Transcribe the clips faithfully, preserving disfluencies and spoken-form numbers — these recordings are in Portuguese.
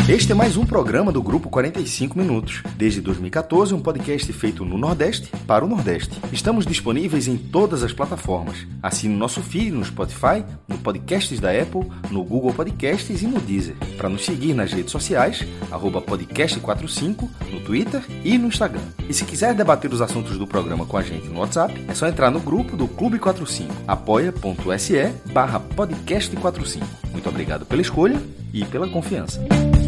Este é mais um programa do Grupo quarenta e cinco Minutos. Desde dois mil e quatorze, um podcast feito no Nordeste para o Nordeste. Estamos disponíveis em todas as plataformas. Assine o nosso feed no Spotify, no Podcasts da Apple, no Google Podcasts e no Deezer. Para nos seguir nas redes sociais, arroba podcast quarenta e cinco, no Twitter e no Instagram. E se quiser debater os assuntos do programa com a gente no WhatsApp, é só entrar no grupo do Clube quarenta e cinco, apoia.se barra podcast quarenta e cinco. Muito obrigado pela escolha e pela confiança.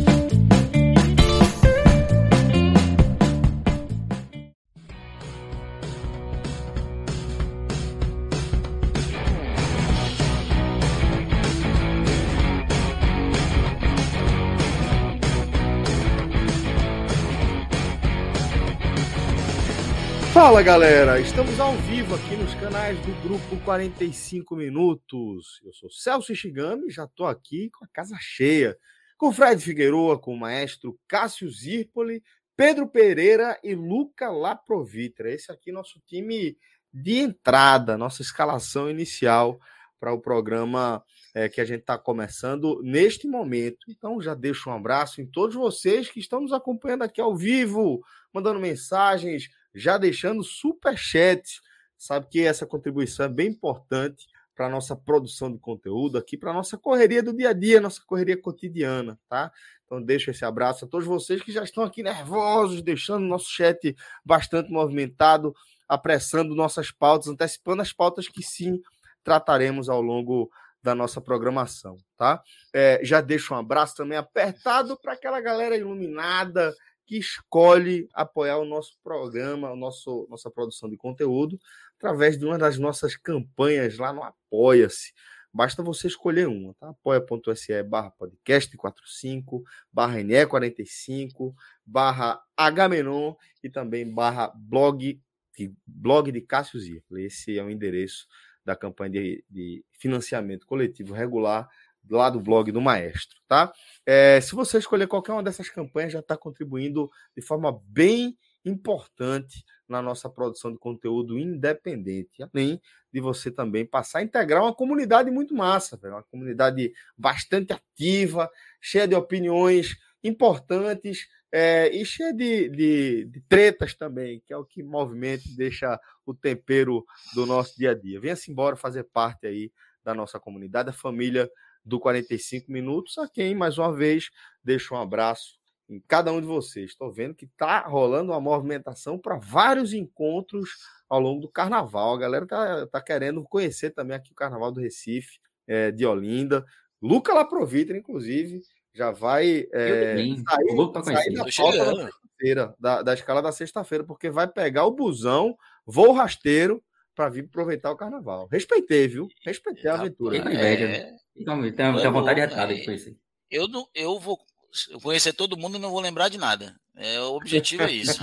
Fala galera, estamos ao vivo aqui nos canais do Grupo quarenta e cinco Minutos. Eu sou Celso Ishigami e já estou aqui com a casa cheia, com Fred Figueroa, com o maestro Cássio Zirpoli, Pedro Pereira e Luca Laprovitra. Esse aqui é nosso time de entrada, nossa escalação inicial para o programa é, que a gente está começando neste momento. Então já deixo um abraço em todos vocês que estão nos acompanhando aqui ao vivo, mandando mensagens, já deixando superchat. Sabe que essa contribuição é bem importante para a nossa produção de conteúdo aqui, para a nossa correria do dia a dia, nossa correria cotidiana, tá? Então deixo esse abraço a todos vocês que já estão aqui nervosos, deixando o nosso chat bastante movimentado, apressando nossas pautas, antecipando as pautas que sim trataremos ao longo da nossa programação, tá? É, já deixo um abraço também apertado para aquela galera iluminada que escolhe apoiar o nosso programa, o nosso, nossa produção de conteúdo, através de uma das nossas campanhas lá no Apoia-se. Basta você escolher uma, tá? apoia.se barra podcast quarenta e cinco, barra N E quarenta e cinco, barra Agamenon e também barra blog, blog de Cássio Zirpoli. Esse é o endereço da campanha de, de financiamento coletivo regular lá do blog do Maestro, tá? É, se você escolher qualquer uma dessas campanhas, já está contribuindo de forma bem importante na nossa produção de conteúdo independente, além de você também passar a integrar uma comunidade muito massa, velho, uma comunidade bastante ativa, cheia de opiniões importantes é, e cheia de, de, de tretas também, que é o que movimenta e deixa o tempero do nosso dia a dia. Venha-se embora fazer parte aí da nossa comunidade, da família do quarenta e cinco Minutos, a quem, mais uma vez, deixo um abraço em cada um de vocês. Estou vendo que está rolando uma movimentação para vários encontros ao longo do Carnaval. A galera está tá querendo conhecer também aqui o Carnaval do Recife, é, de Olinda. Luca Laprovitra, inclusive, já vai é, sair, sair da pauta da sexta-feira, da, da escala da sexta-feira, porque vai pegar o busão, voo rasteiro, para vir aproveitar o Carnaval. Respeitei, viu? Respeitei a aventura. Tem inveja, né? Então, tem, tem a vontade de retada de conhecer. Eu, não, eu vou conhecer todo mundo e não vou lembrar de nada. É, o objetivo é isso.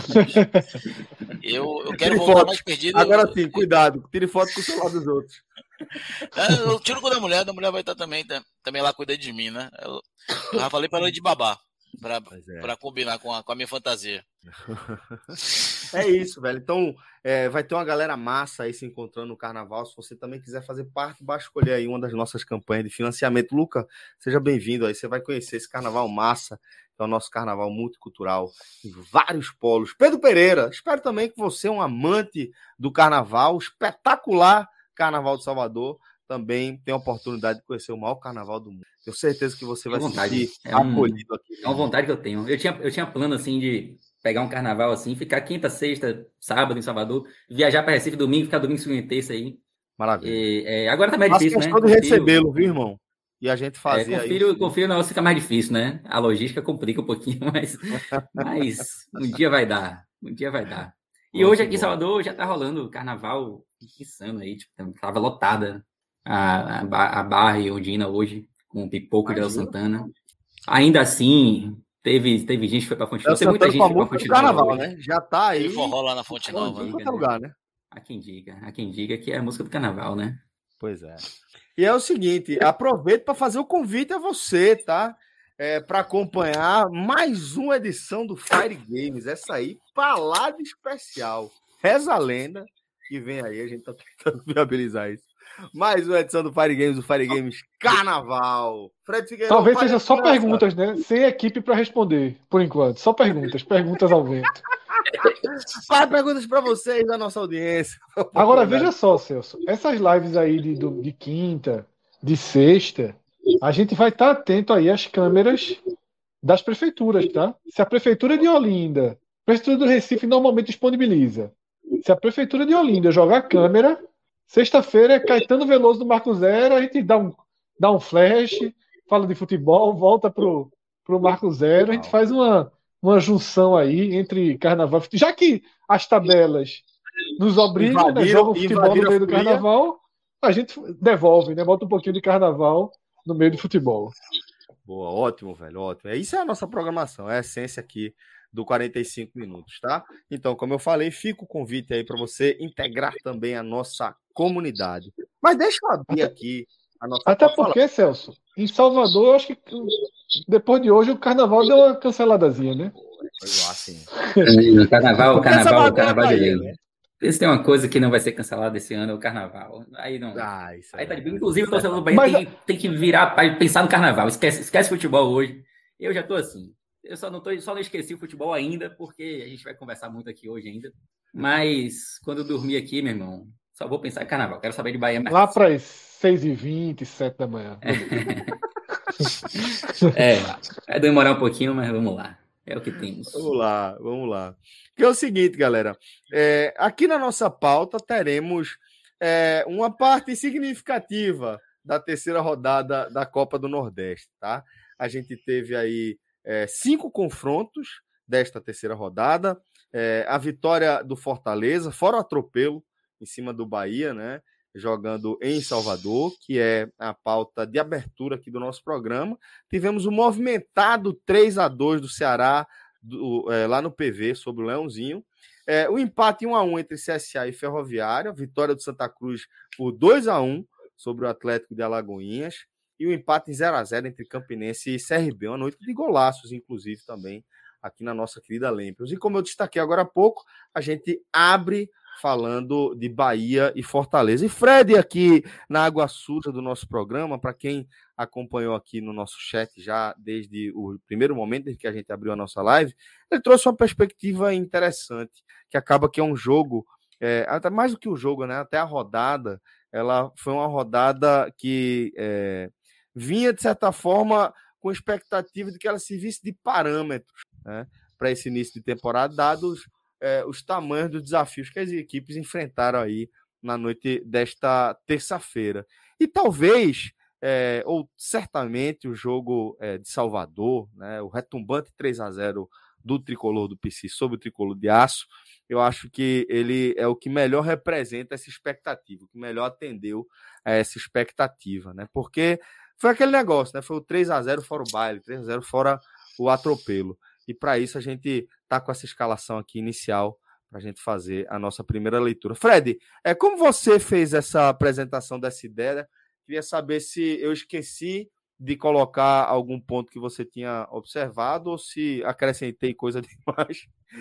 eu, eu quero tire voltar foto. Mais perdido. Agora sim, cuidado. Tire foto com o celular dos outros. Eu tiro com a da mulher, da mulher vai estar também, também lá cuidando de mim, né? Eu, eu já falei para ela de babá. Para é. combinar com a, com a minha fantasia. É isso, velho. Então, é, vai ter uma galera massa aí se encontrando no Carnaval. Se você também quiser fazer parte, basta escolher aí uma das nossas campanhas de financiamento. Luca, seja bem-vindo aí. Você vai conhecer esse Carnaval massa, que é o nosso Carnaval multicultural, em vários polos. Pedro Pereira, espero também que você, um amante do Carnaval, espetacular Carnaval de Salvador, também tem a oportunidade de conhecer o maior Carnaval do mundo. Tenho certeza que você vai se sentir é um, acolhido aqui. É uma vontade que eu tenho. Eu tinha, eu tinha plano, assim, de pegar um Carnaval, assim, ficar quinta, sexta, sábado em Salvador, viajar para Recife domingo, ficar domingo, segunda e terça aí. Maravilha. E, é, agora tá mais Faço difícil, né? Questão de recebê-lo, viu, irmão? E a gente fazer é, confiro, aí. Confiro, não, fica mais difícil, né? A logística complica um pouquinho, mas, mas um dia vai dar. Um dia vai dar. E Muito hoje aqui bom. Em Salvador já tá rolando o Carnaval insano aí, tipo, tava lotada a, a, a Barra e Ondina hoje, com o Pipoco de El Santana. Ainda assim, teve, teve gente que foi pra Fonte Nova. Tem muita gente que foi pra Fonte Nova. Carnaval, hoje. Né? Já tá aí. Tem forró lá na Fonte Nova. Em qualquer lugar, né? Há quem diga, há quem diga que é a música do Carnaval, né? Pois é. E é o seguinte, aproveito para fazer o convite a você, tá? É, para acompanhar mais uma edição do Fire Games. Essa aí, palada especial. Reza a lenda que vem aí, a gente tá tentando viabilizar isso. Mais uma edição do Fire Games, do Fire Games Carnaval. Fred Figueiredo. Talvez seja só perguntas, né? Sem equipe para responder, por enquanto. Só perguntas, perguntas ao vento. Faz perguntas para vocês, da nossa audiência. Agora, veja só, Celso. Essas lives aí de, de quinta, de sexta, a gente vai estar atento aí às câmeras das prefeituras, tá? Se a prefeitura de Olinda, a prefeitura do Recife normalmente disponibiliza. Se a prefeitura de Olinda jogar câmera, sexta-feira é Caetano Veloso do Marco Zero, a gente dá um, dá um flash, fala de futebol, volta pro, pro Marco Zero, a gente faz uma, uma junção aí entre carnaval, já que as tabelas nos obrigam, né, jogam futebol no meio do carnaval, a gente devolve, né, bota um pouquinho de carnaval no meio do futebol. Boa, ótimo, velho, ótimo. Isso é a nossa programação, é a essência aqui do quarenta e cinco minutos, tá? Então, como eu falei, fica o convite aí para você integrar também a nossa comunidade. Mas deixa eu abrir aqui a nossa... Até porque, falar. Celso, em Salvador, eu acho que depois de hoje o carnaval deu uma canceladazinha, né? Foi lá, sim. O carnaval, o carnaval, o carnaval de lei. Se tem uma coisa que não vai ser cancelada esse ano, é o carnaval. Aí não. Ah, isso aí tá de bem. Inclusive, o torcedor do Bahia Mas... tem, tem que virar para pensar no carnaval. Esquece, esquece futebol hoje. Eu já tô assim. Eu só não, tô, só não esqueci o futebol ainda, porque a gente vai conversar muito aqui hoje ainda. Mas quando eu dormir aqui, meu irmão, só vou pensar em carnaval. Quero saber de Bahia mais. Lá para as seis e vinte, sete da manhã. É, vai demorar um pouquinho, mas vamos lá. É o que temos. Vamos lá, vamos lá. Que é o seguinte, galera. É, aqui na nossa pauta teremos é, uma parte significativa da terceira rodada da Copa do Nordeste, tá? A gente teve aí é, cinco confrontos desta terceira rodada. É, a vitória do Fortaleza, fora o atropelo em cima do Bahia, né? Jogando em Salvador, que é a pauta de abertura aqui do nosso programa. Tivemos o movimentado três a dois do Ceará, do, é, lá no P V, sobre o Leãozinho. É, o empate um a um entre C S A e Ferroviária, vitória do Santa Cruz por dois a um sobre o Atlético de Alagoinhas, e o empate em zero a zero entre Campinense e C R B, uma noite de golaços, inclusive, também, aqui na nossa querida Lempions. E como eu destaquei agora há pouco, a gente abre falando de Bahia e Fortaleza. E Fred, aqui na água suja do nosso programa, para quem acompanhou aqui no nosso chat já desde o primeiro momento em que a gente abriu a nossa live, ele trouxe uma perspectiva interessante, que acaba que é um jogo, é, até mais do que o jogo, né? Até a rodada, ela foi uma rodada que é, vinha, de certa forma, com expectativa de que ela servisse de parâmetros, né, para esse início de temporada, dados É, os tamanhos dos desafios que as equipes enfrentaram aí na noite desta terça-feira. E talvez, é, ou certamente, o jogo é, de Salvador, né, o retumbante três a zero do tricolor do P C sobre o tricolor de aço, eu acho que ele é o que melhor representa essa expectativa, o que melhor atendeu a essa expectativa, né? Porque foi aquele negócio, né? Foi o três a zero fora o baile, três a zero fora o atropelo. E para isso a gente está com essa escalação aqui inicial para a gente fazer a nossa primeira leitura. Fred, é, como você fez essa apresentação dessa ideia? Queria saber se eu esqueci de colocar algum ponto que você tinha observado ou se acrescentei coisa demais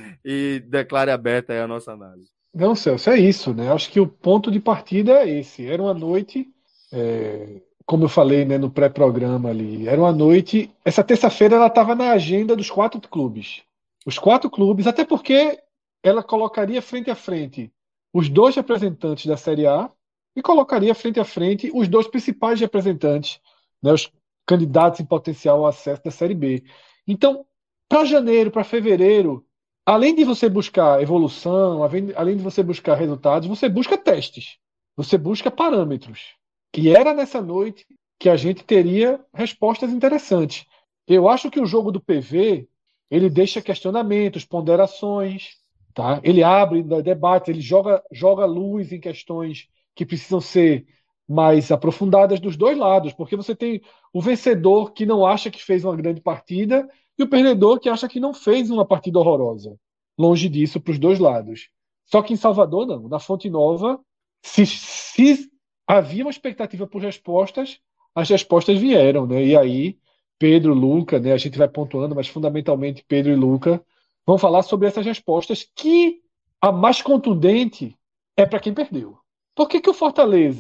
e declare aberta aí a nossa análise. Não, Celso, é isso, né? Acho que o ponto de partida é esse. Era uma noite... É... Como eu falei, né, no pré-programa ali, era uma noite... Essa terça-feira ela estava na agenda dos quatro clubes. Os quatro clubes, até porque ela colocaria frente a frente os dois representantes da Série A e colocaria frente a frente os dois principais representantes, né, os candidatos em potencial ao acesso da Série B. Então, para janeiro, para fevereiro, além de você buscar evolução, além de você buscar resultados, você busca testes, você busca parâmetros. Que era nessa noite que a gente teria respostas interessantes. Eu acho que o jogo do P V, ele deixa questionamentos, ponderações, tá? Ele abre debate, ele joga, joga luz em questões que precisam ser mais aprofundadas dos dois lados, porque você tem o vencedor que não acha que fez uma grande partida e o perdedor que acha que não fez uma partida horrorosa. Longe disso para os dois lados. Só que em Salvador, não. Na Fonte Nova, se... se havia uma expectativa por respostas, as respostas vieram, né? E aí, Pedro, Luca, né? A gente vai pontuando, mas fundamentalmente Pedro e Luca vão falar sobre essas respostas, que a mais contundente é para quem perdeu. Por que que o Fortaleza,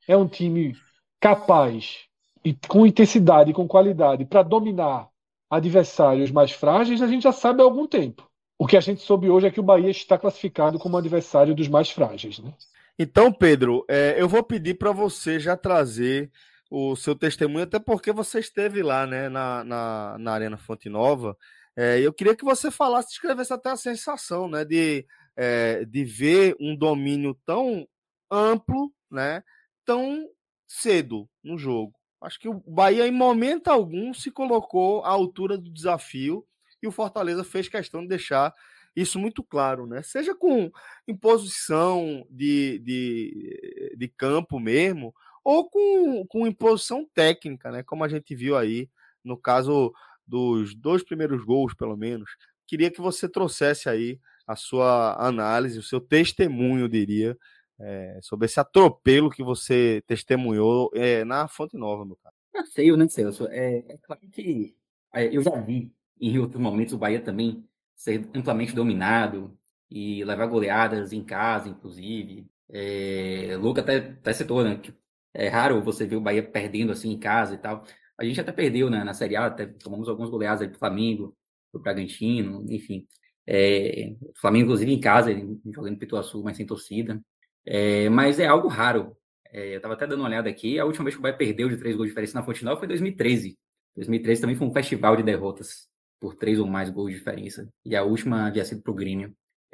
é um time capaz e com intensidade e com qualidade para dominar adversários mais frágeis, a gente já sabe há algum tempo. O que a gente soube hoje é que o Bahia está classificado como adversário dos mais frágeis, né? Então, Pedro, é, eu vou pedir para você já trazer o seu testemunho, até porque você esteve lá, né, na, na, na Arena Fonte Nova. É, eu queria que você falasse, descrevesse até a sensação, né, de, é, de ver um domínio tão amplo, né, tão cedo no jogo. Acho que o Bahia, em momento algum, se colocou à altura do desafio e o Fortaleza fez questão de deixar isso muito claro, né? Seja com imposição de, de, de campo mesmo, ou com, com imposição técnica, né? Como a gente viu aí no caso dos dois primeiros gols, pelo menos. Queria que você trouxesse aí a sua análise, o seu testemunho, eu diria, é, sobre esse atropelo que você testemunhou é, na Fonte Nova, meu cara. Não sei, né, Celso? É, é claro que é, eu já vi em outros momentos o Bahia também ser amplamente dominado e levar goleadas em casa, inclusive. É, Luca até, até citou, né? Que é raro você ver o Bahia perdendo assim em casa e tal. A gente até perdeu, né, na Série A, até tomamos alguns goleadas aí pro Flamengo, pro Bragantino, enfim. É, o Flamengo, inclusive, em casa, ele jogando em Pituaçu, mas sem torcida. É, mas é algo raro. É, eu estava até dando uma olhada aqui. A última vez que o Bahia perdeu de três gols de diferença na Fonte Nova foi em dois mil e treze. dois mil e treze também foi um festival de derrotas por três ou mais gols de diferença. E a última havia sido pro Grêmio.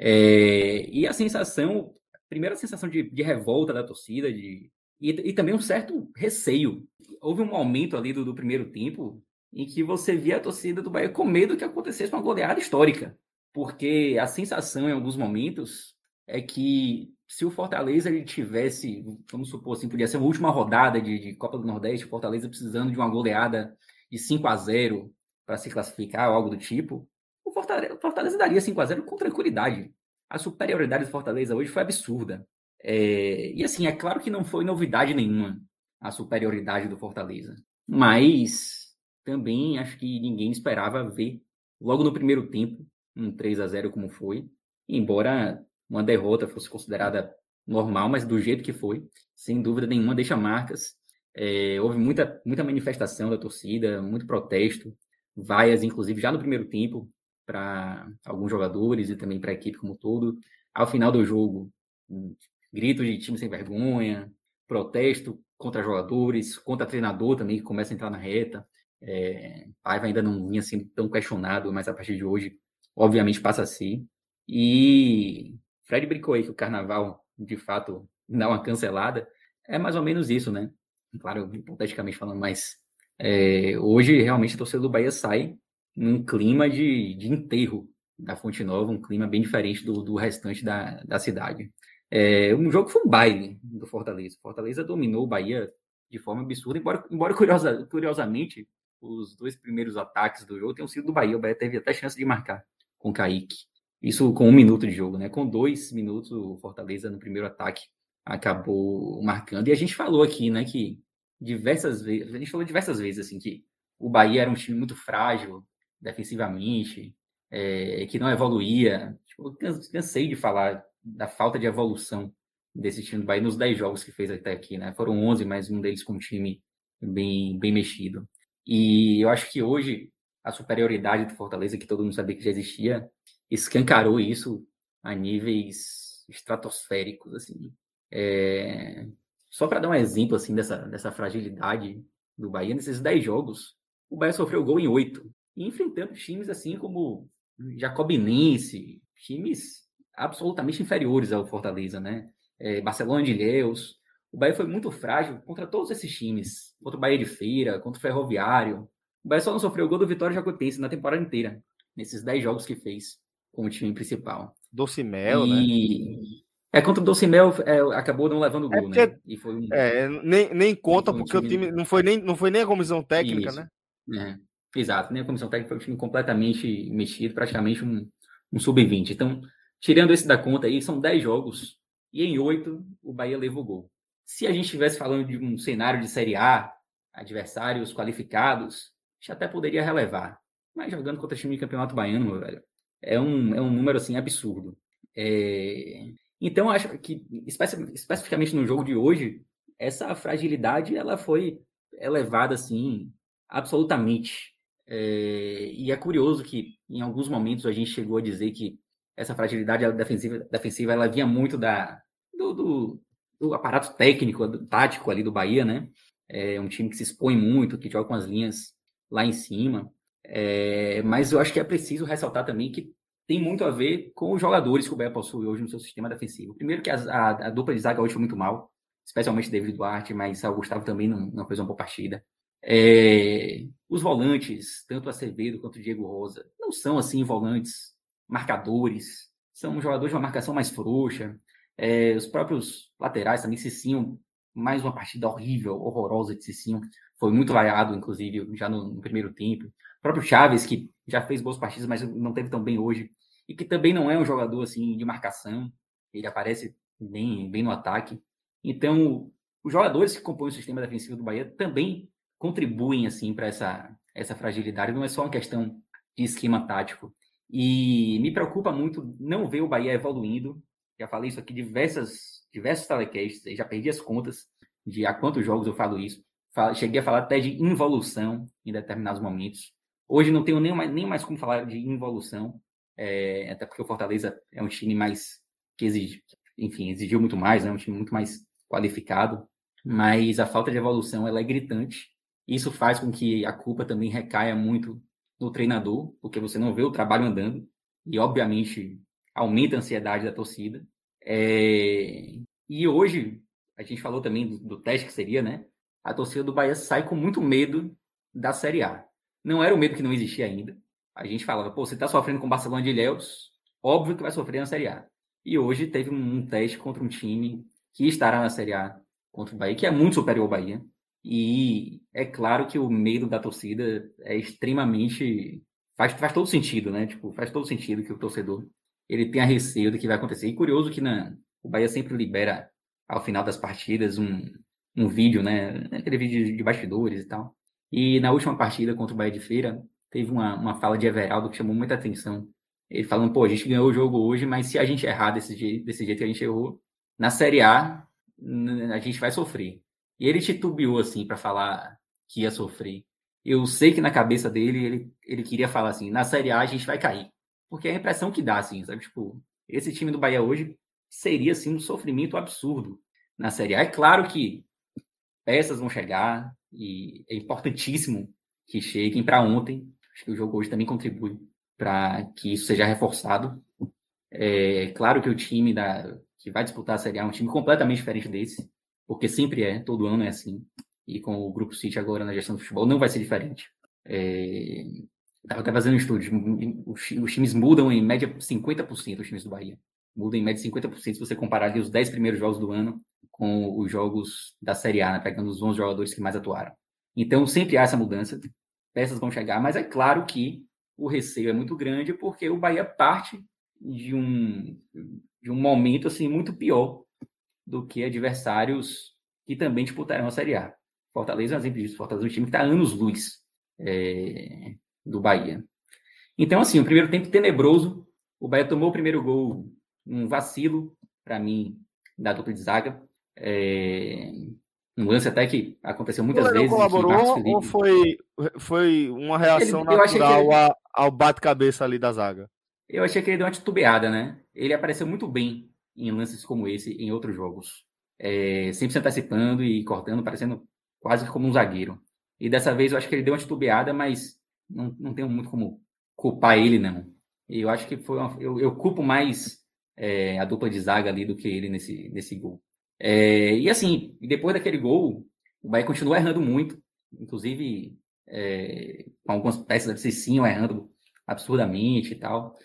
É, e a sensação, a primeira sensação de, de revolta da torcida, de, e, e também um certo receio. Houve um momento ali do, do primeiro tempo em que você via a torcida do Bahia com medo que acontecesse uma goleada histórica. Porque a sensação em alguns momentos é que se o Fortaleza ele tivesse, vamos supor assim, podia ser uma última rodada de, de Copa do Nordeste, o Fortaleza precisando de uma goleada de cinco a zero para se classificar ou algo do tipo, o Fortaleza, o Fortaleza daria cinco a zero com tranquilidade. A superioridade do Fortaleza hoje foi absurda. É, e assim, é claro que não foi novidade nenhuma a superioridade do Fortaleza, mas também acho que ninguém esperava ver logo no primeiro tempo um três a zero como foi, embora uma derrota fosse considerada normal, mas do jeito que foi, sem dúvida nenhuma, deixa marcas. É, houve muita, muita manifestação da torcida, muito protesto, vaias, inclusive, já no primeiro tempo, para alguns jogadores e também para a equipe como um todo. Ao final do jogo, gritos de time sem vergonha, protesto contra jogadores, contra treinador também, que começa a entrar na reta. É, Paiva ainda não vinha sendo tão questionado, mas a partir de hoje, obviamente, passa a ser. E Fred brincou aí que o Carnaval, de fato, dá uma cancelada. É mais ou menos isso, né? Claro, hipoteticamente falando, mas é, hoje realmente a torcida do Bahia sai num clima de, de enterro da Fonte Nova, um clima bem diferente do, do restante da, da cidade. É, um jogo foi um baile do Fortaleza. O Fortaleza dominou o Bahia de forma absurda, embora, embora curiosa, curiosamente, os dois primeiros ataques do jogo tenham sido do Bahia. O Bahia teve até chance de marcar com o Kaique. Isso com um minuto de jogo, né? Com dois minutos, o Fortaleza no primeiro ataque acabou marcando. E a gente falou aqui, né, que diversas vezes, a gente falou diversas vezes, assim, que o Bahia era um time muito frágil defensivamente, é, que não evoluía. Tipo, eu cansei de falar da falta de evolução desse time do Bahia nos dez jogos que fez até aqui, né? Foram onze, mas um deles com um time bem, bem mexido. E eu acho que hoje a superioridade do Fortaleza, que todo mundo sabia que já existia, escancarou isso a níveis estratosféricos, assim. É... Só para dar um exemplo, assim, dessa, dessa fragilidade do Bahia, nesses dez jogos, o Bahia sofreu gol em oito, e enfrentando times, assim, como Jacobinense, times absolutamente inferiores ao Fortaleza, né? É, Barcelona de Ilhéus. O Bahia foi muito frágil contra todos esses times, contra o Bahia de Feira, contra o Ferroviário. O Bahia só não sofreu gol do Vitória Jacuipense na temporada inteira, nesses dez jogos que fez com o time principal. Docimel, e... né? É, contra o Docimel, é, acabou não levando gol, é porque, né? E foi um... É, nem, nem conta um porque time... o time não foi, nem, não foi nem a comissão técnica, Isso. né? É, exato, nem a comissão técnica, foi um time completamente mexido, praticamente um, um sub vinte. Então, tirando esse da conta aí, são dez jogos, e em oito o Bahia levou gol. Se a gente estivesse falando de um cenário de Série A, adversários qualificados, a gente até poderia relevar. Mas jogando contra time de campeonato baiano, meu velho, é um, é um número, assim, absurdo. É... Então, acho que, especificamente no jogo de hoje, essa fragilidade ela foi elevada assim, absolutamente. É, e é curioso que em alguns momentos a gente chegou a dizer que essa fragilidade ela, defensiva, defensiva ela vinha muito da, do, do, do aparato técnico, do, tático ali do Bahia, né? É um time que se expõe muito, que joga com as linhas lá em cima. É, mas eu acho que é preciso ressaltar também que tem muito a ver com os jogadores que o Bahia possui hoje no seu sistema defensivo. Primeiro que a, a, a dupla de zaga hoje foi muito mal, especialmente David Duarte, mas o Gustavo também não, não fez uma boa partida. É, os volantes, tanto Acevedo quanto Diego Rosa, não são assim volantes marcadores, são jogadores de uma marcação mais frouxa. É, os próprios laterais também, Cicinho, mais uma partida horrível, horrorosa de Cicinho, foi muito vaiado, inclusive, já no, no primeiro tempo. O próprio Chaves, que já fez boas partidas, mas não teve tão bem hoje, e que também não é um jogador assim de marcação, ele aparece bem, bem no ataque. Então, os jogadores que compõem o sistema defensivo do Bahia também contribuem assim para essa, essa fragilidade, não é só uma questão de esquema tático. E me preocupa muito não ver o Bahia evoluindo. Já falei isso aqui diversas, diversos telecasts, já perdi as contas de há quantos jogos eu falo isso. Cheguei a falar até de involução em determinados momentos. Hoje não tenho nem mais, nem mais como falar de involução, é, até porque o Fortaleza é um time mais que exige, enfim, exigiu muito mais, é né, um time muito mais qualificado, mas a falta de evolução ela é gritante. Isso faz com que a culpa também recaia muito no treinador, porque você não vê o trabalho andando e, obviamente, aumenta a ansiedade da torcida. É... E hoje, a gente falou também do, do teste que seria, né? A torcida do Bahia sai com muito medo da Série A. Não era o medo que não existia ainda. A gente falava, pô, você está sofrendo com o Barcelona de Ilhéus, óbvio que vai sofrer na Série A. E hoje teve um teste contra um time que estará na Série A contra o Bahia, que é muito superior ao Bahia. E é claro que o medo da torcida é extremamente... Faz, faz todo sentido, né? Tipo, faz todo sentido que o torcedor ele tenha receio do que vai acontecer. E curioso que na, o Bahia sempre libera, ao final das partidas, um, um vídeo, né? Aquele vídeo de bastidores e tal. E na última partida contra o Bahia de Feira, teve uma, uma fala de Everaldo que chamou muita atenção. Ele falando, pô, a gente ganhou o jogo hoje, mas se a gente errar desse jeito, desse jeito que a gente errou, na Série A, a gente vai sofrer. E ele titubeou, assim, para falar que ia sofrer. Eu sei que na cabeça dele, ele, ele queria falar assim, na Série A a gente vai cair. Porque é a impressão que dá, assim, sabe? Tipo, esse time do Bahia hoje seria, assim, um sofrimento absurdo na Série A. É claro que peças vão chegar e é importantíssimo que cheguem para ontem. Acho que o jogo hoje também contribui para que isso seja reforçado. É claro que o time da, que vai disputar a Série A é um time completamente diferente desse, porque sempre é, todo ano é assim. E com o Grupo City agora na gestão do futebol não vai ser diferente. É... Estava até fazendo um estudo, os, os times mudam em média cinquenta por cento, os times do Bahia. Mudam em média cinquenta por cento se você comparar ali os dez primeiros jogos do ano com os jogos da Série A, né, pegando os onze jogadores que mais atuaram. Então sempre há essa mudança, peças vão chegar, mas é claro que o receio é muito grande porque o Bahia parte de um, de um momento assim, muito pior do que adversários que também disputarão a Série A. Fortaleza é um exemplo disso. Fortaleza é um time que está anos-luz é, do Bahia. Então, assim, o primeiro tempo tenebroso. O Bahia tomou o primeiro gol, um vacilo, para mim, da dupla de zaga. É, um lance até que aconteceu muitas vezes. O colaborou ou foi, foi uma reação ele, natural ele, ao, ao bate-cabeça ali da zaga? Eu achei que ele deu uma titubeada, né? Ele apareceu muito bem em lances como esse em outros jogos. É, sempre se antecipando e cortando, parecendo quase como um zagueiro. E dessa vez eu acho que ele deu uma titubeada, mas não, não tenho muito como culpar ele, não. E eu acho que foi uma, eu, eu culpo mais é, a dupla de zaga ali do que ele nesse, nesse gol. É, e assim, depois daquele gol, o Bahia continua errando muito, inclusive é, com algumas peças de Cicinho errando absurdamente e tal.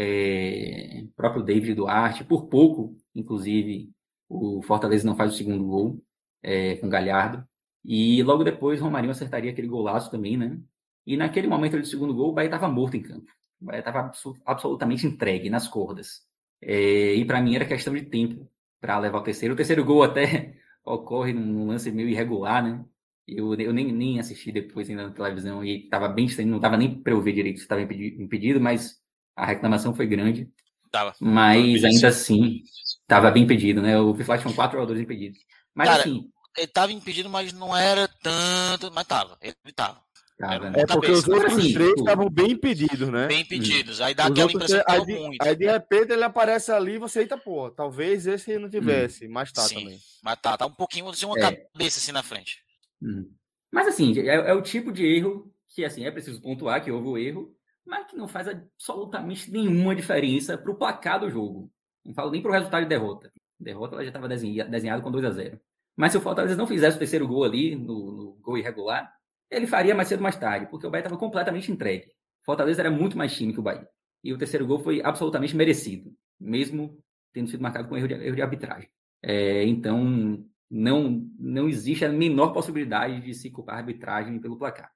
É, o próprio David Duarte, por pouco, inclusive, o Fortaleza não faz o segundo gol é, com o Galhardo. E logo depois o Romarinho acertaria aquele golaço também, né? E naquele momento ali do segundo gol, o Bahia estava morto em campo. O Bahia estava absolutamente entregue nas cordas. É, e para mim era questão de tempo para levar o terceiro. O terceiro gol até ocorre num lance meio irregular, né? Eu, eu nem, nem assisti depois ainda na televisão e estava bem estranho, não dava nem para eu ver direito se estava impedido, mas a reclamação foi grande. Tava. Mas tava ainda assim, estava bem impedido, né? O Fiflat tinham quatro jogadores impedidos. Mas Cara, assim... ele tava impedido, mas não era tanto, mas tava, ele tava. Era é porque cabeça, os outros assim, três estavam bem impedidos, né? Bem impedidos. Aí dá os aquela impressão três, que aí, muito. Aí de repente ele aparece ali e você, eita, pô, talvez esse não tivesse, hum. mas tá Sim, também. Mas tá, tá um pouquinho de uma é. cabeça assim na frente. Hum. Mas assim, é, é o tipo de erro que assim, é preciso pontuar que houve o erro, mas que não faz absolutamente nenhuma diferença pro placar do jogo. Não falo nem pro resultado de derrota. Derrota ela já estava desenhada com dois a zero. Mas se o Fortaleza não fizesse o terceiro gol ali, no, no gol irregular, ele faria mais cedo ou mais tarde, porque o Bahia estava completamente entregue. Fortaleza era muito mais time que o Bahia. E o terceiro gol foi absolutamente merecido, mesmo tendo sido marcado com erro de, erro de arbitragem. É, então, não, não existe a menor possibilidade de se culpar a arbitragem pelo placar.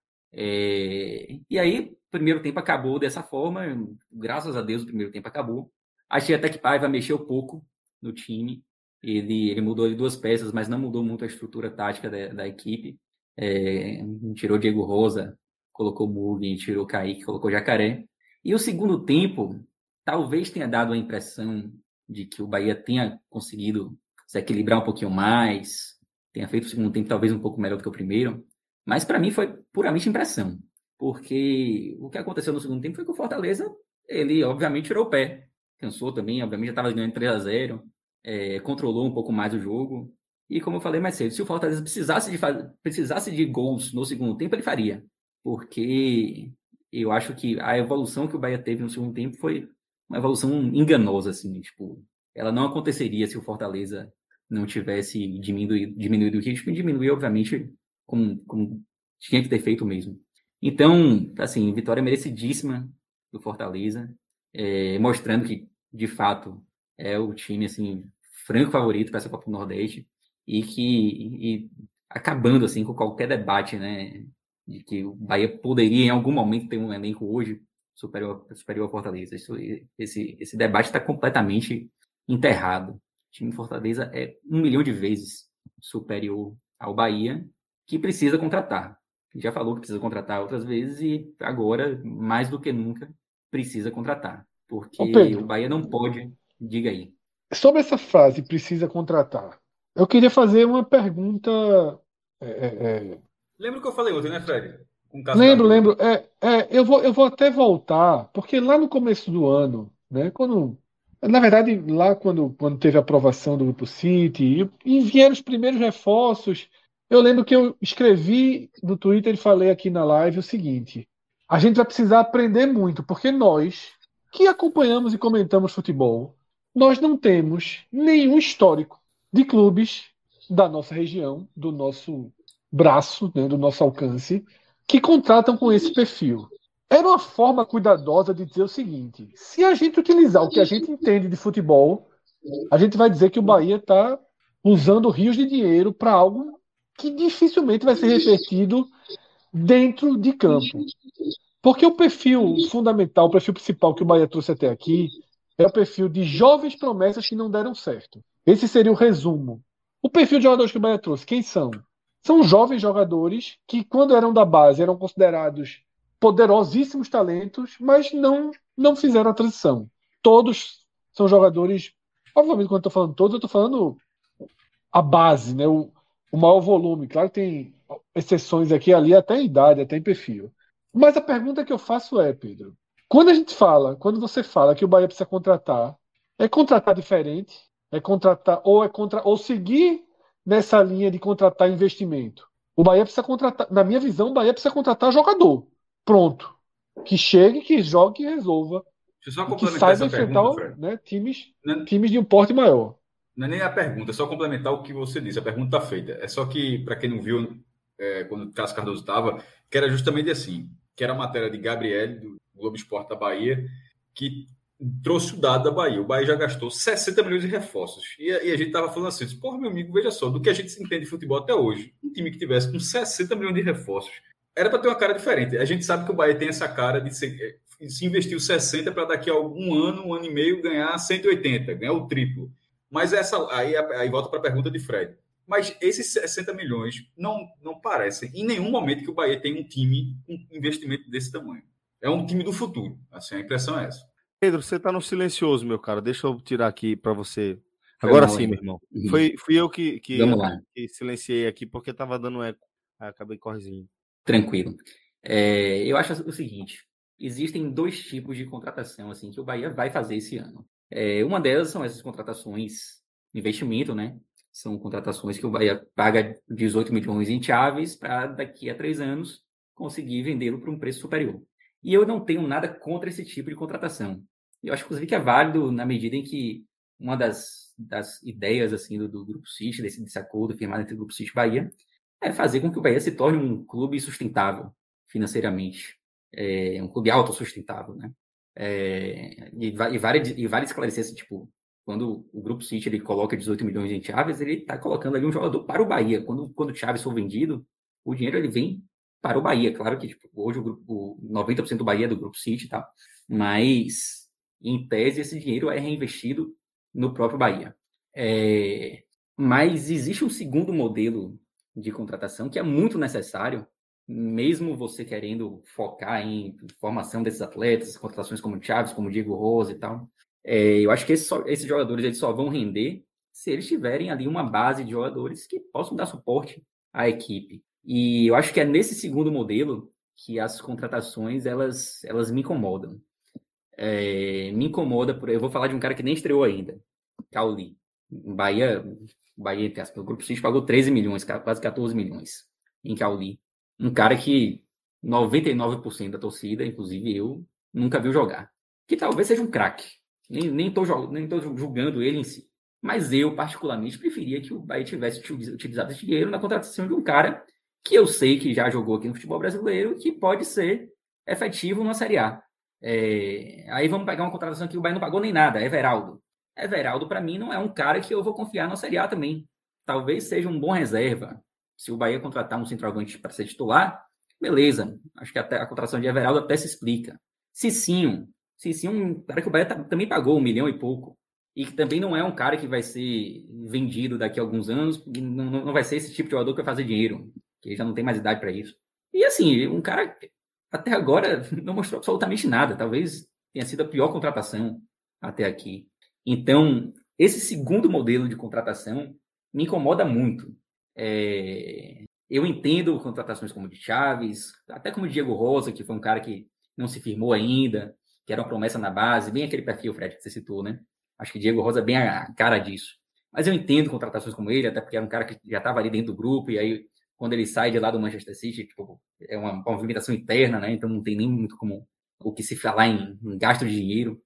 É, e aí, o primeiro tempo acabou dessa forma, graças a Deus o primeiro tempo acabou. Achei até que Paiva mexeu pouco no time. Ele, ele mudou de duas peças, mas não mudou muito a estrutura tática da, da equipe. É, tirou Diego Rosa, colocou Mugi, tirou Kaique, colocou Jacaré. E o segundo tempo talvez tenha dado a impressão de que o Bahia tenha conseguido se equilibrar um pouquinho mais, tenha feito o segundo tempo talvez um pouco melhor do que o primeiro, mas para mim foi puramente impressão, porque o que aconteceu no segundo tempo foi que o Fortaleza, ele obviamente tirou o pé, cansou também, obviamente já estava ganhando três a zero, é, controlou um pouco mais o jogo. E como eu falei mais cedo, se o Fortaleza precisasse de, faz... precisasse de gols no segundo tempo, ele faria. Porque eu acho que a evolução que o Bahia teve no segundo tempo foi uma evolução enganosa, assim. Tipo, ela não aconteceria se o Fortaleza não tivesse diminuído, diminuído o ritmo. E diminuir, obviamente, como, como tinha que ter feito mesmo. Então, assim, vitória merecidíssima do Fortaleza. É, mostrando que, de fato, é o time, assim, franco favorito para essa Copa do Nordeste. E que e acabando assim com qualquer debate, né, de que o Bahia poderia em algum momento ter um elenco hoje superior, superior ao Fortaleza. Isso, esse, esse debate está completamente enterrado. O time Fortaleza é um milhão de vezes superior ao Bahia, que precisa contratar. Já falou que precisa contratar outras vezes e agora, mais do que nunca, precisa contratar. Porque o Bahia não pode... Diga aí. Sobre essa frase, precisa contratar. Eu queria fazer uma pergunta. É, é... Lembra o que eu falei ontem, né, Fred? Com lembro, lembro. É, é, eu, vou, eu vou até voltar, porque lá no começo do ano, né, quando, na verdade, lá quando, quando teve a aprovação do Grupo City, e, e vieram os primeiros reforços, eu lembro que eu escrevi no Twitter e falei aqui na live o seguinte: a gente vai precisar aprender muito, porque nós, que acompanhamos e comentamos futebol, nós não temos nenhum histórico de clubes da nossa região, do nosso braço, né, do nosso alcance, que contratam com esse perfil. Era uma forma cuidadosa de dizer o seguinte: se a gente utilizar o que a gente entende de futebol, a gente vai dizer que o Bahia está usando rios de dinheiro para algo que dificilmente vai ser revertido dentro de campo. Porque o perfil fundamental, o perfil principal que o Bahia trouxe até aqui, é o perfil de jovens promessas que não deram certo. Esse seria o resumo. O perfil de jogadores que o Bahia trouxe, quem são? São jovens jogadores que, quando eram da base, eram considerados poderosíssimos talentos, mas não, não fizeram a transição. Todos são jogadores... Obviamente, quando eu estou falando todos, eu estou falando a base, né? o, o maior volume. Claro que tem exceções aqui e ali, até em idade, até em perfil. Mas a pergunta que eu faço é, Pedro, quando a gente fala, quando você fala que o Bahia precisa contratar, é contratar diferente? É contratar ou é contra, ou seguir nessa linha de contratar investimento? O Bahia precisa contratar, na minha visão, o Bahia precisa contratar jogador. Pronto. Que chegue, que jogue, que resolva. Deixa eu só que saiba enfrentar pergunta, né, times, não, times de um porte maior. Não é nem a pergunta, é só complementar o que você disse. A pergunta está feita. É só que, para quem não viu, é, quando o Cássio Cardoso estava, que era justamente assim, que era a matéria de Gabriel, do Globo Esporte da Bahia, que trouxe o dado da Bahia. O Bahia já gastou sessenta milhões de reforços. E, e a gente estava falando assim, porra, meu amigo, veja só, do que a gente entende de futebol até hoje, um time que tivesse com sessenta milhões de reforços, era para ter uma cara diferente. A gente sabe que o Bahia tem essa cara de ser, se investiu sessenta para daqui a um ano, um ano e meio, ganhar cento e oitenta, ganhar o triplo. Mas essa, aí, aí volta para a pergunta de Fred. Mas esses sessenta milhões não, não parecem em nenhum momento que o Bahia tem um time com um investimento desse tamanho. É um time do futuro. Assim, a impressão é essa. Pedro, você está no silencioso, meu cara. Deixa eu tirar aqui para você Agora mal, sim, hein? meu irmão. Foi, fui eu que, que, Vamos lá. que silenciei aqui porque tava dando eco. Aí acabei corrigindo. Tranquilo. É, eu acho o seguinte: existem dois tipos de contratação assim que o Bahia vai fazer esse ano. É, uma delas são essas contratações de investimento, né? São contratações que o Bahia paga dezoito milhões em chaves para daqui a três anos conseguir vendê-lo por um preço superior. E eu não tenho nada contra esse tipo de contratação. Eu acho, inclusive, que é válido na medida em que uma das, das ideias assim do, do Grupo City, desse, desse acordo firmado entre o Grupo City e Bahia, é fazer com que o Bahia se torne um clube sustentável financeiramente. É, um clube autossustentável, né? É, e, e, vale, e vale esclarecer assim, tipo, quando o Grupo City ele coloca dezoito milhões em Chaves, ele está colocando ali um jogador para o Bahia. Quando, quando o Chaves for vendido, o dinheiro ele vem para o Bahia. Claro que tipo, hoje o, grupo, o noventa por cento do Bahia é do Grupo City, tá? Mas, em tese, esse dinheiro é reinvestido no próprio Bahia. É, mas existe um segundo modelo de contratação que é muito necessário, mesmo você querendo focar em formação desses atletas, contratações como o Chaves, como o Diego Rosa e tal. É, eu acho que esses, esses jogadores eles só vão render se eles tiverem ali uma base de jogadores que possam dar suporte à equipe. E eu acho que é nesse segundo modelo que as contratações elas, elas me incomodam. É, me incomoda, por eu vou falar de um cara que nem estreou ainda, Cauli. Bahia, Bahia, o Grupo City pagou treze milhões, quase quatorze milhões em Cauli. Um cara que noventa e nove por cento da torcida, inclusive eu, nunca viu jogar. Que talvez seja um craque. Nem, nem tô, nem tô julgando ele em si. Mas eu, particularmente, preferia que o Bahia tivesse utilizado esse dinheiro na contratação de um cara que eu sei que já jogou aqui no futebol brasileiro e que pode ser efetivo na Série A. É, aí vamos pegar uma contratação que o Bahia não pagou nem nada, Everaldo. Everaldo, para mim, não é um cara que eu vou confiar na Série A também. Talvez seja um bom reserva. Se o Bahia contratar um centroavante para ser titular, beleza. Acho que até a contratação de Everaldo até se explica. Cicinho. Cicinho, um cara que o Bahia também pagou um milhão e pouco. E que também não é um cara que vai ser vendido daqui a alguns anos. Não, não vai ser esse tipo de jogador que vai fazer dinheiro. Que já não tem mais idade para isso. E assim, um cara que até agora não mostrou absolutamente nada. Talvez tenha sido a pior contratação até aqui. Então, esse segundo modelo de contratação me incomoda muito. É... Eu entendo contratações como de Chaves, até como o Diego Rosa, que foi um cara que não se firmou ainda, que era uma promessa na base, bem aquele perfil, Fred, que você citou, né? Acho que Diego Rosa é bem a cara disso. Mas eu entendo contratações como ele, até porque era um cara que já estava ali dentro do grupo, e aí, quando ele sai de lá do Manchester City, tipo, é uma, uma movimentação interna, né? Então não tem nem muito como o que se falar em, em gasto de dinheiro.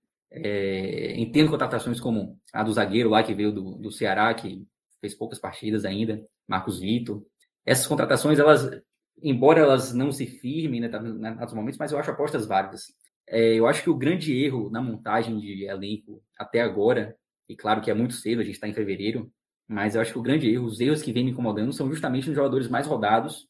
É, entendo contratações como a do zagueiro lá que veio do, do Ceará, que fez poucas partidas ainda, Marcos Vitor. Essas contratações, elas, embora elas não se firmem, né, nos momentos, mas eu acho apostas válidas. É, eu acho que o grande erro na montagem de elenco até agora, e claro que é muito cedo, a gente está em fevereiro, mas eu acho que o grande erro, os erros que vem me incomodando são justamente os jogadores mais rodados,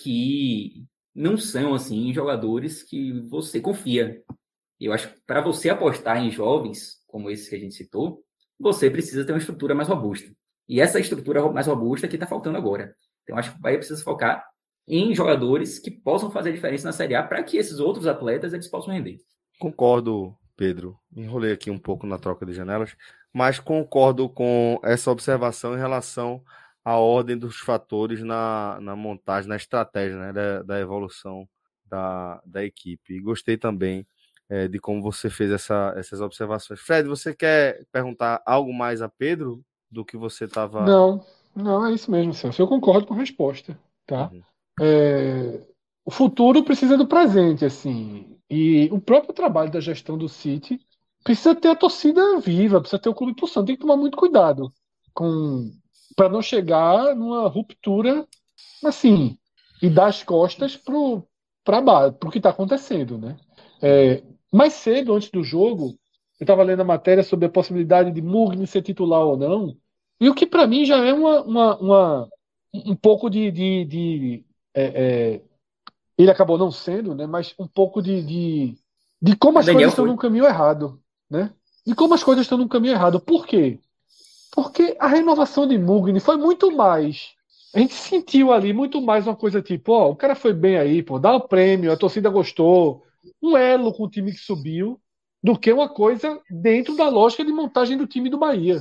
que não são, assim, jogadores que você confia. Eu acho que para você apostar em jovens, como esses que a gente citou, você precisa ter uma estrutura mais robusta. E essa estrutura mais robusta que está faltando agora. Então, acho que o Bahia precisa focar em jogadores que possam fazer a diferença na Série A para que esses outros atletas eles possam render. Concordo, Pedro. Me enrolei aqui um pouco na troca de janelas, mas concordo com essa observação em relação à ordem dos fatores na, na montagem, na estratégia, né, da, da evolução da, da equipe. E gostei também é, de como você fez essa, essas observações. Fred, você quer perguntar algo mais a Pedro do que você estava... Não, não, é isso mesmo, Celso. Eu concordo com a resposta, tá? Uhum. É, o futuro precisa do presente, assim. E o próprio trabalho da gestão do City precisa ter a torcida viva, precisa ter o clube pulsando. Tem que tomar muito cuidado com para não chegar numa ruptura, assim, e dar as costas pro para o que está acontecendo, né? É, mais cedo, antes do jogo, eu estava lendo a matéria sobre a possibilidade de Mugni ser titular ou não. E o que para mim já é uma, uma, uma um pouco de, de, de é, é, ele acabou não sendo, né? Mas um pouco de, de, de como as coisas estão num caminho errado, né? De como as coisas estão num caminho errado. Por quê? Porque a renovação de Mugni foi muito mais. A gente sentiu ali muito mais uma coisa tipo, ó, o cara foi bem aí, pô, dá o prêmio, a torcida gostou, um elo com o time que subiu, do que uma coisa dentro da lógica de montagem do time do Bahia.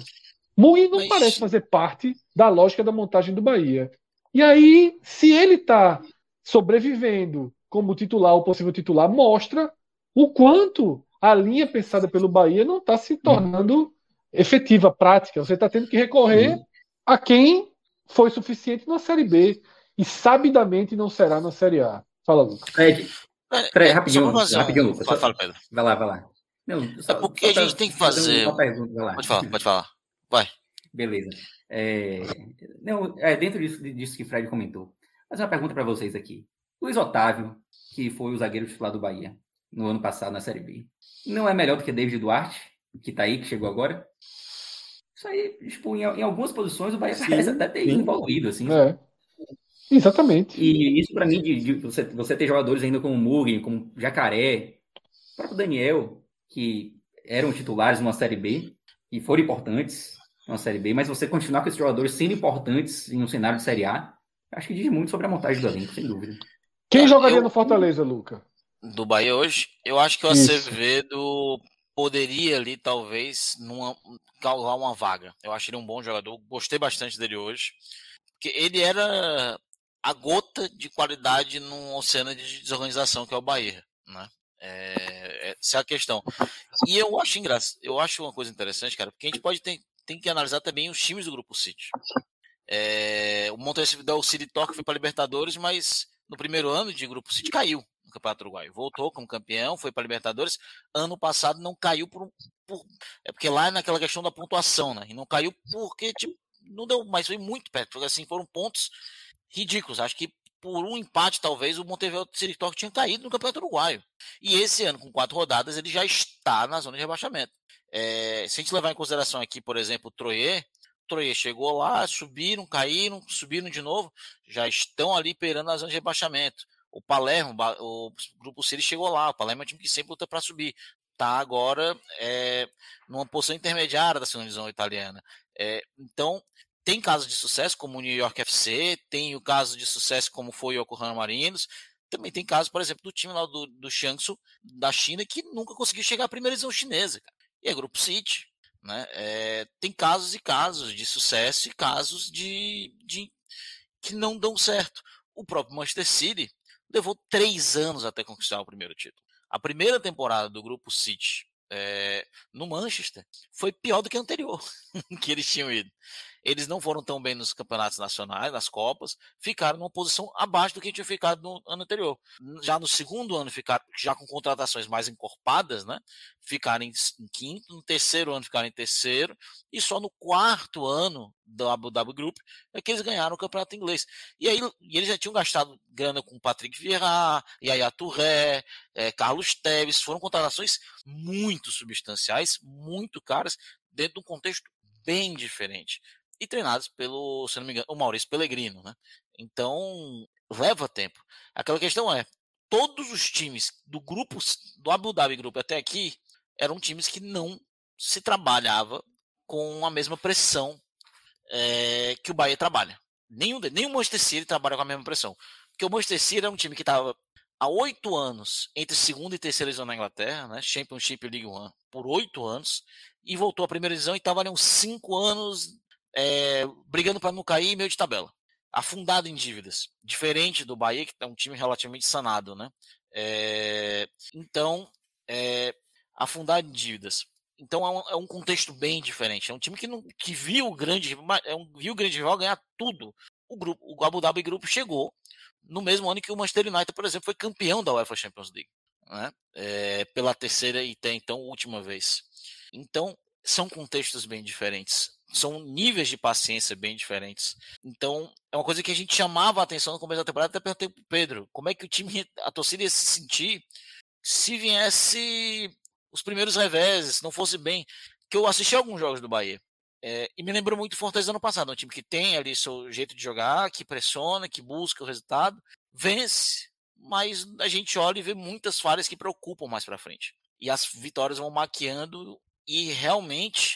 Mugni não Mas- parece fazer parte da lógica da montagem do Bahia. E aí, se ele está sobrevivendo como titular ou possível titular, mostra o quanto a linha pensada pelo Bahia não está se tornando efetiva, prática. Você está tendo que recorrer Uhum. a quem foi suficiente na Série B e sabidamente não será na Série A. Fala, Lucas. Fred, É, Fred, é, rapidinho, só pra fazer rapidinho, um... Lucas. Fala, Só- fala, Pedro. Vai lá, vai lá. Não, É só, porque só a pra gente tem que fazer fazer... uma pergunta, vai lá. Pode falar, pode falar. Vai. Beleza. É, não, é, dentro disso, disso que o Fred comentou, vou fazer uma pergunta para vocês aqui. Luiz Otávio, que foi o zagueiro titular do Bahia no ano passado na Série B, não é melhor do que David Duarte, que tá aí, que chegou agora? Isso aí, tipo, em, em algumas posições o Bahia Sim, parece até ter sim. evoluído, assim. É. Exatamente. E isso para mim, de, de você, você ter jogadores ainda como Mugni, como Jacaré, o próprio Daniel, que eram titulares numa Série B e foram importantes numa Série B, mas você continuar com esses jogadores sendo importantes em um cenário de Série A, acho que diz muito sobre a montagem do elenco, sem dúvida. Quem Cara, jogaria eu- no Fortaleza, Luca? do Bahia hoje, eu acho que o Isso. Acevedo poderia ali, talvez, numa, galgar uma vaga. Eu acho ele um bom jogador. Gostei bastante dele hoje. Porque ele era a gota de qualidade num oceano de desorganização que é o Bahia, né? É, essa é a questão. E eu acho engraçado, eu acho uma coisa interessante, cara, porque a gente pode ter, tem que analisar também os times do Grupo City. É, o Montevideo City Torque foi para Libertadores, mas no primeiro ano de Grupo City caiu no Campeonato Uruguaio. Voltou como campeão, foi para Libertadores. Ano passado não caiu por, por. É porque lá é naquela questão da pontuação, né? E não caiu porque, tipo, não deu, mas foi muito perto. Porque assim, foram pontos ridículos. Acho que por um empate, talvez, o Montevideo City Torque tinha caído no Campeonato Uruguaio. E esse ano, com quatro rodadas, ele já está na zona de rebaixamento. É, se a gente levar em consideração aqui, por exemplo, o Troyer, Troyer chegou lá, subiram, caíram, subiram de novo, já estão ali beirando a zona de rebaixamento. O Palermo, o Grupo City chegou lá, o Palermo é um time que sempre luta para subir. Está agora é, numa posição intermediária da segunda divisão italiana. É, então, tem casos de sucesso, como o New York F C, tem o caso de sucesso, como foi o Yokohama Marinos. Também tem casos, por exemplo, do time lá do, do Jiangsu, da China, que nunca conseguiu chegar à primeira divisão chinesa. Cara. E é Grupo City. Né? É, tem casos e casos de sucesso e casos de, de que não dão certo. O próprio Manchester City levou três anos até conquistar o primeiro título. A primeira temporada do Grupo City é, no Manchester foi pior do que a anterior que eles tinham ido. Eles não foram tão bem nos campeonatos nacionais, nas Copas, ficaram numa posição abaixo do que tinham ficado no ano anterior. Já no segundo ano, ficaram já com contratações mais encorpadas, né? Ficaram em, em quinto, no terceiro ano ficaram em terceiro, e só no quarto ano do Abu Dhabi Group é que eles ganharam o campeonato inglês. E aí e eles já tinham gastado grana com Patrick Vieira, Yaya Touré, é, Carlos Tevez, foram contratações muito substanciais, muito caras, dentro de um contexto bem diferente. E treinados pelo, se não me engano, o Maurício Pellegrino, né? Então, leva tempo. Aquela questão é, todos os times do grupo, do Abu Dhabi Group até aqui, eram times que não se trabalhava com a mesma pressão é, que o Bahia trabalha. Nenhum, nem o Manchester City trabalha com a mesma pressão. Porque o Manchester City é um time que estava há oito anos entre segunda e terceira divisão na Inglaterra, né? Championship League One, por oito anos, e voltou à primeira divisão e estava ali uns cinco anos é, brigando para não cair, meio de tabela. Afundado em dívidas. Diferente do Bahia, que é um time relativamente sanado, né? É, então, é, afundado em dívidas. Então é um, é um contexto bem diferente. É um time que, não, que viu o grande, é um, viu o grande rival ganhar tudo. O grupo, o Abu Dhabi Group chegou no mesmo ano que o Manchester United, por exemplo, foi campeão da UEFA Champions League, né? É, pela terceira e até então última vez. Então são contextos bem diferentes, são níveis de paciência bem diferentes. Então é uma coisa que a gente chamava a atenção no começo da temporada. Até perguntei pro Pedro como é que o time, a torcida ia se sentir se viesse os primeiros reveses, se não fosse bem. Que eu assisti alguns jogos do Bahia. É, e me lembrou muito o Fortaleza ano passado, um time que tem ali seu jeito de jogar, que pressiona, que busca o resultado, vence, mas a gente olha e vê muitas falhas que preocupam mais para frente. E as vitórias vão maquiando e realmente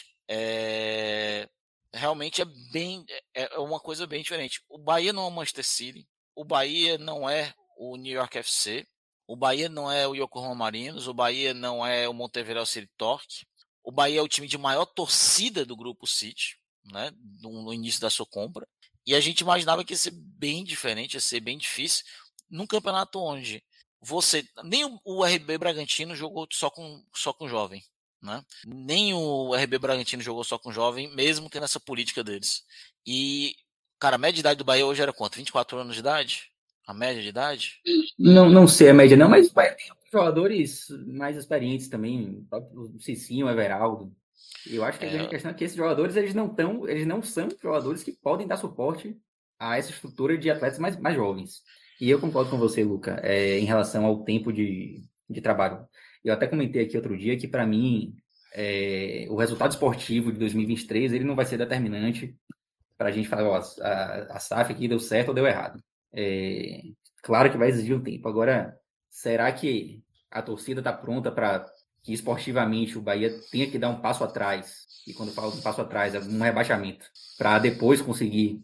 é, realmente é bem é uma coisa bem diferente. O Bahia não é o Manchester City, o Bahia não é o New York F C, o Bahia não é o Yokohama Marinos, o Bahia não é o Montevideo City Torque. O Bahia é o time de maior torcida do Grupo City. né, no, no início da sua compra, e a gente imaginava que ia ser bem diferente, ia ser bem difícil, num campeonato onde você nem o, o R B Bragantino jogou só com, só com jovem, né? Nem o R B Bragantino jogou só com jovem, mesmo tendo essa política deles. E, cara, a média de idade do Bahia hoje era quanto? vinte e quatro anos de idade? A média de idade? Não, não sei a média, não, mas vai ter jogadores mais experientes também, o Cicinho, o Everaldo. Eu acho que a grande É, questão é que esses jogadores eles não tão, eles não são jogadores que podem dar suporte a essa estrutura de atletas mais, mais jovens. E eu concordo com você, Luca, é, em relação ao tempo de, de trabalho. Eu até comentei aqui outro dia que, para mim, é, o resultado esportivo de dois mil e vinte e três ele não vai ser determinante para a gente falar, ó, a, a S A F aqui deu certo ou deu errado. É, claro que vai exigir um tempo. Agora, será que a torcida está pronta para que esportivamente o Bahia tenha que dar um passo atrás? E quando eu falo um passo atrás, é um rebaixamento, para depois conseguir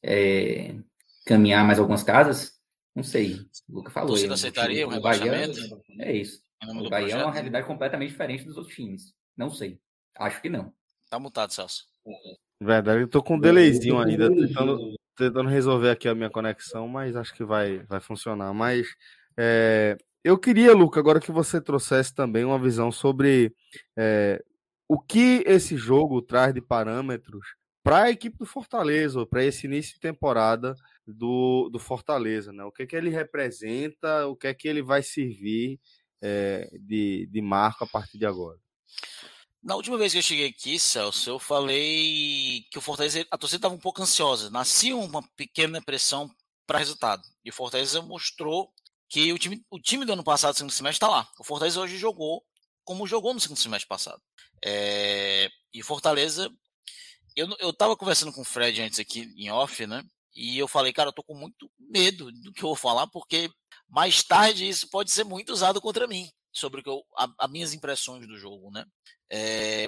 é, caminhar mais algumas casas? Não sei. O Luca a falou aí. torcida O, aceitaria um o Bahia rebaixamento é isso. em nome O do Bahia é uma projeto? realidade completamente diferente dos outros times. Não sei. Acho que não. Tá mutado, Celso. Verdade, eu tô com um delayzinho ainda, tentando, tentando resolver aqui a minha conexão, mas acho que vai, vai funcionar. Mas é, eu queria, Luca, agora que você trouxesse também uma visão sobre é, o que esse jogo traz de parâmetros para a equipe do Fortaleza, para esse início de temporada do, do Fortaleza, né? O que é que ele representa, o que é que ele vai servir é, de, de marca a partir de agora. Na última vez que eu cheguei aqui, Celso, eu falei que o Fortaleza, a torcida estava um pouco ansiosa. Nascia uma pequena pressão para resultado. E o Fortaleza mostrou que o time, o time do ano passado, no segundo semestre, está lá. O Fortaleza hoje jogou como jogou no segundo semestre passado. É, e o Fortaleza... Eu, eu tava conversando com o Fred antes aqui em off, né? E eu falei, cara, eu tô com muito medo do que eu vou falar, porque mais tarde isso pode ser muito usado contra mim, sobre o que eu, a, as minhas impressões do jogo, né? É,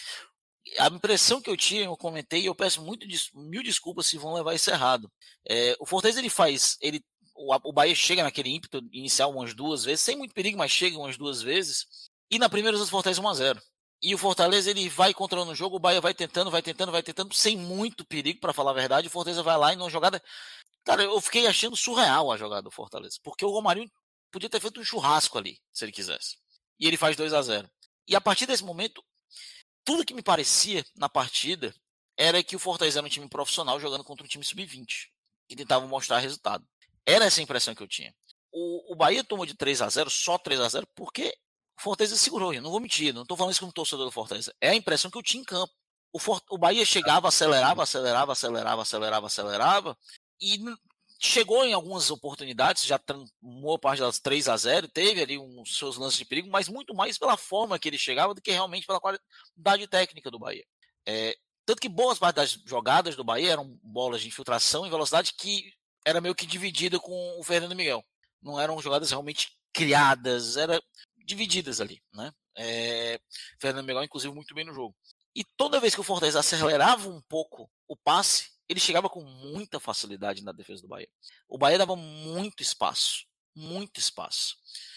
a impressão que eu tinha, eu comentei, e eu peço muito mil desculpas se vão levar isso errado. É, o Fortaleza, ele faz, ele, o, o Bahia chega naquele ímpeto inicial umas duas vezes, sem muito perigo, mas chega umas duas vezes, e na primeira vez o Fortaleza um a zero. E o Fortaleza, ele vai controlando o jogo, o Bahia vai tentando, vai tentando, vai tentando, sem muito perigo, para falar a verdade. O Fortaleza vai lá e numa jogada... Cara, eu fiquei achando surreal a jogada do Fortaleza, porque o Romarinho podia ter feito um churrasco ali, se ele quisesse. E ele faz dois a zero. E a partir desse momento, tudo que me parecia na partida era que o Fortaleza era um time profissional jogando contra um time sub vinte, que tentava mostrar resultado. Era essa a impressão que eu tinha. O, o Bahia tomou de três a zero, só três a zero, porque o Fortaleza segurou, eu não vou mentir, não estou falando isso como torcedor do Fortaleza. É a impressão que eu tinha em campo. O, For... o Bahia chegava, acelerava, acelerava, acelerava, acelerava, acelerava, e chegou em algumas oportunidades, já boa parte das três a zero, teve ali uns seus lances de perigo, mas muito mais pela forma que ele chegava do que realmente pela qualidade técnica do Bahia. É... Tanto que boas partes das jogadas do Bahia eram bolas de infiltração em velocidade que era meio que dividida com o Fernando Miguel. Não eram jogadas realmente criadas, era divididas ali, né? É, Fernando Miguel, inclusive, muito bem no jogo. E toda vez que o Fortaleza acelerava um pouco o passe, ele chegava com muita facilidade na defesa do Bahia. O Bahia dava muito espaço, muito espaço.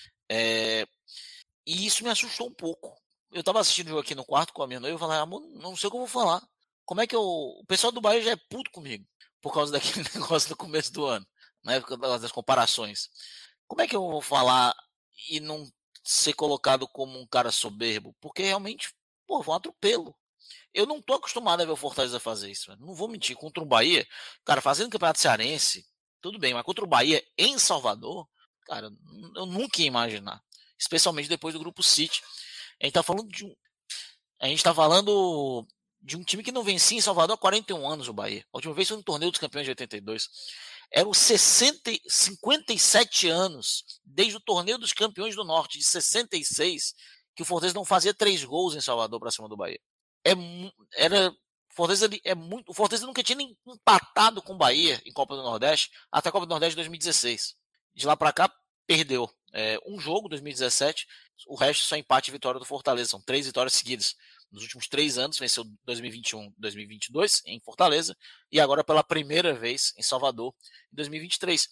É, e isso me assustou um pouco. Eu estava assistindo o jogo aqui no quarto com a minha noiva e falei, amor, não sei o que eu vou falar. Como é que eu... O pessoal do Bahia já é puto comigo por causa daquele negócio do começo do ano, né? Por causa das comparações. Como é que eu vou falar e não ser colocado como um cara soberbo? Porque realmente, pô, foi um atropelo. Eu não tô acostumado a ver o Fortaleza fazer isso. Não vou mentir. Contra o Bahia, cara, fazendo campeonato cearense, tudo bem, mas contra o Bahia em Salvador, cara, eu nunca ia imaginar. Especialmente depois do Grupo City. A gente tá falando de um. A gente tá falando de um time que não vencia em Salvador há quarenta e um anos, o Bahia. A última vez foi no Torneio dos Campeões de oitenta e dois. Eram sessenta, cinquenta e sete anos, desde o Torneio dos Campeões do Norte, de sessenta e seis, que o Fortaleza não fazia três gols em Salvador para cima do Bahia. É, era, Fortaleza é muito, o Fortaleza nunca tinha nem empatado com o Bahia em Copa do Nordeste, até a Copa do Nordeste de dois mil e dezesseis. De lá para cá, perdeu é, um jogo, dois mil e dezessete, o resto só empate e vitória do Fortaleza. São três vitórias seguidas. Nos últimos três anos, venceu dois mil e vinte e um, dois mil e vinte e dois em Fortaleza e agora pela primeira vez em Salvador em dois mil e vinte e três.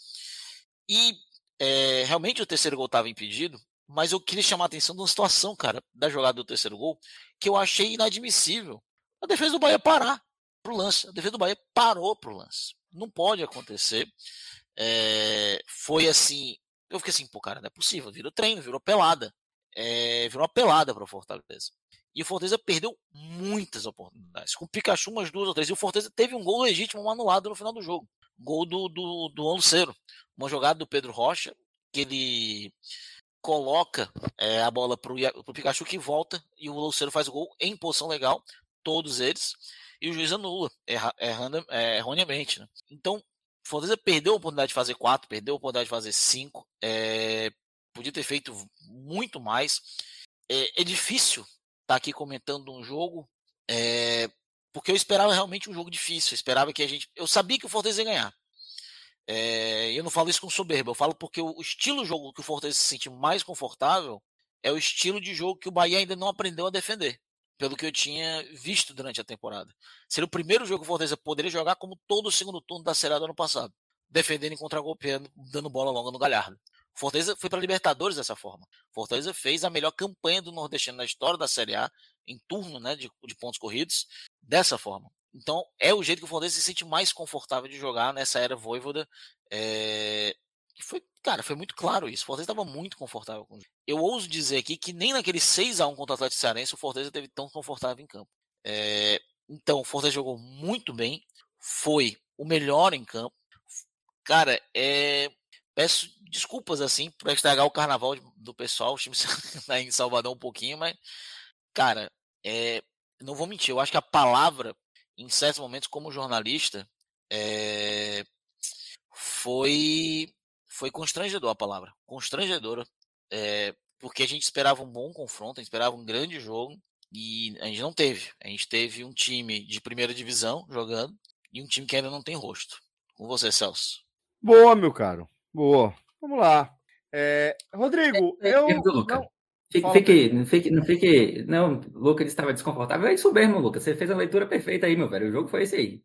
E é, realmente o terceiro gol estava impedido, mas eu queria chamar a atenção de uma situação, cara, da jogada do terceiro gol, que eu achei inadmissível. A defesa do Bahia parar. pro lance. A defesa do Bahia parou pro lance. Não pode acontecer. É, foi assim, eu fiquei assim, pô, cara, não é possível. Virou treino, virou pelada. É, virou uma pelada para o Fortaleza. E o Fortaleza perdeu muitas oportunidades. Com o Pikachu, umas duas ou três. E o Fortaleza teve um gol legítimo anulado no final do jogo. Gol do, do, do Lucero. Uma jogada do Pedro Rocha, que ele coloca é, a bola pro, pro Pikachu, que volta, e o Lucero faz o gol em posição legal, todos eles, e o juiz anula, erra, errando, é, erroneamente. Né? Então, o Fortaleza perdeu a oportunidade de fazer quatro, perdeu a oportunidade de fazer cinco, é, podia ter feito muito mais. É, é difícil estar aqui comentando um jogo, é, porque eu esperava realmente um jogo difícil, eu esperava que a gente, eu sabia que o Fortaleza ia ganhar. É, eu não falo isso com soberba, eu falo porque o estilo de jogo que o Fortaleza se sente mais confortável é o estilo de jogo que o Bahia ainda não aprendeu a defender, pelo que eu tinha visto durante a temporada. Seria o primeiro jogo que o Fortaleza poderia jogar como todo o segundo turno da Série A do ano passado, defendendo em contra-golpeando, dando bola longa no Galhardo. Fortaleza foi para a Libertadores dessa forma. Fortaleza fez a melhor campanha do nordestino na história da Série A, em turno, né, de, de pontos corridos, dessa forma. Então, é o jeito que o Fortaleza se sente mais confortável de jogar nessa era Vojvoda. É... Foi, cara, foi muito claro isso. O Fortaleza estava muito confortável com o jogo. Eu ouso dizer aqui que nem naquele seis a um contra o Atlético Cearense o Fortaleza teve tão confortável em campo. É... Então, o Fortaleza jogou muito bem. Foi o melhor em campo. Cara, é... peço desculpas, assim, por estragar o carnaval do pessoal. O time está em Salvador um pouquinho, mas, cara, é... não vou mentir. Eu acho que a palavra, em certos momentos, como jornalista, é... foi foi constrangedor a palavra, constrangedora, é... porque a gente esperava um bom confronto, a gente esperava um grande jogo, e a gente não teve. A gente teve um time de primeira divisão jogando, e um time que ainda não tem rosto. Com você, Celso. Boa, meu caro, boa. Vamos lá. É... Rodrigo, é, eu... é, Luca. Não... Fique, fique, não fique, não fique. Não, Lucas estava desconfortável. É isso mesmo, Lucas. Você fez a leitura perfeita aí, meu velho. O jogo foi esse aí.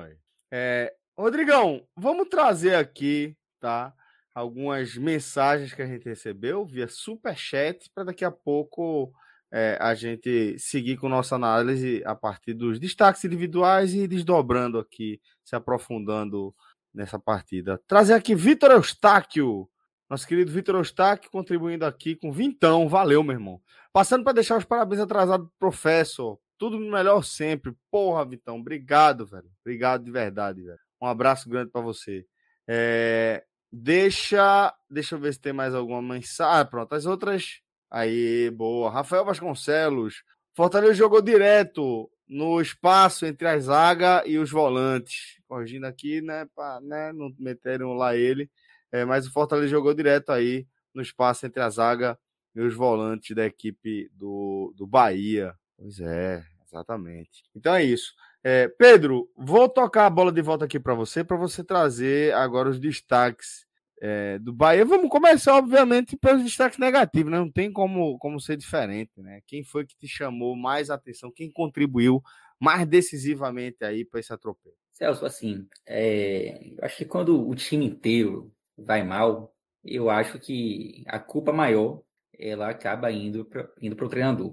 É, Rodrigão, vamos trazer aqui, tá? Algumas mensagens que a gente recebeu via Superchat para daqui a pouco é, a gente seguir com nossa análise a partir dos destaques individuais e desdobrando aqui, se aprofundando nessa partida. Trazer aqui Vitor Eustáquio. Nosso querido Vitor Eustáquio contribuindo aqui com vintão. Valeu, meu irmão. Passando para deixar os parabéns atrasados pro professor. Tudo melhor sempre. Porra, Vitão. Obrigado, velho. Obrigado de verdade, velho. Um abraço grande para você. É... Deixa... Deixa eu ver se tem mais alguma mensagem. Ah, pronto. As outras... Aí, boa. Rafael Vasconcelos. Fortaleza jogou direto no espaço entre a zaga e os volantes. Corrigindo aqui, né? Para né, não meterem lá ele. É, mas o Fortaleza jogou direto aí no espaço entre a zaga e os volantes da equipe do, do Bahia. Pois é, exatamente. Então é isso. É, Pedro, vou tocar a bola de volta aqui para você, para você trazer agora os destaques é, do Bahia. Vamos começar, obviamente, pelos destaques negativos, né? Não tem como, como ser diferente, né? Quem foi que te chamou mais atenção? Quem contribuiu mais decisivamente aí para esse atropelo? Celso, assim, é, eu acho que quando o time inteiro vai mal, eu acho que a culpa maior ela acaba indo para indo o treinador.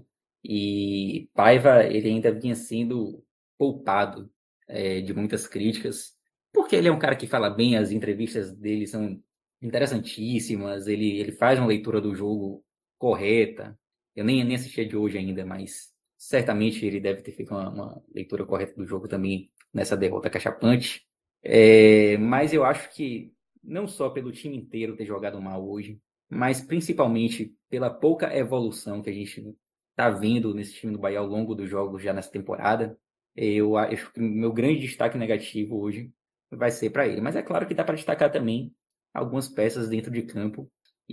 E Paiva, ele ainda vinha sendo poupado é, de muitas críticas, porque ele é um cara que fala bem, as entrevistas dele são interessantíssimas, ele, ele faz uma leitura do jogo correta. Eu nem, nem assisti a de hoje ainda, mas certamente ele deve ter feito uma, uma leitura correta do jogo também nessa derrota cachapante. É, mas eu acho que não só pelo time inteiro ter jogado mal hoje, mas principalmente pela pouca evolução que a gente está vendo nesse time do Bahia ao longo dos jogos já nessa temporada, eu acho que o meu grande destaque negativo hoje vai ser para ele. Mas é claro que dá para destacar também algumas peças dentro de campo,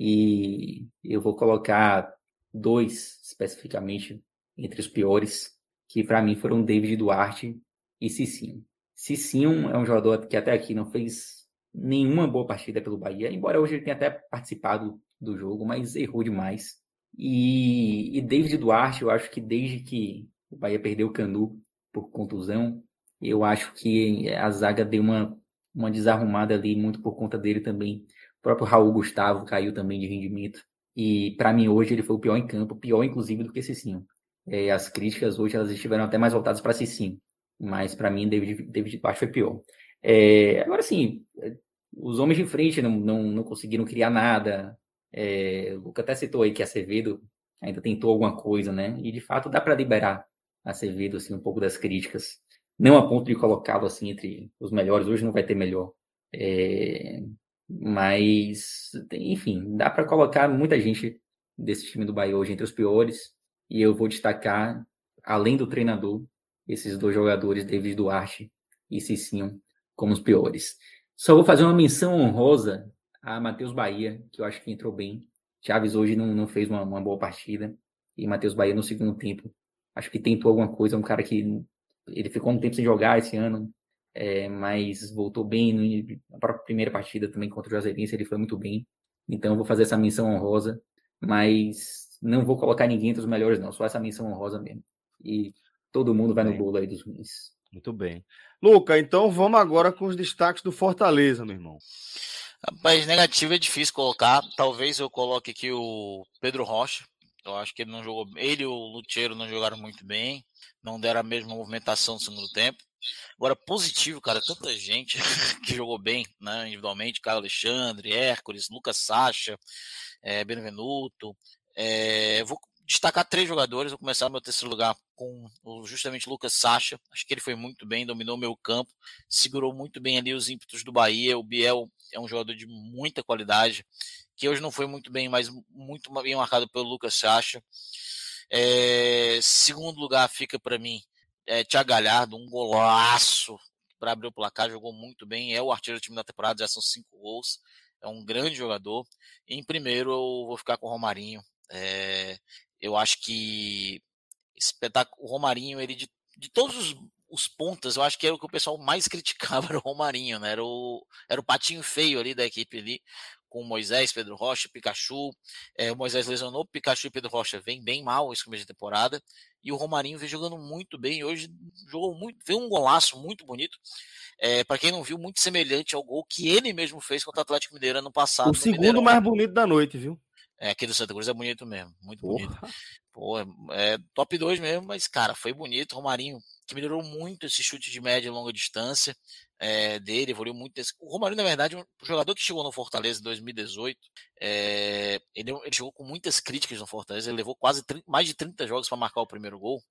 e eu vou colocar dois especificamente entre os piores, que para mim foram David Duarte e Cicinho. Cicinho é um jogador que até aqui não fez nenhuma boa partida pelo Bahia, embora hoje ele tenha até participado do jogo, mas errou demais. E, e David Duarte, eu acho que desde que o Bahia perdeu o Canu por contusão, eu acho que a zaga deu uma, uma desarrumada ali, muito por conta dele também. O próprio Raul Gustavo caiu também de rendimento. E para mim hoje ele foi o pior em campo, pior inclusive do que Cicinho. É, as críticas hoje elas estiveram até mais voltadas para Cicinho. Mas para mim, David, David Duarte foi pior. É, agora sim, os homens de frente não, não, não conseguiram criar nada. É, o Luca até citou aí que Acevedo ainda tentou alguma coisa, né? E de fato dá para liberar Acevedo assim, um pouco das críticas. Não a ponto de colocá-lo assim entre os melhores, hoje não vai ter melhor. É, mas, enfim, dá para colocar muita gente desse time do Bahia hoje entre os piores. E eu vou destacar, além do treinador, esses dois jogadores, David Duarte e Cicinho, como os piores. Só vou fazer uma menção honrosa a Matheus Bahia, que eu acho que entrou bem. Chaves hoje não, não fez uma, uma boa partida. E Matheus Bahia no segundo tempo, acho que tentou alguma coisa. É um cara que ele ficou um tempo sem jogar esse ano, é, mas voltou bem. No, na própria primeira partida também contra o Juazeirense, ele foi muito bem. Então eu vou fazer essa menção honrosa, mas não vou colocar ninguém entre os melhores, não. Só essa menção honrosa mesmo. E todo mundo vai bem no bolo aí dos ruins. Muito bem. Luca, então vamos agora com os destaques do Fortaleza, meu irmão. Rapaz, negativo é difícil colocar. Talvez eu coloque aqui o Pedro Rocha. Eu acho que ele não jogou. Ele e o Lucheiro não jogaram muito bem. Não deram a mesma movimentação no segundo tempo. Agora, positivo, cara, tanta gente que jogou bem, né, individualmente. Caio Alexandre, Hércules, Lucas Sacha, é, Benevenuto. É, vou destacar três jogadores. Vou começar no meu terceiro lugar com o, justamente Lucas Sacha. Acho que ele foi muito bem, dominou o meio campo, segurou muito bem ali os ímpetos do Bahia. O Biel é um jogador de muita qualidade, que hoje não foi muito bem, mas muito bem marcado pelo Lucas Sacha. É, segundo lugar fica para mim é, Thiago Galhardo, um golaço para abrir o placar, jogou muito bem, é o artilheiro do time da temporada, já são cinco gols, é um grande jogador. E em primeiro eu vou ficar com o Romarinho. É, eu acho que espetáculo, o Romarinho, ele de, de todos os, os pontas, eu acho que era o que o pessoal mais criticava, era o Romarinho, né? Era o, era o patinho feio ali da equipe ali, com o Moisés, Pedro Rocha, Pikachu. É, o Moisés lesionou, Pikachu e Pedro Rocha vem bem mal esse começo de temporada, e o Romarinho vem jogando muito bem, hoje jogou muito, veio um golaço muito bonito. É, para quem não viu, muito semelhante ao gol que ele mesmo fez contra o Atlético Mineiro ano passado. O segundo Mineirão. Mais bonito da noite, viu? É, aqui do Santa Cruz é bonito mesmo, muito Porra. bonito. Pô, é top dois mesmo, mas, cara, foi bonito. Romarinho, que melhorou muito esse chute de média e longa distância é, dele, evoluiu muito. Esse... O Romarinho, na verdade, um jogador que chegou no Fortaleza em dois mil e dezoito, é... ele, ele chegou com muitas críticas no Fortaleza, ele levou quase trinta, mais de trinta jogos para marcar o primeiro gol.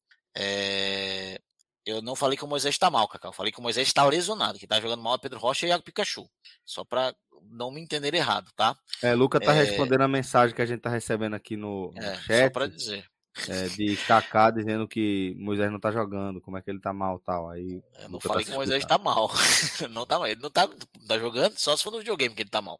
É... Eu não falei que o Moisés está mal, Cacau, eu falei que o Moisés está lesionado, que está jogando mal é Pedro Rocha e o Pikachu, só para não me entender errado, tá? É, Luca tá é... respondendo a mensagem que a gente tá recebendo aqui no, no é, chat. Só para dizer. É, de Kaká dizendo que Moisés não tá jogando, como é que ele tá mal tal. Aí, eu não falei tá que o Moisés tá mal. não tá mal. Ele não tá, tá jogando, só se for no videogame que ele tá mal.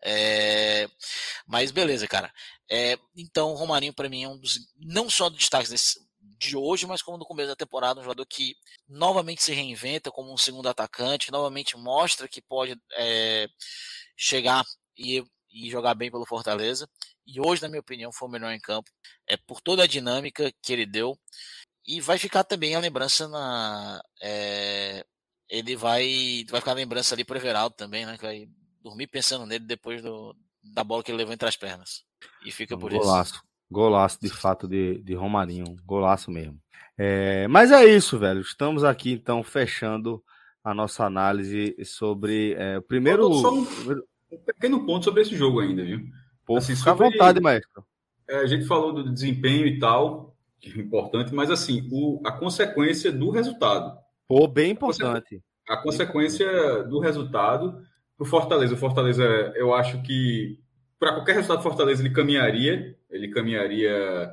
É... Mas beleza, cara. É... Então, o Romarinho, para mim, é um dos. Não só dos destaques desse... de hoje, mas como no começo da temporada, um jogador que novamente se reinventa como um segundo atacante, novamente mostra que pode é... chegar e. e jogar bem pelo Fortaleza, e hoje, na minha opinião, foi o melhor em campo, é por toda a dinâmica que ele deu, e vai ficar também a lembrança na... É, ele vai, vai ficar a lembrança ali pro Everaldo também, né, que vai dormir pensando nele depois do, da bola que ele levou entre as pernas, e fica um por golaço, isso. Golaço, de fato, de, de Romarinho, golaço mesmo. É, mas é isso, velho, estamos aqui, então, fechando a nossa análise sobre é, o primeiro... Só um... Um pequeno ponto sobre esse jogo ainda, viu? Pô, assim, fica à vontade, maestro. É, a gente falou do desempenho e tal, que é importante, mas assim, o, a consequência do resultado. Pô, bem importante. A, consequ... a consequência bem importante. do resultado pro Fortaleza. O Fortaleza, eu acho que para qualquer resultado do Fortaleza ele caminharia, ele caminharia,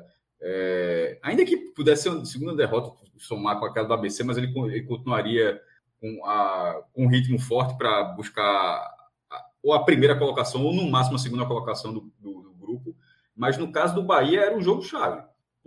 é, ainda que pudesse ser uma segunda derrota, somar com aquela do A B C, mas ele, ele continuaria com, a, com um ritmo forte para buscar ou a primeira colocação, ou no máximo a segunda colocação do, do, do grupo. Mas no caso do Bahia era um jogo-chave,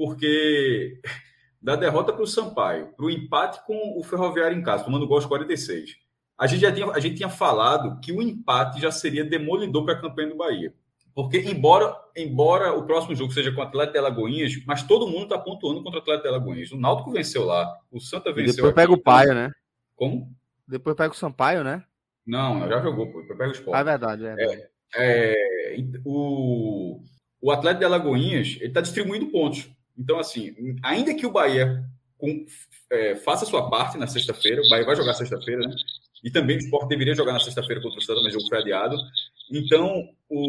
porque da derrota para o Sampaio, para o empate com o Ferroviário em casa, tomando gol aos quarenta e seis, a gente já tinha, a gente tinha falado que o empate já seria demolidor para a campanha do Bahia. Porque, embora, embora o próximo jogo seja com o Atlético de Alagoinhas, mas todo mundo está pontuando contra o Atlético de Alagoinhas. O Náutico venceu lá, o Santa venceu. E depois aqui, pega o Paia, né? Como? Depois pega o Sampaio, né? Não, já jogou, pô. Depois pega o Sport. Ah, é verdade, é verdade. É, é, o, o Atlético de Alagoinhas, ele está distribuindo pontos. Então, assim, ainda que o Bahia com, é, faça a sua parte na sexta-feira. O Bahia vai jogar sexta-feira, né? E também o Sport deveria jogar na sexta-feira contra o Santa, mas o jogo foi adiado. Então,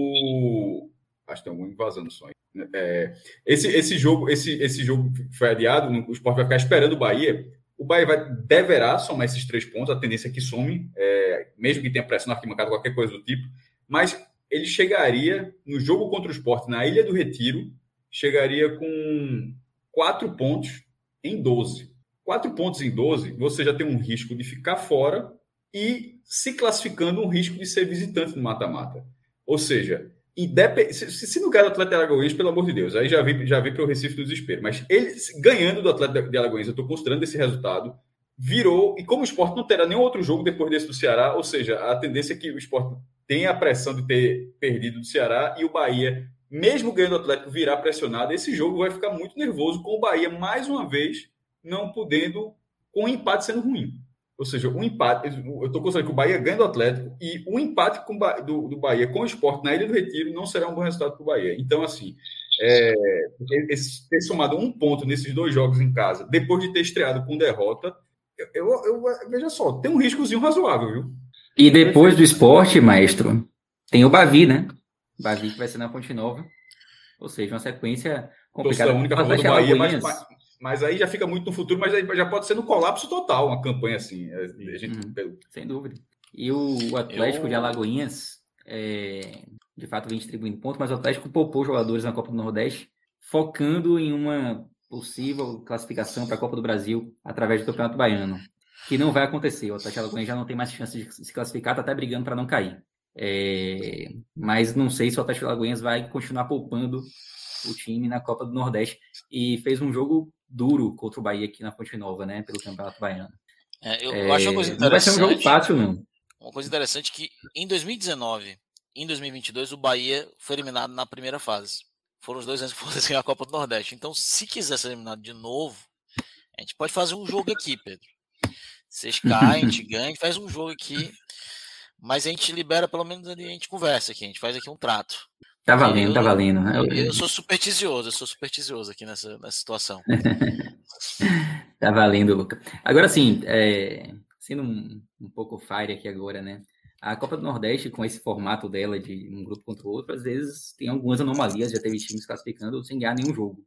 o... acho que tem algum invasão no sonho. É, esse, esse, jogo, esse, esse jogo foi adiado, o Sport vai ficar esperando o Bahia. O Bahia vai, deverá somar esses três pontos, a tendência é que some, é, mesmo que tenha pressão na arquibancada, qualquer coisa do tipo, mas ele chegaria no jogo contra o Sport na Ilha do Retiro, chegaria com quatro pontos em doze. Quatro pontos em doze, você já tem um risco de ficar fora e se classificando um risco de ser visitante no mata-mata. Ou seja, independ... se, se no caso do Atlético de Alagoas, pelo amor de Deus, aí já vi, já vi para o Recife no desespero, mas ele ganhando do Atlético de Alagoas, eu estou considerando esse resultado, virou, e como o Sport não terá nenhum outro jogo depois desse do Ceará, ou seja, a tendência é que o Sport tenha a pressão de ter perdido do Ceará e o Bahia, mesmo ganhando o Atlético, virar pressionado, esse jogo vai ficar muito nervoso com o Bahia, mais uma vez, não podendo, com o empate sendo ruim. Ou seja, o empate, eu estou considerando que o Bahia ganha do Atlético e o empate com, do, do Bahia com o Sport na Ilha do Retiro não será um bom resultado para o Bahia. Então, assim, é, esse, ter somado um ponto nesses dois jogos em casa, depois de ter estreado com derrota, eu, eu, eu veja só, tem um riscozinho razoável, viu? E depois do Sport, maestro, tem o Bavi, né? Bavi que vai ser na Fonte Nova. Ou seja, uma sequência complicada. A única forma do Bahia, mas, mas, mas aí já fica muito no futuro, mas aí já pode ser no colapso total uma campanha assim. A gente... hum, sem dúvida. E o, o Atlético Eu... de Alagoinhas, é, de fato, vem distribuindo pontos, mas o Atlético poupou jogadores na Copa do Nordeste, focando em uma possível classificação para a Copa do Brasil através do Campeonato Baiano, que não vai acontecer. O Atlético de Alagoinhas já não tem mais chance de se classificar, está até brigando para não cair. É, mas não sei se o Atlético de Alagoinhas vai continuar poupando o time na Copa do Nordeste, e fez um jogo duro contra o Bahia aqui na Fonte Nova, né, pelo Campeonato Baiano. É, eu, eu acho uma coisa interessante. Não vai ser um jogo fácil, não. Uma coisa interessante que em dois mil e dezenove e em dois mil e vinte e dois o Bahia foi eliminado na primeira fase. Foram os dois anos que foram ganhar a Copa do Nordeste. Então, se quiser ser eliminado de novo, a gente pode fazer um jogo aqui, Pedro. Vocês caem, a gente ganha, a gente faz um jogo aqui, mas a gente libera, pelo menos ali, a gente conversa aqui, a gente faz aqui um trato. Tá valendo, eu, tá valendo. Eu, eu sou supersticioso, eu sou supersticioso aqui nessa, nessa situação. Tá valendo, Luca. Agora sim, é, sendo um, um pouco fire aqui agora, né? A Copa do Nordeste, com esse formato dela de um grupo contra o outro, às vezes tem algumas anomalias, já teve times classificando sem ganhar nenhum jogo.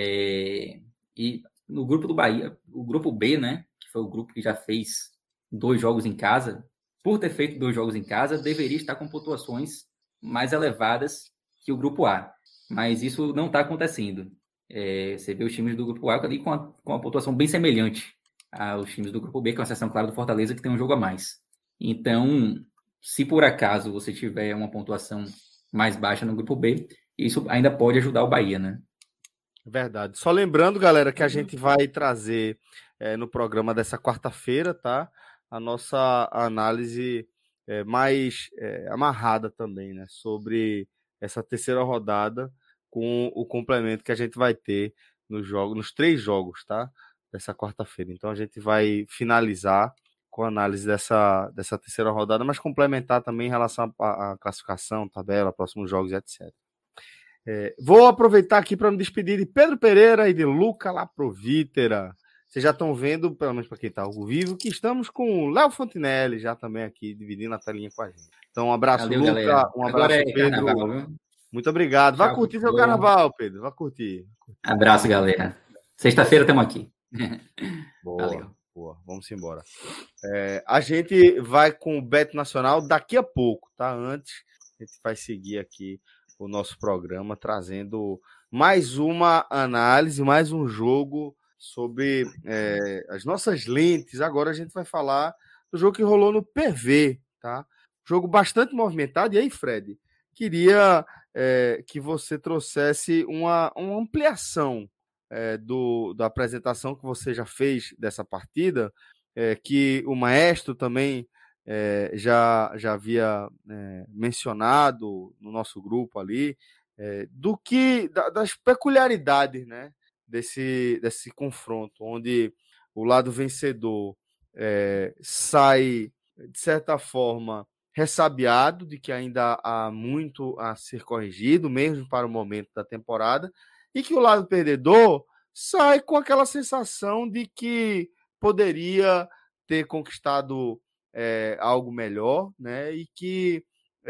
É, e no grupo do Bahia, o grupo B, né? Que foi o grupo que já fez dois jogos em casa, por ter feito dois jogos em casa, deveria estar com pontuações mais elevadas que o grupo A, mas isso não está acontecendo. É, você vê os times do grupo A ali com a, com a pontuação bem semelhante aos times do grupo B, com exceção, claro, do Fortaleza, que tem um jogo a mais. Então, se por acaso você tiver uma pontuação mais baixa no grupo B, isso ainda pode ajudar o Bahia, né? Verdade. Só lembrando, galera, que a gente vai trazer é, no programa dessa quarta-feira, tá? A nossa análise é, mais é, amarrada também, né? Sobre essa terceira rodada com o complemento que a gente vai ter nos jogos, nos três jogos, tá? Dessa quarta-feira. Então a gente vai finalizar com a análise dessa, dessa terceira rodada, mas complementar também em relação à, à classificação, tabela, próximos jogos, etcétera. É, vou aproveitar aqui para me despedir de Pedro Pereira e de Luca Laprovítera. Vocês já estão vendo, pelo menos para quem está ao vivo, que estamos com o Léo Fontinelli já também aqui, dividindo a telinha com a gente. Então, um abraço, Valeu, Luca. Galera. Um abraço, Agora é Pedro. Carnaval, viu? Muito obrigado. Vai Tchau, curtir seu bom. carnaval, Pedro. Vai curtir. Abraço, galera. Sexta-feira estamos aqui. Boa, Valeu. boa. Vamos embora. É, a gente vai com o Beto Nacional daqui a pouco, tá? Antes, a gente vai seguir aqui o nosso programa, trazendo mais uma análise, mais um jogo sobre é, as nossas lentes. Agora a gente vai falar do jogo que rolou no P V, tá? Jogo bastante movimentado. E aí, Fred, queria é, que você trouxesse uma, uma ampliação é, do, da apresentação que você já fez dessa partida, é, que o maestro também é, já, já havia é, mencionado no nosso grupo ali, é, do que da, das peculiaridades, né, desse, desse confronto, onde o lado vencedor é, sai, de certa forma, ressabiado de que ainda há muito a ser corrigido, mesmo para o momento da temporada, e que o lado perdedor sai com aquela sensação de que poderia ter conquistado é, algo melhor, né? E que,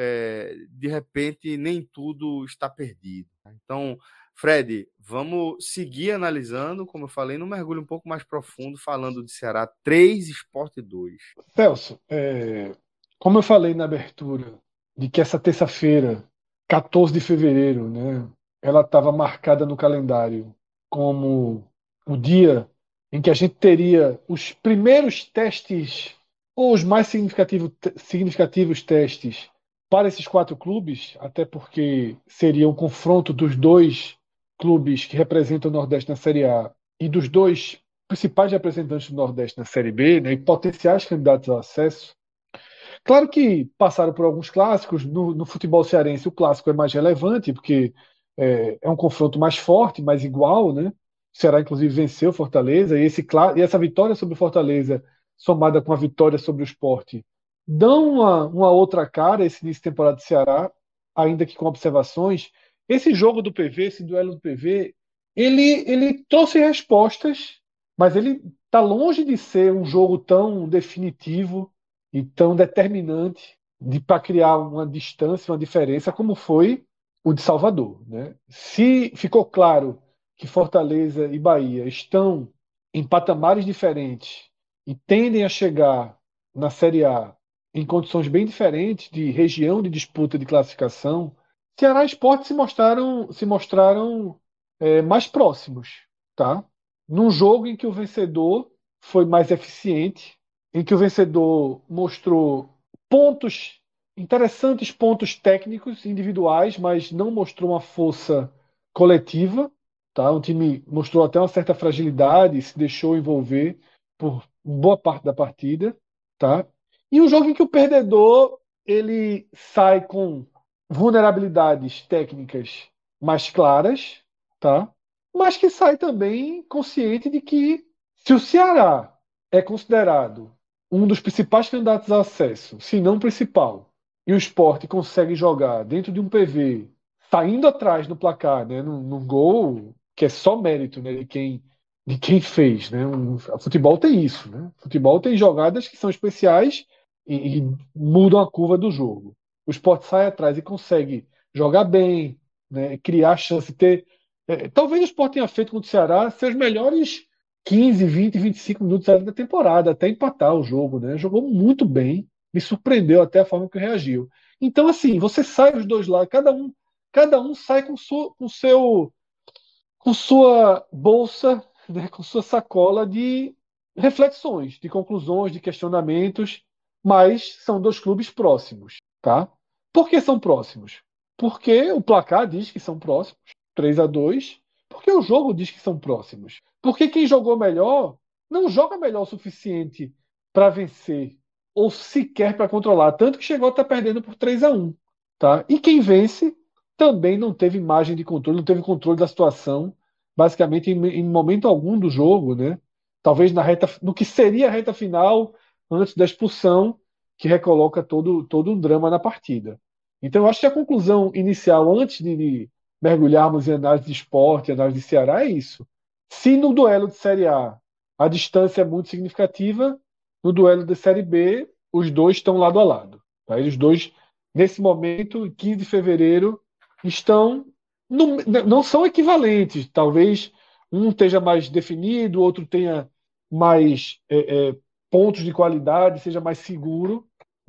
é, de repente, nem tudo está perdido. Então, Fred, vamos seguir analisando, como eu falei, num mergulho um pouco mais profundo, falando de Ceará três, Sport dois. Celso, é, como eu falei na abertura, de que essa terça-feira, quatorze de fevereiro, né, ela estava marcada no calendário como o dia em que a gente teria os primeiros testes, ou os mais significativos, significativos testes para esses quatro clubes, até porque seria um confronto dos dois clubes que representam o Nordeste na Série A e dos dois principais representantes do Nordeste na Série B, né, e potenciais candidatos ao acesso. Claro que passaram por alguns clássicos. No, no futebol cearense, o clássico é mais relevante, porque é, é um confronto mais forte, mais igual, né? O Ceará, inclusive, venceu o Fortaleza, e, esse, e essa vitória sobre o Fortaleza, somada com a vitória sobre o Sport, dão uma, uma outra cara a esse início de temporada do Ceará, ainda que com observações. Esse jogo do P V, esse duelo do P V, ele, ele trouxe respostas, mas ele está longe de ser um jogo tão definitivo e tão determinante para criar uma distância, uma diferença, como foi o de Salvador, né? Se ficou claro que Fortaleza e Bahia estão em patamares diferentes e tendem a chegar na Série A em condições bem diferentes de região de disputa de classificação, Ceará e Sport se mostraram, se mostraram é, mais próximos, tá? Num jogo em que o vencedor foi mais eficiente, em que o vencedor mostrou pontos, interessantes pontos técnicos individuais, mas não mostrou uma força coletiva, tá? O time mostrou até uma certa fragilidade, se deixou envolver por boa parte da partida, tá? E um jogo em que o perdedor ele sai com vulnerabilidades técnicas mais claras, tá? Mas que sai também consciente de que se o Ceará é considerado um dos principais candidatos a acesso, se não o principal, e o Sport consegue jogar dentro de um P V, saindo atrás no placar, né, num, num gol que é só mérito, né, de quem de quem fez, né? Um, o futebol tem isso, né? O futebol tem jogadas que são especiais e, e mudam a curva do jogo. O Sport sai atrás e consegue jogar bem, né, criar chance, ter. É, talvez o Sport tenha feito contra o Ceará seus melhores quinze, vinte, vinte e cinco minutos ali da temporada, até empatar o jogo, né? Jogou muito bem, me surpreendeu até a forma que reagiu. Então, assim, você sai os dois lá, cada um, cada um sai com, sua, com seu, com sua bolsa, né, com sua sacola de reflexões, de conclusões, de questionamentos, mas são dois clubes próximos, tá? Por que são próximos? Porque o placar diz que são próximos, três a dois, porque o jogo diz que são próximos. Porque quem jogou melhor não joga melhor o suficiente para vencer ou sequer para controlar, tanto que chegou a estar perdendo por três a um, tá? E quem vence também não teve margem de controle, não teve controle da situação, basicamente em, em momento algum do jogo, né? Talvez na reta, no que seria a reta final, antes da expulsão, que recoloca todo, todo um drama na partida. Então, eu acho que a conclusão inicial, antes de mergulharmos em análise de esporte, análise de Ceará, é isso. Se no duelo de Série A a distância é muito significativa, no duelo de Série B, os dois estão lado a lado. Tá? Os dois, nesse momento, quinze de fevereiro, estão no, não são equivalentes. Talvez um esteja mais definido, o outro tenha mais é, é, pontos de qualidade, seja mais seguro,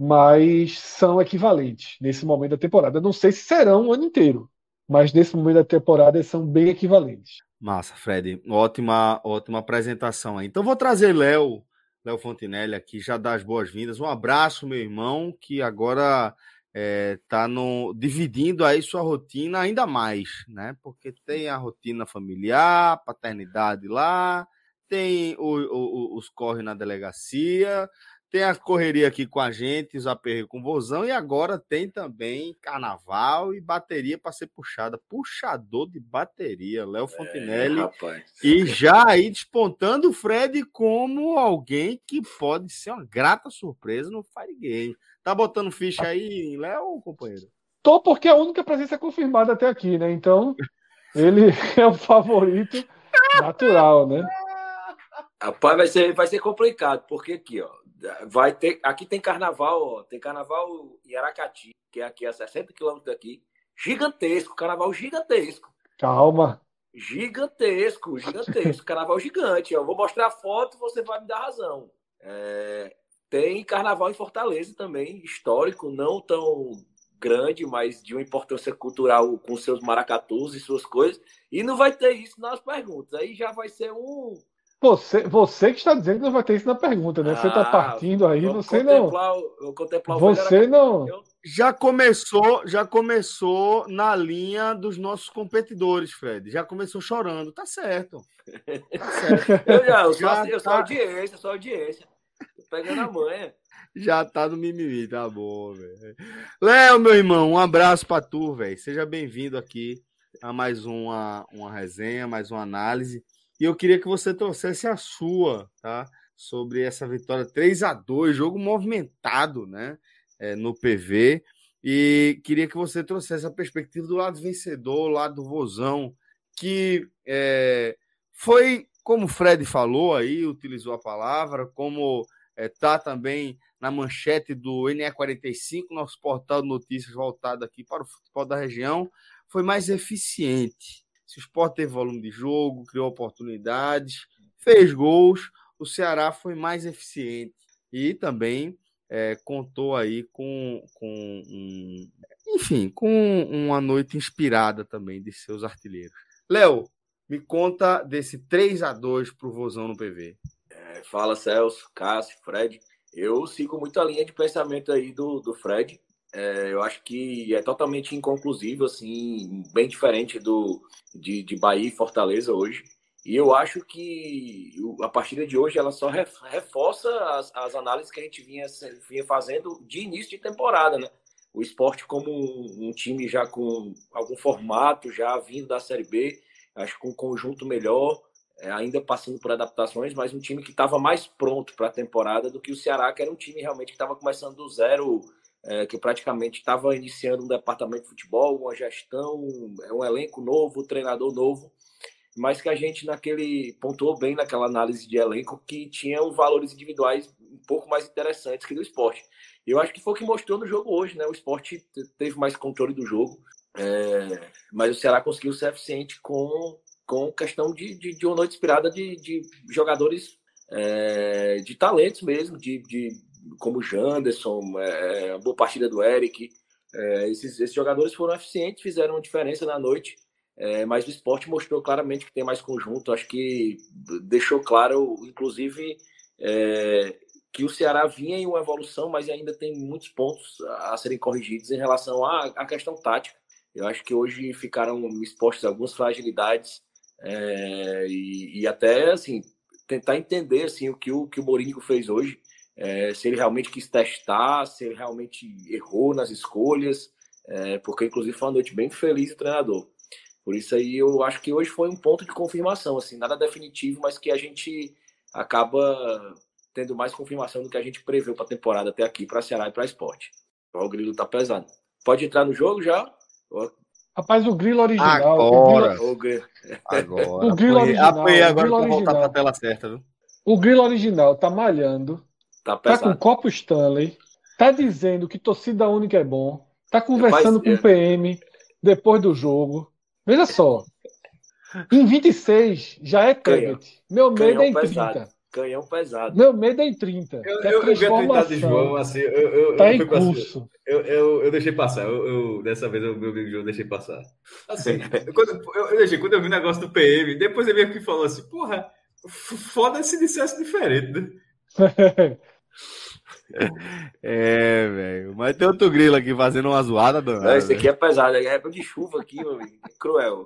mas são equivalentes nesse momento da temporada. Não sei se serão o ano inteiro, mas nesse momento da temporada eles são bem equivalentes. Massa, Fred. Ótima, ótima apresentação aí. Então vou trazer Léo, Léo Fontinelli aqui, já dar as boas-vindas. Um abraço, meu irmão, que agora está é, dividindo aí sua rotina ainda mais, né? Porque tem a rotina familiar, paternidade lá, tem o, o, os corre na delegacia, tem a correria aqui com a gente, os aperreios com o vozão, e agora tem também carnaval e bateria para ser puxada. Puxador de bateria, Léo Fontinelli. É, rapaz. E já aí despontando o Fred como alguém que pode ser uma grata surpresa no Fire Game. Tá botando ficha aí, Léo, companheiro? Tô, porque é a única presença confirmada até aqui, né? Então, ele é o favorito. Natural, né? Rapaz, vai ser, vai ser complicado, porque aqui, ó, vai ter, aqui tem carnaval, ó, tem carnaval em Aracati, que é aqui a sessenta quilômetros daqui, gigantesco, carnaval gigantesco. Calma. Gigantesco, gigantesco, carnaval gigante. Eu vou mostrar a foto, você vai me dar razão. É, tem carnaval em Fortaleza também, histórico, não tão grande, mas de uma importância cultural com seus maracatus e suas coisas. E não vai ter isso nas perguntas. Aí já vai ser um... Você, você que está dizendo que não vai ter isso na pergunta, né? Você está Ah, partindo aí, vamos você não. contemplar o- Vou contemplar o Você velho não. Aracaju. Já começou, já começou na linha dos nossos competidores, Fred. Já começou chorando. Tá certo. Tá certo. Eu, já, eu, sou, Já eu sou tá- audiência, sou audiência. Tô pegando a manha. Já tá no mimimi, tá bom, velho. Léo, meu irmão, um abraço pra tu, velho. Seja bem-vindo aqui a mais uma, uma resenha, mais uma análise. E eu queria que você trouxesse a sua, tá? Sobre essa vitória três a dois, jogo movimentado, né? É, no P V. E queria que você trouxesse a perspectiva do lado vencedor, lado do Vozão, que é, foi, como o Fred falou aí, utilizou a palavra, como está também na manchete do N E quarenta e cinco, nosso portal de notícias voltado aqui para o futebol da região, foi mais eficiente. Se o Sport teve volume de jogo, criou oportunidades, fez gols, o Ceará foi mais eficiente e também é, contou aí com, com um, enfim, com uma noite inspirada também de seus artilheiros. Léo, me conta desse três a dois para o Vozão no P V. É, fala, Celso, Cássio, Fred. Eu sigo muito a linha de pensamento aí do, do Fred. É, eu acho que é totalmente inconclusivo, assim, bem diferente do, de, de Bahia e Fortaleza hoje. E eu acho que a partida de hoje ela só reforça as, as análises que a gente vinha, vinha fazendo de início de temporada, né? O Sport como um, um time já com algum formato, já vindo da Série B, acho que com um conjunto melhor, é, ainda passando por adaptações, mas um time que estava mais pronto para a temporada do que o Ceará, que era um time realmente que estava começando do zero, é, que praticamente estava iniciando um departamento de futebol, uma gestão, um elenco novo, um treinador novo, mas que a gente naquele pontuou bem naquela análise de elenco que tinha os valores individuais um pouco mais interessantes que do Sport. Eu acho que foi o que mostrou no jogo hoje, né? O Sport teve mais controle do jogo, é, mas o Ceará conseguiu ser eficiente com, com questão de, de, de uma noite inspirada de, de jogadores é, de talentos mesmo, de, de, como o Janderson, é, a boa partida do Eric. É, esses, esses jogadores foram eficientes, fizeram uma diferença na noite. É, mas o Sport mostrou claramente que tem mais conjunto. Acho que deixou claro, inclusive, é, que o Ceará vinha em uma evolução, mas ainda tem muitos pontos a serem corrigidos em relação à, à questão tática. Eu acho que hoje ficaram expostas algumas fragilidades é, e, e até assim, tentar entender assim, o que o, que o Mourinho fez hoje, é, se ele realmente quis testar, se ele realmente errou nas escolhas, é, porque inclusive foi uma noite bem feliz do treinador. Por isso aí eu acho que hoje foi um ponto de confirmação, assim, nada definitivo, mas que a gente acaba tendo mais confirmação do que a gente preveu para a temporada até aqui, para Ceará e para Sport. O Grilo tá pesado. Pode entrar no jogo já? Rapaz, o Grilo original. Agora. O Grilo, agora. o Grilo Apanhei, original. apanhei o agora Grilo para voltar para a original. tela certa, viu? O Grilo original tá malhando, Tá tá com pesado. copo Stanley, tá dizendo que torcida única é bom, tá conversando Rapaz, com o P M depois do jogo. Veja só. Em vinte e seis já é Canhão. Tebbet. Meu medo é Canhão em pesado. trinta. Canhão pesado. Meu medo é em trinta. Eu, que é eu, eu vi a tweetada de transformação. João, assim, eu, eu, Tá eu, em fui pra- curso. eu, eu, eu deixei passar. Eu, eu- dessa vez, o meu amigo João, deixei passar. Assim, eu, quando, eu, eu deixei, quando eu vi o negócio do P M, depois ele mesmo que falou assim, porra, f- foda se dissesse diferente, né? É, velho. Mas tem outro grilo aqui fazendo uma zoada Não, danada. esse aqui é pesado. É época de chuva aqui, meu amigo. É cruel.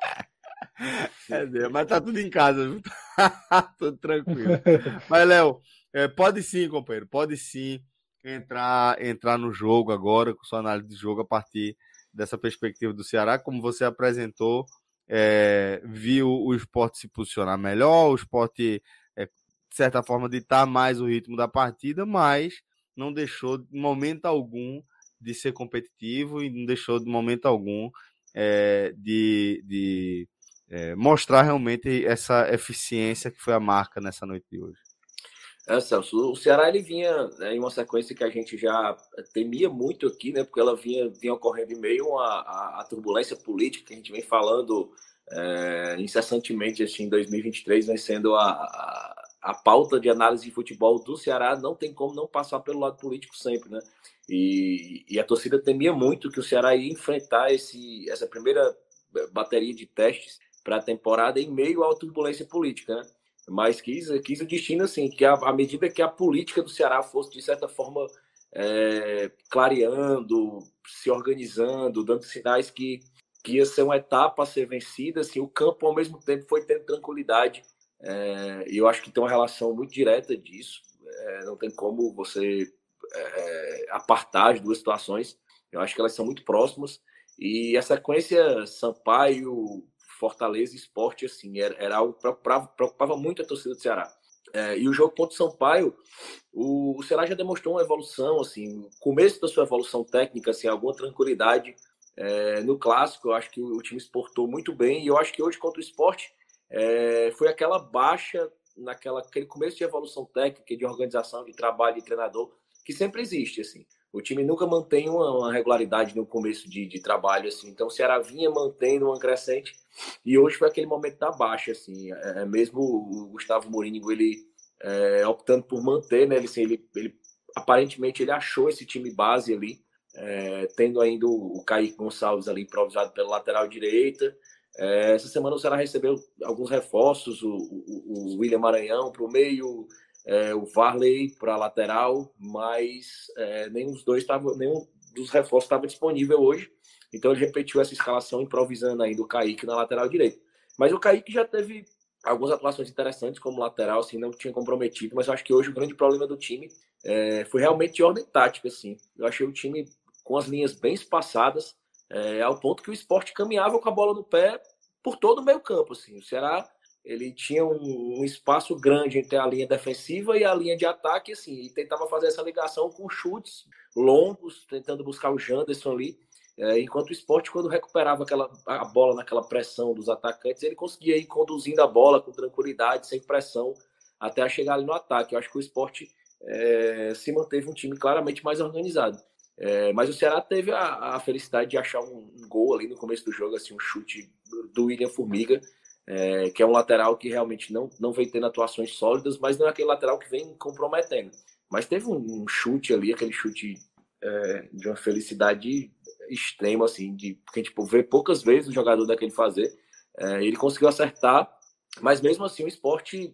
É, mas tá tudo em casa, viu? Tudo tranquilo. Mas, Léo, é, pode sim, companheiro, pode sim entrar, entrar no jogo agora, com sua análise de jogo a partir dessa perspectiva do Ceará, como você apresentou, é, viu o Sport se posicionar melhor, o Sport, é, de certa forma, ditar mais o ritmo da partida, mas não deixou de momento algum de ser competitivo e não deixou de momento algum é, de... de é, mostrar realmente essa eficiência que foi a marca nessa noite de hoje. É, Celso, o Ceará ele vinha, né, em uma sequência que a gente já temia muito aqui, né, porque ela vinha, vinha ocorrendo em meio à, à turbulência política que a gente vem falando é, incessantemente assim, em dois mil e vinte e três, vem sendo a, a, a pauta de análise de futebol do Ceará, não tem como não passar pelo lado político sempre, né? E, e a torcida temia muito que o Ceará ia enfrentar esse, essa primeira bateria de testes para a temporada em meio à turbulência política, né? Mas quis, quis o destino, assim, que a, à medida que a política do Ceará fosse, de certa forma, é, clareando, se organizando, dando sinais que, que ia ser uma etapa a ser vencida, assim, o campo, ao mesmo tempo, foi tendo tranquilidade. É, e eu acho que tem uma relação muito direta disso. É, não tem como você é, apartar as duas situações. Eu acho que elas são muito próximas. E a sequência Sampaio, Fortaleza e Sport, assim, era, era algo que preocupava, preocupava muito a torcida do Ceará. É, e o jogo contra o Sampaio, o, o Ceará já demonstrou uma evolução, assim, começo da sua evolução técnica, assim, alguma tranquilidade. É, no clássico, eu acho que o, o time exportou muito bem, e eu acho que hoje contra o Sport é, foi aquela baixa, naquela, aquele começo de evolução técnica, de organização, de trabalho de treinador, que sempre existe, assim. O time nunca mantém uma, uma regularidade no começo de, de trabalho, assim. Então o Ceará vinha mantendo uma crescente e hoje foi aquele momento da baixa, assim. É, mesmo o Gustavo Mourinho, ele é, optando por manter, né? Ele, assim, ele, ele aparentemente ele achou esse time base ali, é, tendo ainda o, o Kaique Gonçalves ali improvisado pela lateral direita. É, essa semana o Ceará recebeu alguns reforços, o, o, o William Maranhão para o meio. É, o Varley para a lateral, mas é, nenhum dos dois tava, nenhum dos reforços estava disponível hoje, então ele repetiu essa escalação improvisando ainda o Kaique na lateral direita. Mas o Kaique já teve algumas atuações interessantes como lateral, assim, não tinha comprometido, mas eu acho que hoje o grande problema do time é, foi realmente de ordem tática, assim. Eu achei o time com as linhas bem espaçadas, é, ao ponto que o Sport caminhava com a bola no pé por todo o meio campo, assim. O Ceará ele tinha um, um espaço grande entre a linha defensiva e a linha de ataque, assim, e tentava fazer essa ligação com chutes longos, tentando buscar o Janderson ali, é, enquanto o Sport, quando recuperava aquela, a bola naquela pressão dos atacantes, ele conseguia ir conduzindo a bola com tranquilidade, sem pressão, até chegar ali no ataque. Eu acho que o Sport é, se manteve um time claramente mais organizado. É, mas o Ceará teve a, a felicidade de achar um, um gol ali no começo do jogo, assim, um chute do William Formiga, É, que é um lateral que realmente não, não vem tendo atuações sólidas, mas não é aquele lateral que vem comprometendo. Mas teve um, um chute ali, aquele chute é, de uma felicidade extrema, assim, de, que a gente vê poucas vezes o jogador daquele fazer. É, ele conseguiu acertar, mas mesmo assim o Sport é,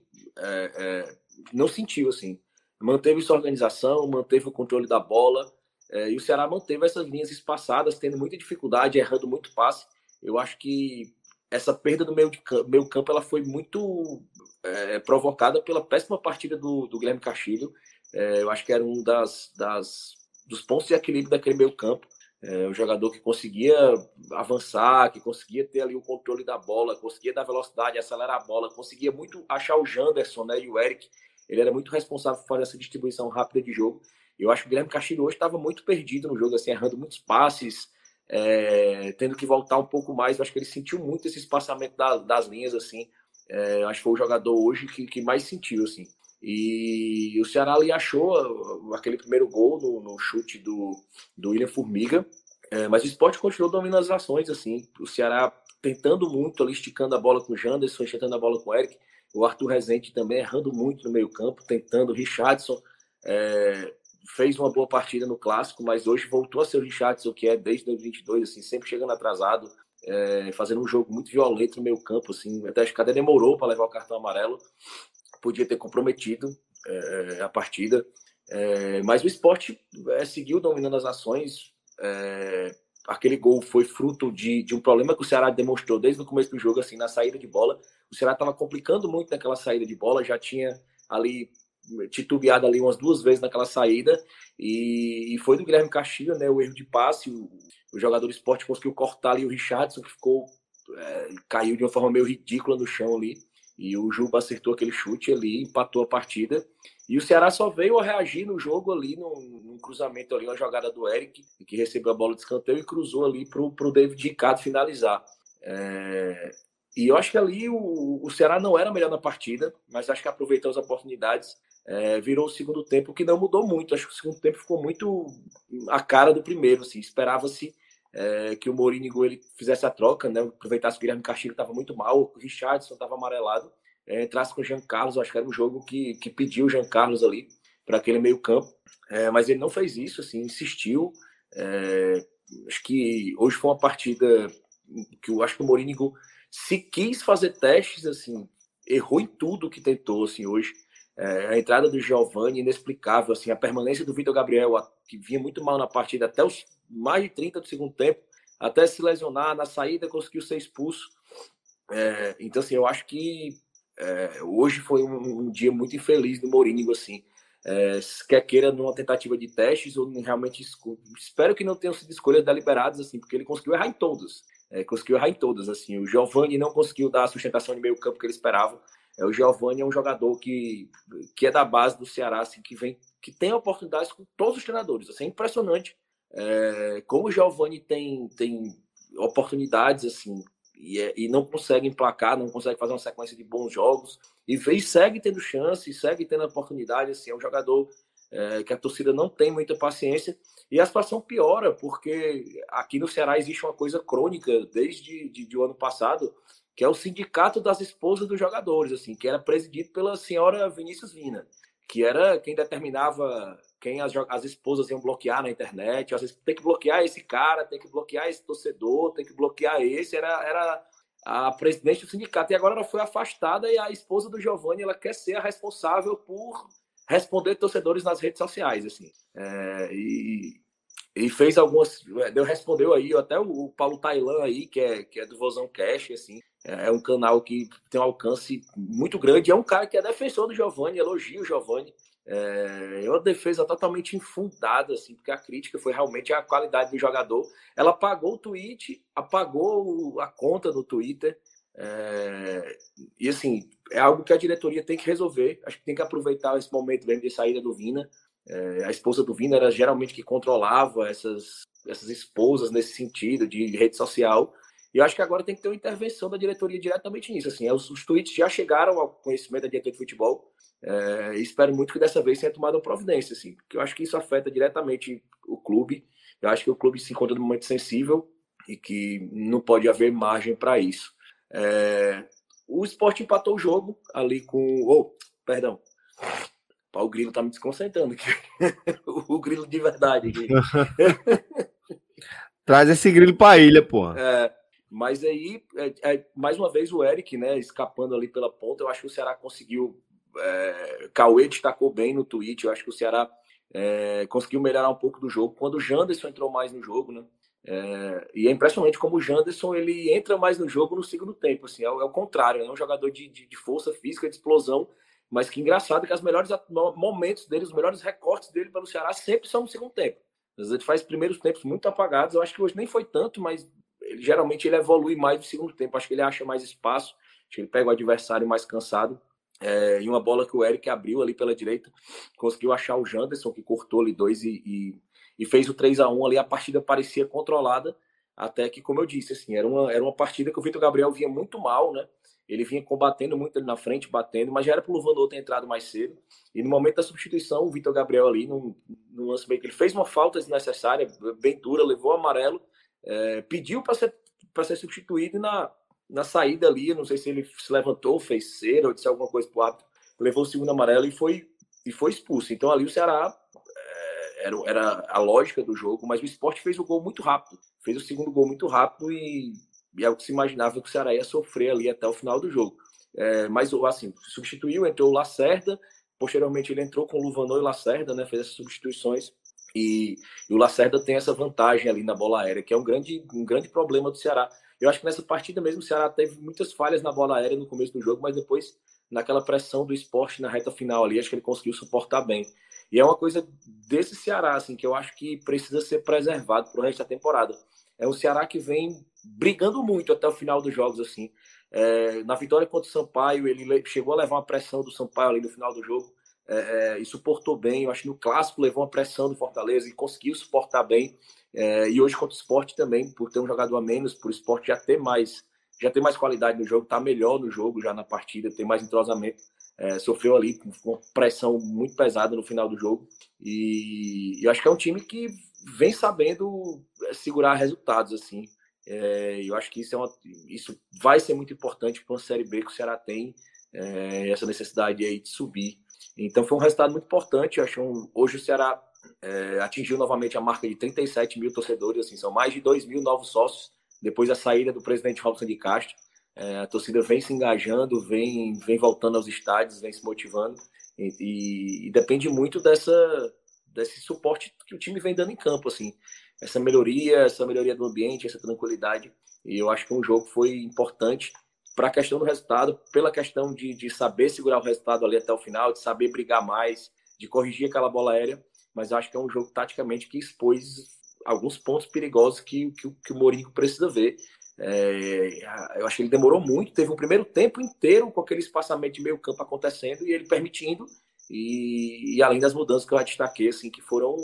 é, não sentiu, assim. Manteve sua organização, manteve o controle da bola, é, e o Ceará manteve essas linhas espaçadas, tendo muita dificuldade, errando muito passe. Eu acho que essa perda do meio, de campo, meio campo ela foi muito é, provocada pela péssima partida do, do Guilherme Castilho. É, eu acho que era um das, das, dos pontos de equilíbrio daquele meio campo. É, um jogador que conseguia avançar, que conseguia ter ali o controle da bola, conseguia dar velocidade, acelerar a bola, conseguia muito achar o Janderson, né, e o Eric. Ele era muito responsável por fazer essa distribuição rápida de jogo. Eu acho que o Guilherme Castilho hoje estava muito perdido no jogo, assim, errando muitos passes, É, tendo que voltar um pouco mais. Eu acho que ele sentiu muito esse espaçamento da, das linhas, assim. É, acho que foi o jogador hoje que, que mais sentiu, assim. E o Ceará ali achou aquele primeiro gol no, no chute do, do William Formiga, é, mas o Sport continuou dominando as ações, assim. O Ceará tentando muito ali, esticando a bola com o Janderson, esticando a bola com o Eric. O Arthur Rezende também errando muito no meio campo, tentando. O Richardson é, fez uma boa partida no Clássico, mas hoje voltou a ser o Richardson, que é desde dois mil e vinte e dois, assim, sempre chegando atrasado, é, fazendo um jogo muito violento no meio campo, assim, até acho que até demorou para levar o cartão amarelo, podia ter comprometido é, a partida, é, mas o Sport é, seguiu dominando as ações. É, aquele gol foi fruto de, de um problema que o Ceará demonstrou desde o começo do jogo, assim, na saída de bola. O Ceará estava complicando muito naquela saída de bola, já tinha ali titubeado ali umas duas vezes naquela saída, e, e foi do Guilherme Castilho, né, o erro de passe. O, o jogador do Sport conseguiu cortar ali o Richardson, que ficou é, caiu de uma forma meio ridícula no chão ali, e o Juba acertou aquele chute ali, empatou a partida, e o Ceará só veio a reagir no jogo ali, num, num cruzamento ali, uma jogada do Eric, que recebeu a bola de escanteio e cruzou ali pro, pro David Ricardo finalizar. É... e eu acho que ali o, o Ceará não era melhor na partida, mas acho que aproveitou as oportunidades, é, virou o segundo tempo, que não mudou muito. Acho que o segundo tempo ficou muito a cara do primeiro, assim, esperava-se é, que o Morínigo ele fizesse a troca, né, aproveitasse que o Guilherme Castilho estava muito mal, o Richardson estava amarelado, é, entrasse com o Jean Carlos. Acho que era um jogo que, que pediu o Jean Carlos ali para aquele meio campo, é, mas ele não fez isso, assim, insistiu. É, acho que hoje foi uma partida que eu acho que o Morínigo se quis fazer testes, assim, errou em tudo que tentou, assim, hoje. É, a entrada do Giovani, inexplicável, assim, a permanência do Vitor Gabriel, que vinha muito mal na partida até os mais de trinta do segundo tempo, até se lesionar, na saída conseguiu ser expulso. É, então, assim, eu acho que é, hoje foi um, um dia muito infeliz do Morínigo, assim. É, quer queira numa tentativa de testes ou realmente espero que não tenham sido escolhas deliberadas, assim, porque ele conseguiu errar em todas. É, conseguiu errar em todas, assim. O Giovani não conseguiu dar a sustentação de meio campo que ele esperava. É, o Giovani é um jogador que, que é da base do Ceará, assim, que vem, que tem oportunidades com todos os treinadores. Assim, é impressionante é, como o Giovani tem, tem oportunidades, assim, e, é, e não consegue emplacar, não consegue fazer uma sequência de bons jogos, e, e segue tendo chance, segue tendo oportunidade. Assim, é um jogador é, que a torcida não tem muita paciência, e a situação piora, porque aqui no Ceará existe uma coisa crônica desde de, de, o ano passado, que é o sindicato das esposas dos jogadores, assim, que era presidido pela senhora Vinícius Vina, que era quem determinava quem as, as esposas iam bloquear na internet. Às vezes tem que bloquear esse cara, tem que bloquear esse torcedor, tem que bloquear esse. Era, era a presidente do sindicato. E agora ela foi afastada, e a esposa do Giovani, ela quer ser a responsável por responder torcedores nas redes sociais, assim. É, e, e fez algumas... Deu, respondeu aí, até o, o Paulo Tailan aí, que é, que é do Vozão Cash, assim. É um canal que tem um alcance muito grande. É um cara que é defensor do Giovani, elogia o Giovani. É, é uma defesa totalmente infundada, assim, porque a crítica foi realmente a qualidade do jogador. Ela apagou o tweet, apagou a conta do Twitter. É, e, assim, é algo que a diretoria tem que resolver. Acho que tem que aproveitar esse momento mesmo de saída do Vina. É, a esposa do Vina era geralmente que controlava essas, essas esposas nesse sentido de rede social. E eu acho que agora tem que ter uma intervenção da diretoria diretamente nisso. Assim, os, os tweets já chegaram ao conhecimento da diretoria de futebol. É, e espero muito que dessa vez tenha tomado uma providência, assim, porque eu acho que isso afeta diretamente o clube. Eu acho que o clube se encontra num momento sensível e que não pode haver margem para isso. É, o Sport empatou o jogo ali com... Oh, perdão. O Grilo tá me desconcentrando aqui. O Grilo de verdade aqui. Traz esse Grilo pra ilha, pô. É, mas aí, é, é, mais uma vez, o Eric, né, escapando ali pela ponta. Eu acho que o Ceará conseguiu... É, Cauê destacou bem no tweet. Eu acho que o Ceará é, conseguiu melhorar um pouco do jogo quando o Janderson entrou mais no jogo, né? É, e é impressionante como o Janderson ele entra mais no jogo no segundo tempo, assim, é, é o contrário, é um jogador de, de, de força física, de explosão, mas que engraçado que os melhores momentos dele, os melhores recortes dele pelo Ceará sempre são no segundo tempo. Às vezes ele faz primeiros tempos muito apagados. Eu acho que hoje nem foi tanto, mas ele, geralmente ele evolui mais no segundo tempo. Acho que ele acha mais espaço, acho que ele pega o adversário mais cansado. É, e uma bola que o Eric abriu ali pela direita, conseguiu achar o Janderson, que cortou ali dois e, e, e fez o três a um ali. A partida parecia controlada, até que, como eu disse, assim, era uma, era uma partida que o Vitor Gabriel vinha muito mal, né? Ele vinha combatendo muito ali na frente, batendo, mas já era para o Luvanor ter entrado mais cedo. E no momento da substituição, o Vitor Gabriel ali, num, num lance bem que ele fez uma falta desnecessária, bem dura, levou o amarelo, é, pediu para ser, para ser substituído, e na na saída ali, não sei se ele se levantou, fez cera ou disse alguma coisa pro árbitro, levou o segundo amarelo e foi, e foi expulso. Então ali o Ceará é, era, era a lógica do jogo, mas o Sport fez o gol muito rápido, fez o segundo gol muito rápido e, e é o que se imaginava que o Ceará ia sofrer ali até o final do jogo. É, mas assim, substituiu, entrou o Lacerda, posteriormente ele entrou com o Luvanor e o Lacerda, né, fez essas substituições. E, e o Lacerda tem essa vantagem ali na bola aérea, que é um grande, um grande problema do Ceará. Eu acho que nessa partida mesmo o Ceará teve muitas falhas na bola aérea no começo do jogo, mas depois, naquela pressão do Sport na reta final ali, acho que ele conseguiu suportar bem. E é uma coisa desse Ceará, assim, que eu acho que precisa ser preservado para o resto da temporada. É um Ceará que vem brigando muito até o final dos jogos, assim. É, na vitória contra o Sampaio, ele chegou a levar uma pressão do Sampaio ali no final do jogo, é, é, e suportou bem. Eu acho que no Clássico levou uma pressão do Fortaleza e conseguiu suportar bem. É, e hoje contra o Sport também, por ter um jogador a menos, por o Sport já ter mais já tem mais qualidade no jogo, está melhor no jogo já na partida, tem mais entrosamento. É, sofreu ali com uma pressão muito pesada no final do jogo. E eu acho que é um time que vem sabendo segurar resultados, assim. É, eu acho que isso, é uma, isso vai ser muito importante para uma Série B que o Ceará tem, é, essa necessidade aí de subir. Então foi um resultado muito importante. Eu acho um, hoje o Ceará é, atingiu novamente a marca de trinta e sete mil torcedores, assim, são mais de dois mil novos sócios depois da saída do presidente Robson de Castro. É, a torcida vem se engajando, vem, vem voltando aos estádios, vem se motivando e, e, e depende muito dessa, desse suporte que o time vem dando em campo, assim, essa melhoria, essa melhoria do ambiente, essa tranquilidade. E eu acho que um jogo foi importante para a questão do resultado, pela questão de, de saber segurar o resultado ali até o final, de saber brigar mais, de corrigir aquela bola aérea, mas eu acho que é um jogo taticamente que expôs alguns pontos perigosos que, que, que o Mourinho precisa ver. É, eu acho que ele demorou muito, teve um primeiro tempo inteiro com aquele espaçamento de meio campo acontecendo e ele permitindo, e, e além das mudanças que eu já destaquei, assim, que foram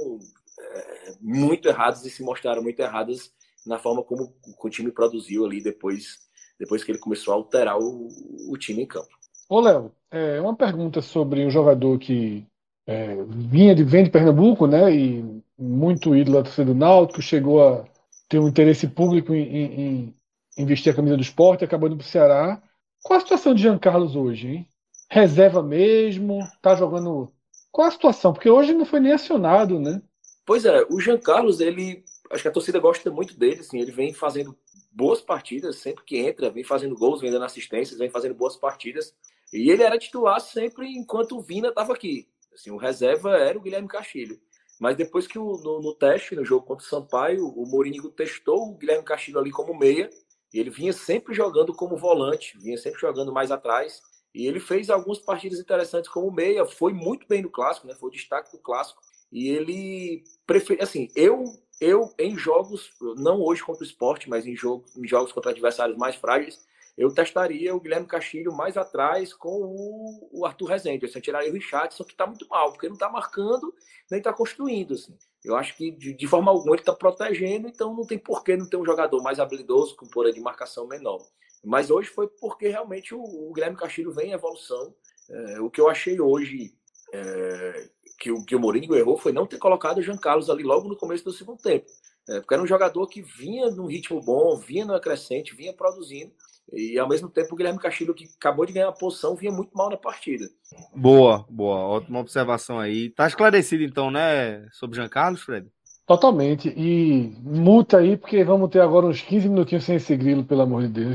é, muito erradas e se mostraram muito erradas na forma como o time produziu ali depois, depois que ele começou a alterar o, o time em campo. Ô, Léo, é uma pergunta sobre um jogador que é, vinha de, vem de Pernambuco, né, e muito ídolo da torcida do Náutico, chegou a ter um interesse público em, em, em em vestir a camisa do Sport, acabou indo para o Ceará. Qual a situação de Jean Carlos hoje, hein? Reserva mesmo? Tá jogando... Qual a situação? Porque hoje não foi nem acionado, né? Pois é, o Jean Carlos, ele... Acho que a torcida gosta muito dele, assim, ele vem fazendo boas partidas, sempre que entra, vem fazendo gols, vem dando assistências, vem fazendo boas partidas. E ele era titular sempre enquanto o Vina estava aqui. Assim, o reserva era o Guilherme Castilho. Mas depois que o, no, no teste, no jogo contra o Sampaio, o Mourinho testou o Guilherme Castilho ali como meia, e ele vinha sempre jogando como volante, vinha sempre jogando mais atrás, e ele fez algumas partidas interessantes como meia, foi muito bem no Clássico, né? Foi o destaque do Clássico, e ele prefere, assim, eu, eu em jogos, não hoje contra o Sport, mas em, jogo, em jogos contra adversários mais frágeis, eu testaria o Guilherme Castilho mais atrás com o, o Arthur Rezende. Eu tiraria o Richardson, que está muito mal, porque não está marcando, nem está construindo. Assim. Eu acho que, de, de forma alguma, ele está protegendo, então não tem por que não ter um jogador mais habilidoso, com poder de marcação menor. Mas hoje foi porque realmente o, o Guilherme Castilho vem em evolução. É, o que eu achei hoje é, que, o, que o Mourinho errou foi não ter colocado o Jean Carlos ali logo no começo do segundo tempo. É, porque era um jogador que vinha num ritmo bom, vinha numa crescente, vinha produzindo. E ao mesmo tempo o Guilherme Castilho, que acabou de ganhar a posição, vinha muito mal na partida. Boa, boa, ótima observação aí. Tá esclarecido então, né, sobre Jean Carlos, Fred? Totalmente. E multa aí, porque vamos ter agora uns quinze minutinhos sem esse grilo, pelo amor de Deus.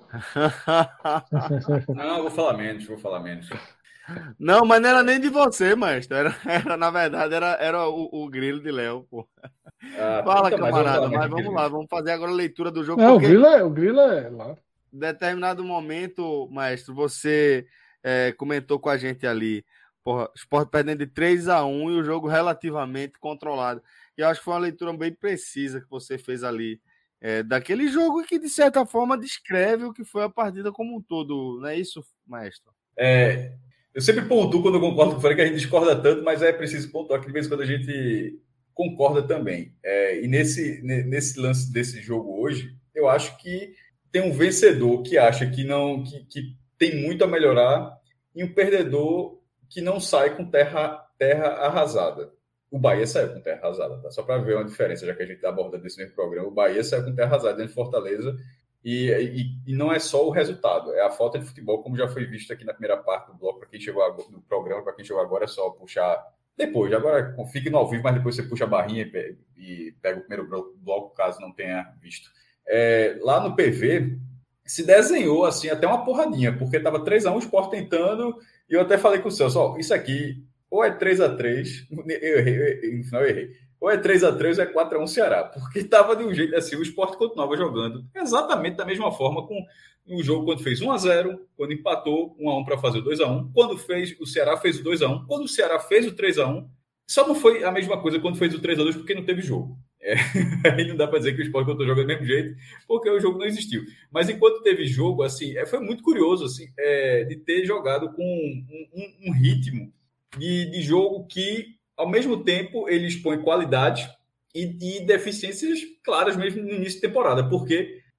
Não, vou falar menos, vou falar menos. Não, mas não era nem de você, maestro. Era, era, na verdade, era, era o, o grilo de Léo, pô. Ah, Fala, camarada, mas vamos lá, vamos fazer agora a leitura do jogo. Não, porque... o, grilo é, o grilo é lá. Em determinado momento, maestro, você é, comentou com a gente ali, porra, o Sport perdendo de três a um e o jogo relativamente controlado. E eu acho que foi uma leitura bem precisa que você fez ali, é, daquele jogo que, de certa forma, descreve o que foi a partida como um todo. Não é isso, maestro? É, eu sempre pontuo quando eu concordo com o Fred, que a gente discorda tanto, mas é preciso pontuar que de vez em quando a gente concorda também. É, e nesse, nesse lance desse jogo hoje, eu acho que tem um vencedor que acha que, não, que, que tem muito a melhorar e um perdedor que não sai com terra, terra arrasada. O Bahia saiu com terra arrasada, tá? Só para ver uma diferença, já que a gente está abordando isso nesse programa. O Bahia saiu com terra arrasada dentro de Fortaleza e, e, e não é só o resultado, é a falta de futebol, como já foi visto aqui na primeira parte do bloco, para quem chegou agora, do programa, para quem chegou agora, é só puxar depois. Agora fique no ao vivo, mas depois você puxa a barrinha e, e pega o primeiro bloco, caso não tenha visto. É, lá no P V se desenhou assim até uma porradinha, porque estava três a um o Sport tentando, e eu até falei com o Celso, ó, isso aqui ou é três a três, eu errei, eu, no final eu errei, ou é três a três ou é quatro a um Ceará, porque estava de um jeito assim, o Sport continuava jogando exatamente da mesma forma, com o jogo quando fez um a zero, quando empatou um a um para fazer o dois a um, quando fez o Ceará fez o dois a um, quando o Ceará fez o três a um, só não foi a mesma coisa quando fez o três a dois, porque não teve jogo. É, aí não dá para dizer que o Sport continuou jogando do mesmo jeito, porque o jogo não existiu. Mas enquanto teve jogo, assim, é, foi muito curioso assim, é, de ter jogado com um, um, um ritmo de, de jogo que, ao mesmo tempo, ele expõe qualidade e, e deficiências claras mesmo no início de temporada, porque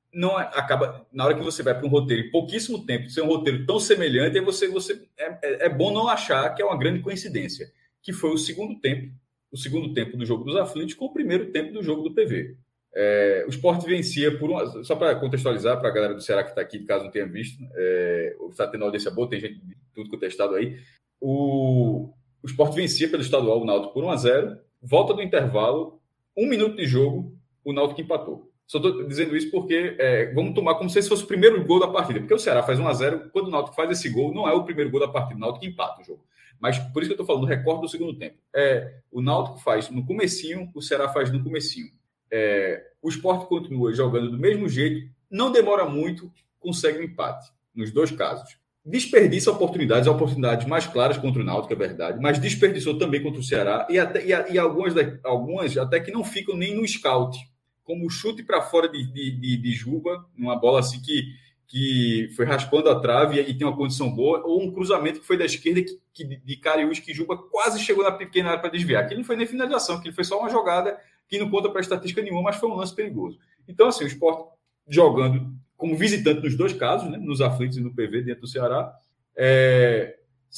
não é, acaba, na hora que você vai para um roteiro em pouquíssimo tempo, ser um roteiro tão semelhante, aí você, você é, é bom não achar que é uma grande coincidência, que foi o segundo tempo, o segundo tempo do jogo dos aflitos com o primeiro tempo do jogo do P V. É, o Sport vencia por uma, só para contextualizar para a galera do Ceará que está aqui, caso não tenha visto, é, está tendo audiência boa, tem gente de tudo contestado aí. O, o Sport vencia pelo estadual o Náutico por um a zero, volta do intervalo, um minuto de jogo, o Náutico empatou. Só estou dizendo isso porque é, vamos tomar como se esse fosse o primeiro gol da partida, porque o Ceará faz um a zero, quando o Náutico faz esse gol, não é o primeiro gol da partida, o Náutico empata o jogo. Mas por isso que eu estou falando do recorde do segundo tempo. É, o Náutico faz no comecinho, o Ceará faz no comecinho. É, o Sport continua jogando do mesmo jeito, não demora muito, consegue um empate, nos dois casos. Desperdiça oportunidades, oportunidades mais claras contra o Náutico, é verdade, mas desperdiçou também contra o Ceará, e, até, e, e algumas, algumas até que não ficam nem no scout, como o chute para fora de, de, de, de Juba, uma bola assim que, que foi raspando a trave e tem uma condição boa, ou um cruzamento que foi da esquerda que, que, de Cariús, que Juba quase chegou na pequena área para desviar. Aquilo não foi nem finalização, aquilo foi só uma jogada que não conta para estatística nenhuma, mas foi um lance perigoso. Então, assim, o Sport jogando como visitante nos dois casos, né, nos aflitos e no P V dentro do Ceará, é,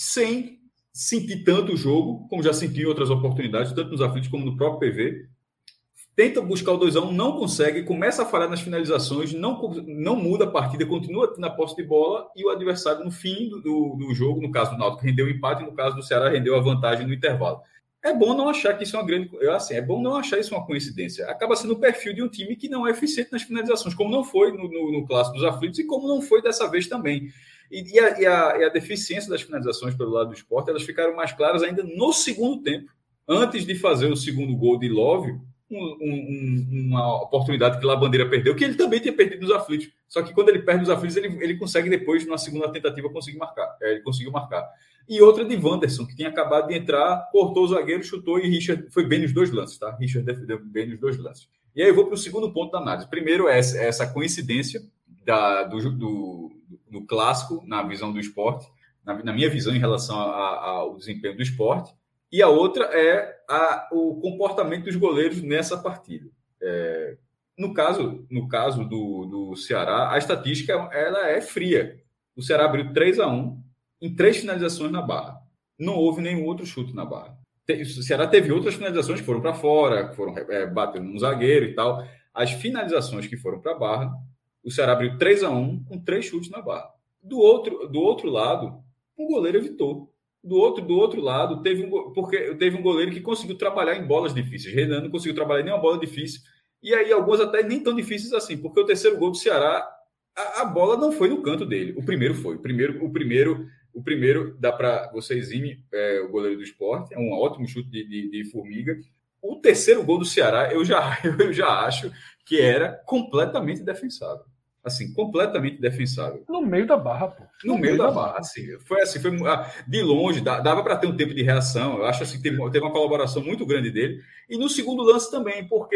sem sentir tanto o jogo, como já senti em outras oportunidades, tanto nos aflitos como no próprio P V. Tenta buscar o dois a um, não consegue, começa a falhar nas finalizações, não, não muda a partida, continua na posse de bola e o adversário, no fim do, do, do jogo, no caso do Náutico, rendeu o empate, no caso do Ceará, rendeu a vantagem no intervalo. É bom não achar que isso é uma grande... Assim, é bom não achar isso uma coincidência. Acaba sendo o perfil de um time que não é eficiente nas finalizações, como não foi no, no, no Clássico dos Aflitos e como não foi dessa vez também. E, e, a, e, a, e a deficiência das finalizações pelo lado do Sport, elas ficaram mais claras ainda no segundo tempo. Antes de fazer o segundo gol de Love, um, um, uma oportunidade que Labandeira perdeu, que ele também tinha perdido nos Aflitos. Só que quando ele perde nos Aflitos, ele, ele consegue depois, na segunda tentativa, conseguir marcar. É, ele conseguiu marcar. E outra de Wanderson, que tinha acabado de entrar, cortou o zagueiro, chutou e Richard foi bem nos dois lances, tá? Richard defendeu bem nos dois lances. E aí eu vou para o segundo ponto da análise. Primeiro é essa, essa coincidência da, do, do, do clássico na visão do Sport, na, na minha visão em relação a, a, ao desempenho do Sport. E a outra é a, o comportamento dos goleiros nessa partida. É, no caso, no caso do, do Ceará, a estatística ela é fria. O Ceará abriu três a um em três finalizações na Barra. Não houve nenhum outro chute na Barra. O Ceará teve outras finalizações que foram para fora, que foram é, batendo no zagueiro e tal. As finalizações que foram para a Barra, o Ceará abriu três a um com três chutes na Barra. Do outro, do outro lado, o goleiro evitou. Do outro, do outro lado, teve um, porque teve um goleiro que conseguiu trabalhar em bolas difíceis. Renan não conseguiu trabalhar em nenhuma bola difícil. E aí algumas até nem tão difíceis assim, porque o terceiro gol do Ceará, a, a bola não foi no canto dele. O primeiro foi. O primeiro... O primeiro O primeiro, dá para você exime é, o goleiro do Sport, é um ótimo chute de, de, de formiga. O terceiro gol do Ceará, eu já, eu já acho que era completamente defensável. Assim, completamente defensável. No meio da barra, pô. No, no meio, meio da, da barra, barra. Assim, foi assim, foi de longe, dava para ter um tempo de reação. Eu acho assim, que teve, teve uma colaboração muito grande dele. E no segundo lance também, porque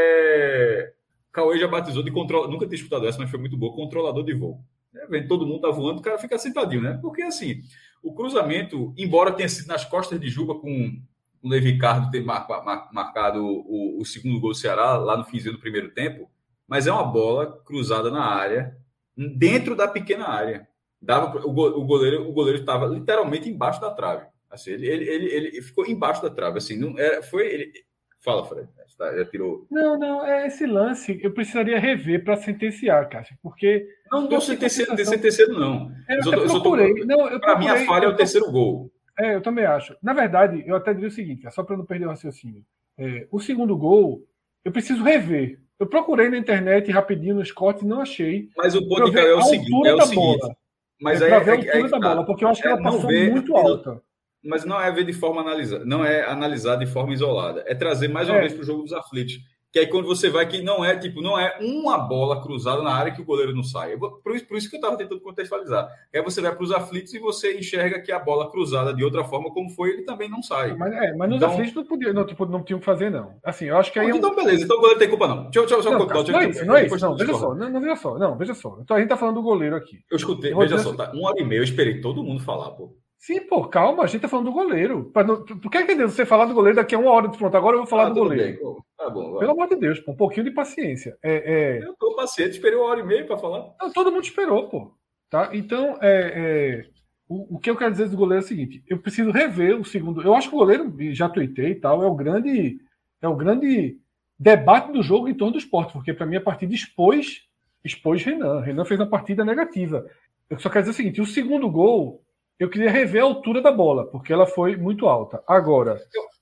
é, Cauê já batizou de controle, nunca tinha escutado essa, mas foi muito boa, controlador de voo. É, vendo todo mundo tá voando, o cara fica sentadinho, né? Porque, assim, o cruzamento, embora tenha sido nas costas de Juba com o Levi Cardo ter mar, mar, marcado o, o segundo gol do Ceará, lá no finzinho do primeiro tempo, mas é uma bola cruzada na área, dentro da pequena área. Dava, o, o goleiro o goleiro estava literalmente embaixo da trave. Assim, ele, ele, ele, ele ficou embaixo da trave. Assim, não, era, foi, ele... Fala, Fred. Já tirou. Não, não, é esse lance eu precisaria rever para sentenciar, Cássio, porque... Não, não sentenciando, sentenciando, não. Eu, eu, eu procurei. Tô... Para mim, a falha é o terceiro gol. É, eu também acho. Na verdade, eu até diria o seguinte, só para não perder o raciocínio. É, o segundo gol, eu preciso rever. Eu procurei na internet rapidinho nos cortes e não achei. Mas o ponto é o seguinte. É o seguinte. Mas é, para ver a altura é, é, da bola, porque eu acho que é, ela passou ver, muito alta. Mas não é ver de forma analisada, não é analisar de forma isolada. É trazer mais uma é. vez para o jogo dos aflitos. Que aí quando você vai que não é tipo, não é uma bola cruzada na área que o goleiro não sai. Por isso, por isso que eu estava tentando contextualizar. Aí você vai para os aflitos e você enxerga que a bola cruzada de outra forma como foi, ele também não sai. Mas, é, mas nos então, aflitos não, podia, não, tipo, não tinham que fazer, não. Assim, eu acho que aí... Então, é um... beleza. Então o goleiro tem culpa, não. Deixa eu, deixa eu, não, deixa eu, tá, não, é isso, não é isso. Não, veja só. Não, não, veja só. Não, veja só. Então a gente tá falando do goleiro aqui. Eu escutei, eu veja só. Tá, uma hora e meia eu esperei todo mundo falar, pô. Sim, pô, calma, a gente tá falando do goleiro. Não, por que é que você falar do goleiro daqui a uma hora de pronto? Agora eu vou falar Ah, do tudo goleiro. bem, pô. Tá bom, vai. Pelo amor de Deus, pô, um pouquinho de paciência. É, é... Eu tô paciente, esperei uma hora e meia para falar. Não, todo mundo esperou, pô. Tá? Então, é, é... O, o que eu quero dizer do goleiro é o seguinte: eu preciso rever o segundo. Eu acho que o goleiro, já tuitei e tal, é o grande, é o grande debate do jogo em torno do esporte, porque para mim a partida expôs, expôs Renan. Renan fez uma partida negativa. Eu só quero dizer o seguinte: o segundo gol, eu queria rever a altura da bola, porque ela foi muito alta. Agora,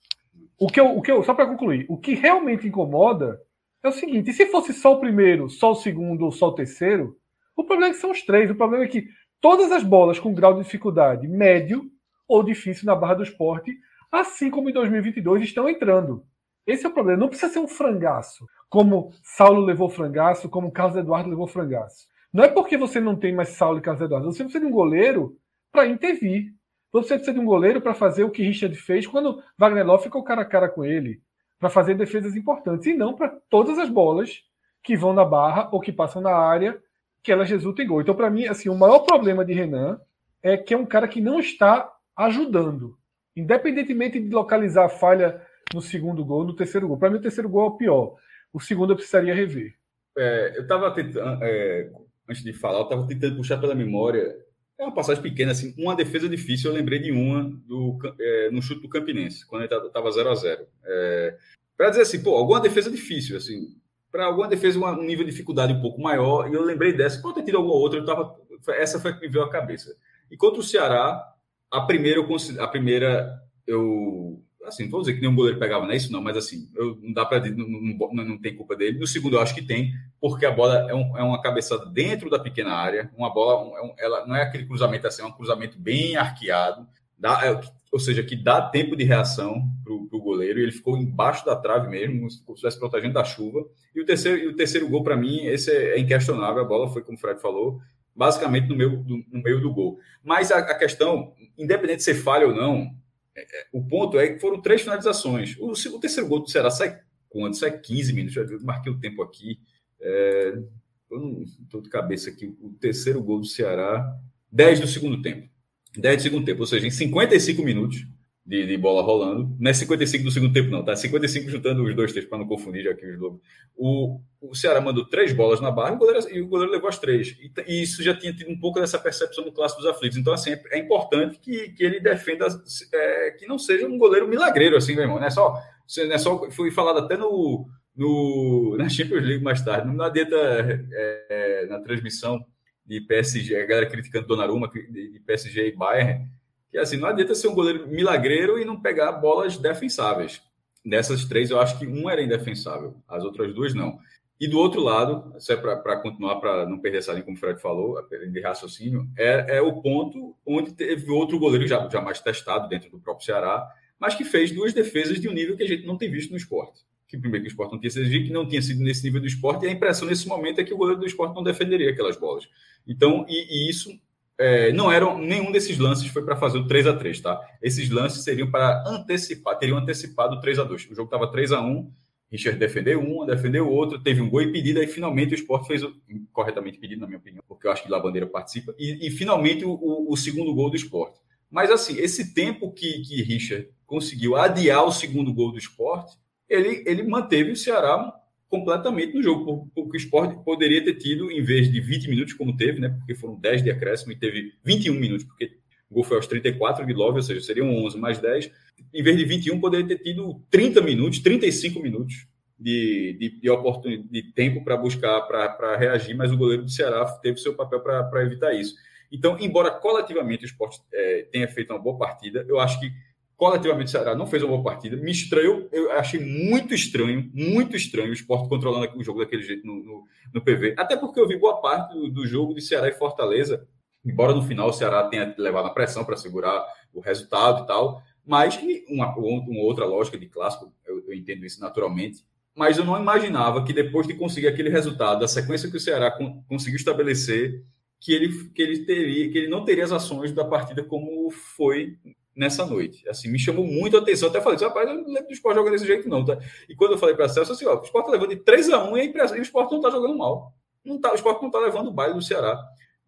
o que eu, o que eu, só para concluir, o que realmente incomoda é o seguinte: e se fosse só o primeiro, só o segundo ou só o terceiro, o problema é que são os três. O problema é que todas as bolas com grau de dificuldade médio ou difícil na barra do esporte, assim como em dois mil e vinte e dois, estão entrando. Esse é o problema. Não precisa ser um frangaço, como Saulo levou frangaço, como Carlos Eduardo levou frangaço. Não é porque você não tem mais Saulo e Carlos Eduardo. Você precisa de um goleiro para intervir. Você precisa de um goleiro para fazer o que Richard fez quando Wagner Love ficou cara a cara com ele, para fazer defesas importantes, e não para todas as bolas que vão na barra ou que passam na área, que elas resultam em gol. Então, para mim, assim, o maior problema de Renan é que é um cara que não está ajudando. Independentemente de localizar a falha no segundo gol, no terceiro gol. Para mim, o terceiro gol é o pior. O segundo eu precisaria rever. É, eu estava tentando, é, antes de falar, eu estava tentando puxar pela memória. É uma passagem pequena, assim, uma defesa difícil. Eu lembrei de uma do, é, no chute do Campinense, quando ele estava zero a zero. É, para dizer assim, pô, alguma defesa difícil, assim, para alguma defesa um nível de dificuldade um pouco maior, e eu lembrei dessa. Pode ter tido alguma outra, eu tava, essa foi a que me veio à cabeça. E contra o Ceará, a primeira, eu, a primeira, eu assim, não vou dizer que nenhum goleiro pegava, não é isso não, mas assim, eu, não dá para não, não, não tem culpa dele. No segundo eu acho que tem, porque a bola é, um, é uma cabeçada dentro da pequena área, uma bola, um, ela não é aquele cruzamento assim, é um cruzamento bem arqueado, dá, é, ou seja, que dá tempo de reação para o goleiro, e ele ficou embaixo da trave mesmo, como se estivesse protegendo da chuva. E o terceiro, e o terceiro gol, para mim, esse é, é inquestionável, a bola foi, como o Fred falou, basicamente no meio do, no meio do gol. Mas a, a questão, independente de ser falha ou não, é, é, o ponto é que foram três finalizações. O, o terceiro gol do Ceará sai quanto? Sai quinze minutos, eu marquei o tempo aqui, é, eu não estou de cabeça aqui, o terceiro gol do Ceará, dez do segundo tempo. dez do segundo tempo, ou seja, em cinquenta e cinco minutos de, de bola rolando, não é cinquenta e cinco do segundo tempo não, tá? cinquenta e cinco juntando os dois tempos, para não confundir já aqui os lobos. O, o Ceará mandou três bolas na barra e o goleiro, e o goleiro levou as três. E, e isso já tinha tido um pouco dessa percepção do Clássico dos Aflitos. Então, assim, é, é importante que, que ele defenda, é, que não seja um goleiro milagreiro, assim, meu irmão. Não é só, não é só foi falado até no, no, na Champions League mais tarde, não adianta é, na transmissão de P S G, a galera criticando Donnarumma, de P S G e Bayern, que assim, não adianta ser um goleiro milagreiro e não pegar bolas defensáveis. Dessas três, eu acho que uma era indefensável, as outras duas não. E do outro lado, isso é para continuar, para não perder essa linha, como o Fred falou, de raciocínio, é, é o ponto onde teve outro goleiro já, já mais testado dentro do próprio Ceará, mas que fez duas defesas de um nível que a gente não tem visto no esporte. Que primeiro que o esporte não tinha sido, que não tinha sido nesse nível do esporte, e a impressão nesse momento é que o goleiro do esporte não defenderia aquelas bolas. Então, e, e isso é, não eram, nenhum desses lances foi para fazer o três a três, tá? Esses lances seriam para antecipar, teriam antecipado o três a dois. O jogo estava três a um, Richard defendeu um, defendeu o outro, teve um gol impedido, aí finalmente o esporte fez o, corretamente pedido, na minha opinião, porque eu acho que lá a Bandeira participa, e, e finalmente o, o, o segundo gol do esporte. Mas assim, esse tempo que, que Richard conseguiu adiar o segundo gol do esporte, ele, ele manteve o Ceará completamente no jogo, porque o Sport poderia ter tido, em vez de vinte minutos, como teve, né, porque foram dez de acréscimo, e teve vinte e um minutos, porque o gol foi aos trinta e quatro de Love, ou seja, seriam onze mais dez, em vez de vinte e um, poderia ter tido trinta minutos, trinta e cinco minutos de, de, de oportunidade, de tempo para buscar, para reagir, mas o goleiro do Ceará teve seu papel para evitar isso. Então, embora coletivamente o Sport é, tenha feito uma boa partida, eu acho que coletivamente o Ceará não fez uma boa partida, me estranhou, eu achei muito estranho, muito estranho o Sport controlando o jogo daquele jeito no, no, no P V, até porque eu vi boa parte do, do jogo de Ceará e Fortaleza, embora no final o Ceará tenha levado a pressão para segurar o resultado e tal, mas uma, uma outra lógica de clássico, eu, eu entendo isso naturalmente, mas eu não imaginava que depois de conseguir aquele resultado, a sequência que o Ceará con, conseguiu estabelecer, que ele, que, ele teria, que ele não teria as ações da partida como foi nessa noite. Assim, me chamou muito a atenção. Até falei, rapaz, eu não lembro do Sport jogando desse jeito, não. Tá? E quando eu falei para a Celso, assim, ó, o Sport tá levando de três a um e, e o Sport não tá jogando mal. Não tá, o Sport não tá levando o baile do Ceará.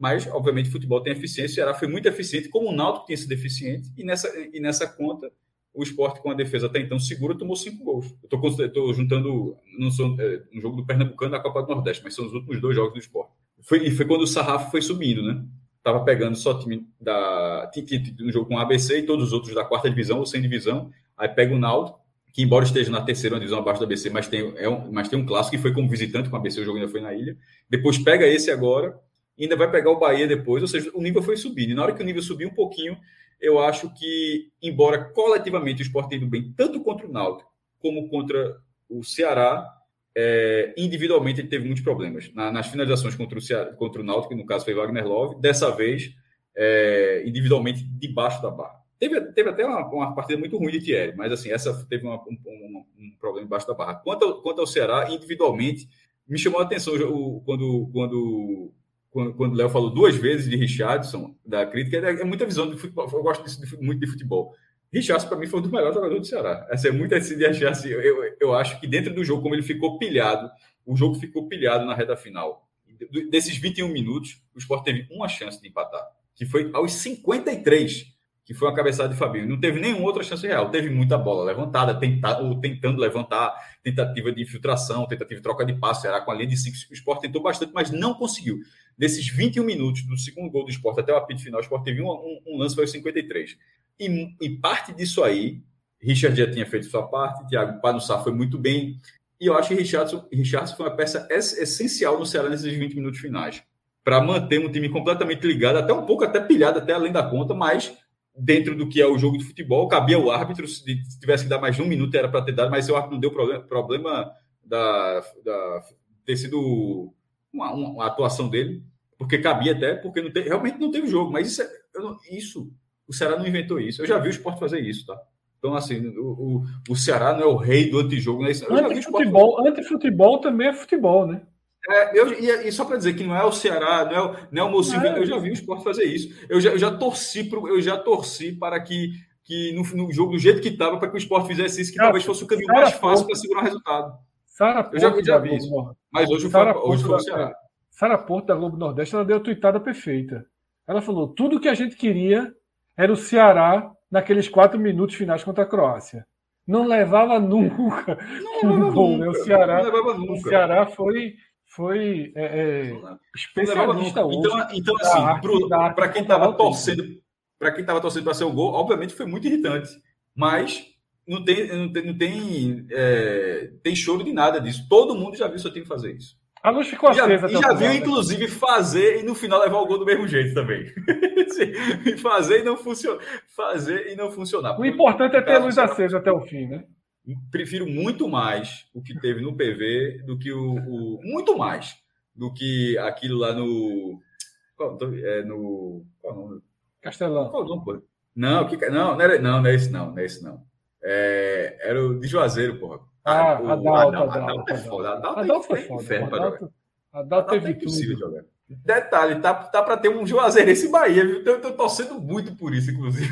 Mas, obviamente, o futebol tem eficiência, o Ceará foi muito eficiente, como o Náutico tinha sido eficiente, e nessa, e nessa conta, o Sport, com a defesa até então segura, tomou cinco gols. Eu estou juntando, não sou, é, um jogo do Pernambucano da Copa do Nordeste, mas são os últimos dois jogos do Sport. Foi, e foi quando o sarrafo foi subindo, né? Estava pegando só time da... Tinha um jogo com o A B C e todos os outros da quarta divisão ou sem divisão, aí pega o Náutico, que embora esteja na terceira divisão abaixo do A B C, mas tem, é um, mas tem um clássico que foi como visitante com o A B C, o jogo ainda foi na ilha. Depois pega esse agora, ainda vai pegar o Bahia depois, ou seja, o nível foi subindo. E na hora que o nível subiu um pouquinho, eu acho que, embora coletivamente o Sport tenha ido bem, tanto contra o Náutico como contra o Ceará, é, individualmente ele teve muitos problemas. Na, nas finalizações contra o, Ceará, contra o Náutico, que no caso foi Wagner Love, dessa vez, é, individualmente, debaixo da barra. Teve, teve até uma, uma partida muito ruim de Thierry, mas assim, essa teve uma, um, um, um problema embaixo da barra. Quanto ao, quanto ao Ceará, individualmente, me chamou a atenção o, quando... quando Quando o Léo falou duas vezes de Richarlison, da crítica, é muita visão de futebol. Eu gosto disso, de, muito de futebol. Richarlison, para mim, foi um dos melhores jogadores do Ceará. Essa é muito assim de achar assim. Eu, eu acho que dentro do jogo, como ele ficou pilhado, o jogo ficou pilhado na reta final. Desses vinte e um minutos, o Sport teve uma chance de empatar, que foi aos cinquenta e três, que foi uma cabeçada de Fabinho. Não teve nenhuma outra chance real. Teve muita bola levantada, tenta, ou tentando levantar, tentativa de infiltração, tentativa de troca de passe. Era com a linha de cinco. O Sport tentou bastante, mas não conseguiu. Desses vinte e um minutos do segundo gol do Sport até o apito final, o Sport teve um, um, um lance, foi aos cinquenta e três. E, e parte disso aí, Richard já tinha feito sua parte, Thiago Panussá foi muito bem. E eu acho que Richardson, Richardson foi uma peça essencial no Ceará nesses vinte minutos finais, para manter um time completamente ligado, até um pouco até pilhado, até além da conta, mas dentro do que é o jogo de futebol, cabia o árbitro, se tivesse que dar mais de um minuto era para ter dado, mas o árbitro não deu problema, problema da, da ter sido uma, uma atuação dele, porque cabia até, porque não te, realmente não teve jogo, mas isso, é, eu não, isso, o Ceará não inventou isso, eu já vi o Sport fazer isso, tá? Então, assim, o, o, o Ceará não é o rei do antijogo, né? Antifutebol, antifutebol também é futebol, né? É, eu, e, e só para dizer que não é o Ceará, não é o, não é o Mocinho, é, eu já vi o Sport fazer isso. Eu já, eu já torci pro, eu já torci para que, que no, no jogo, do jeito que estava, para que o Sport fizesse isso, que cara, talvez fosse o caminho mais fácil para segurar o resultado. Sara eu já, já vi isso. Mas hoje, Sara foi, hoje foi o Ceará. Sara Porto, da Globo Nordeste, ela deu a tuitada perfeita. Ela falou: tudo que a gente queria era o Ceará naqueles quatro minutos finais contra a Croácia. Não levava nunca não um gol, né? O Ceará, não levava nunca. O Ceará foi, foi é, é, especialista hoje. Então, então assim, para quem estava torcendo, para quem estava torcendo para ser o gol, obviamente foi muito irritante. Mas não tem, não tem, não tem, é, tem choro de nada disso. Todo mundo já viu seu time fazer isso. A luz ficou acesa. E já, e já viu, né? Inclusive, fazer e no final levar o gol do mesmo jeito também. fazer e não funcionar. Fazer e não funcionar. O importante é ter a luz acesa até o fim, né? Prefiro muito mais o que teve no P V do que o, o muito mais do que aquilo lá no qual, é, no qual nome? Castelão. Qual nome, pô? Não, que, não, não, era, não, não é esse não, não é esse não. É, era o de Juazeiro, porra. Ah, o Adalto, Adalto, Adalto, Adalto é foda. Adalto, Adalto foi é foda. inferno pra jogar. Adalto teve é impossível jogar. Detalhe, tá, tá para ter um Juazeirense em Bahia, viu? Eu tô torcendo muito por isso, inclusive.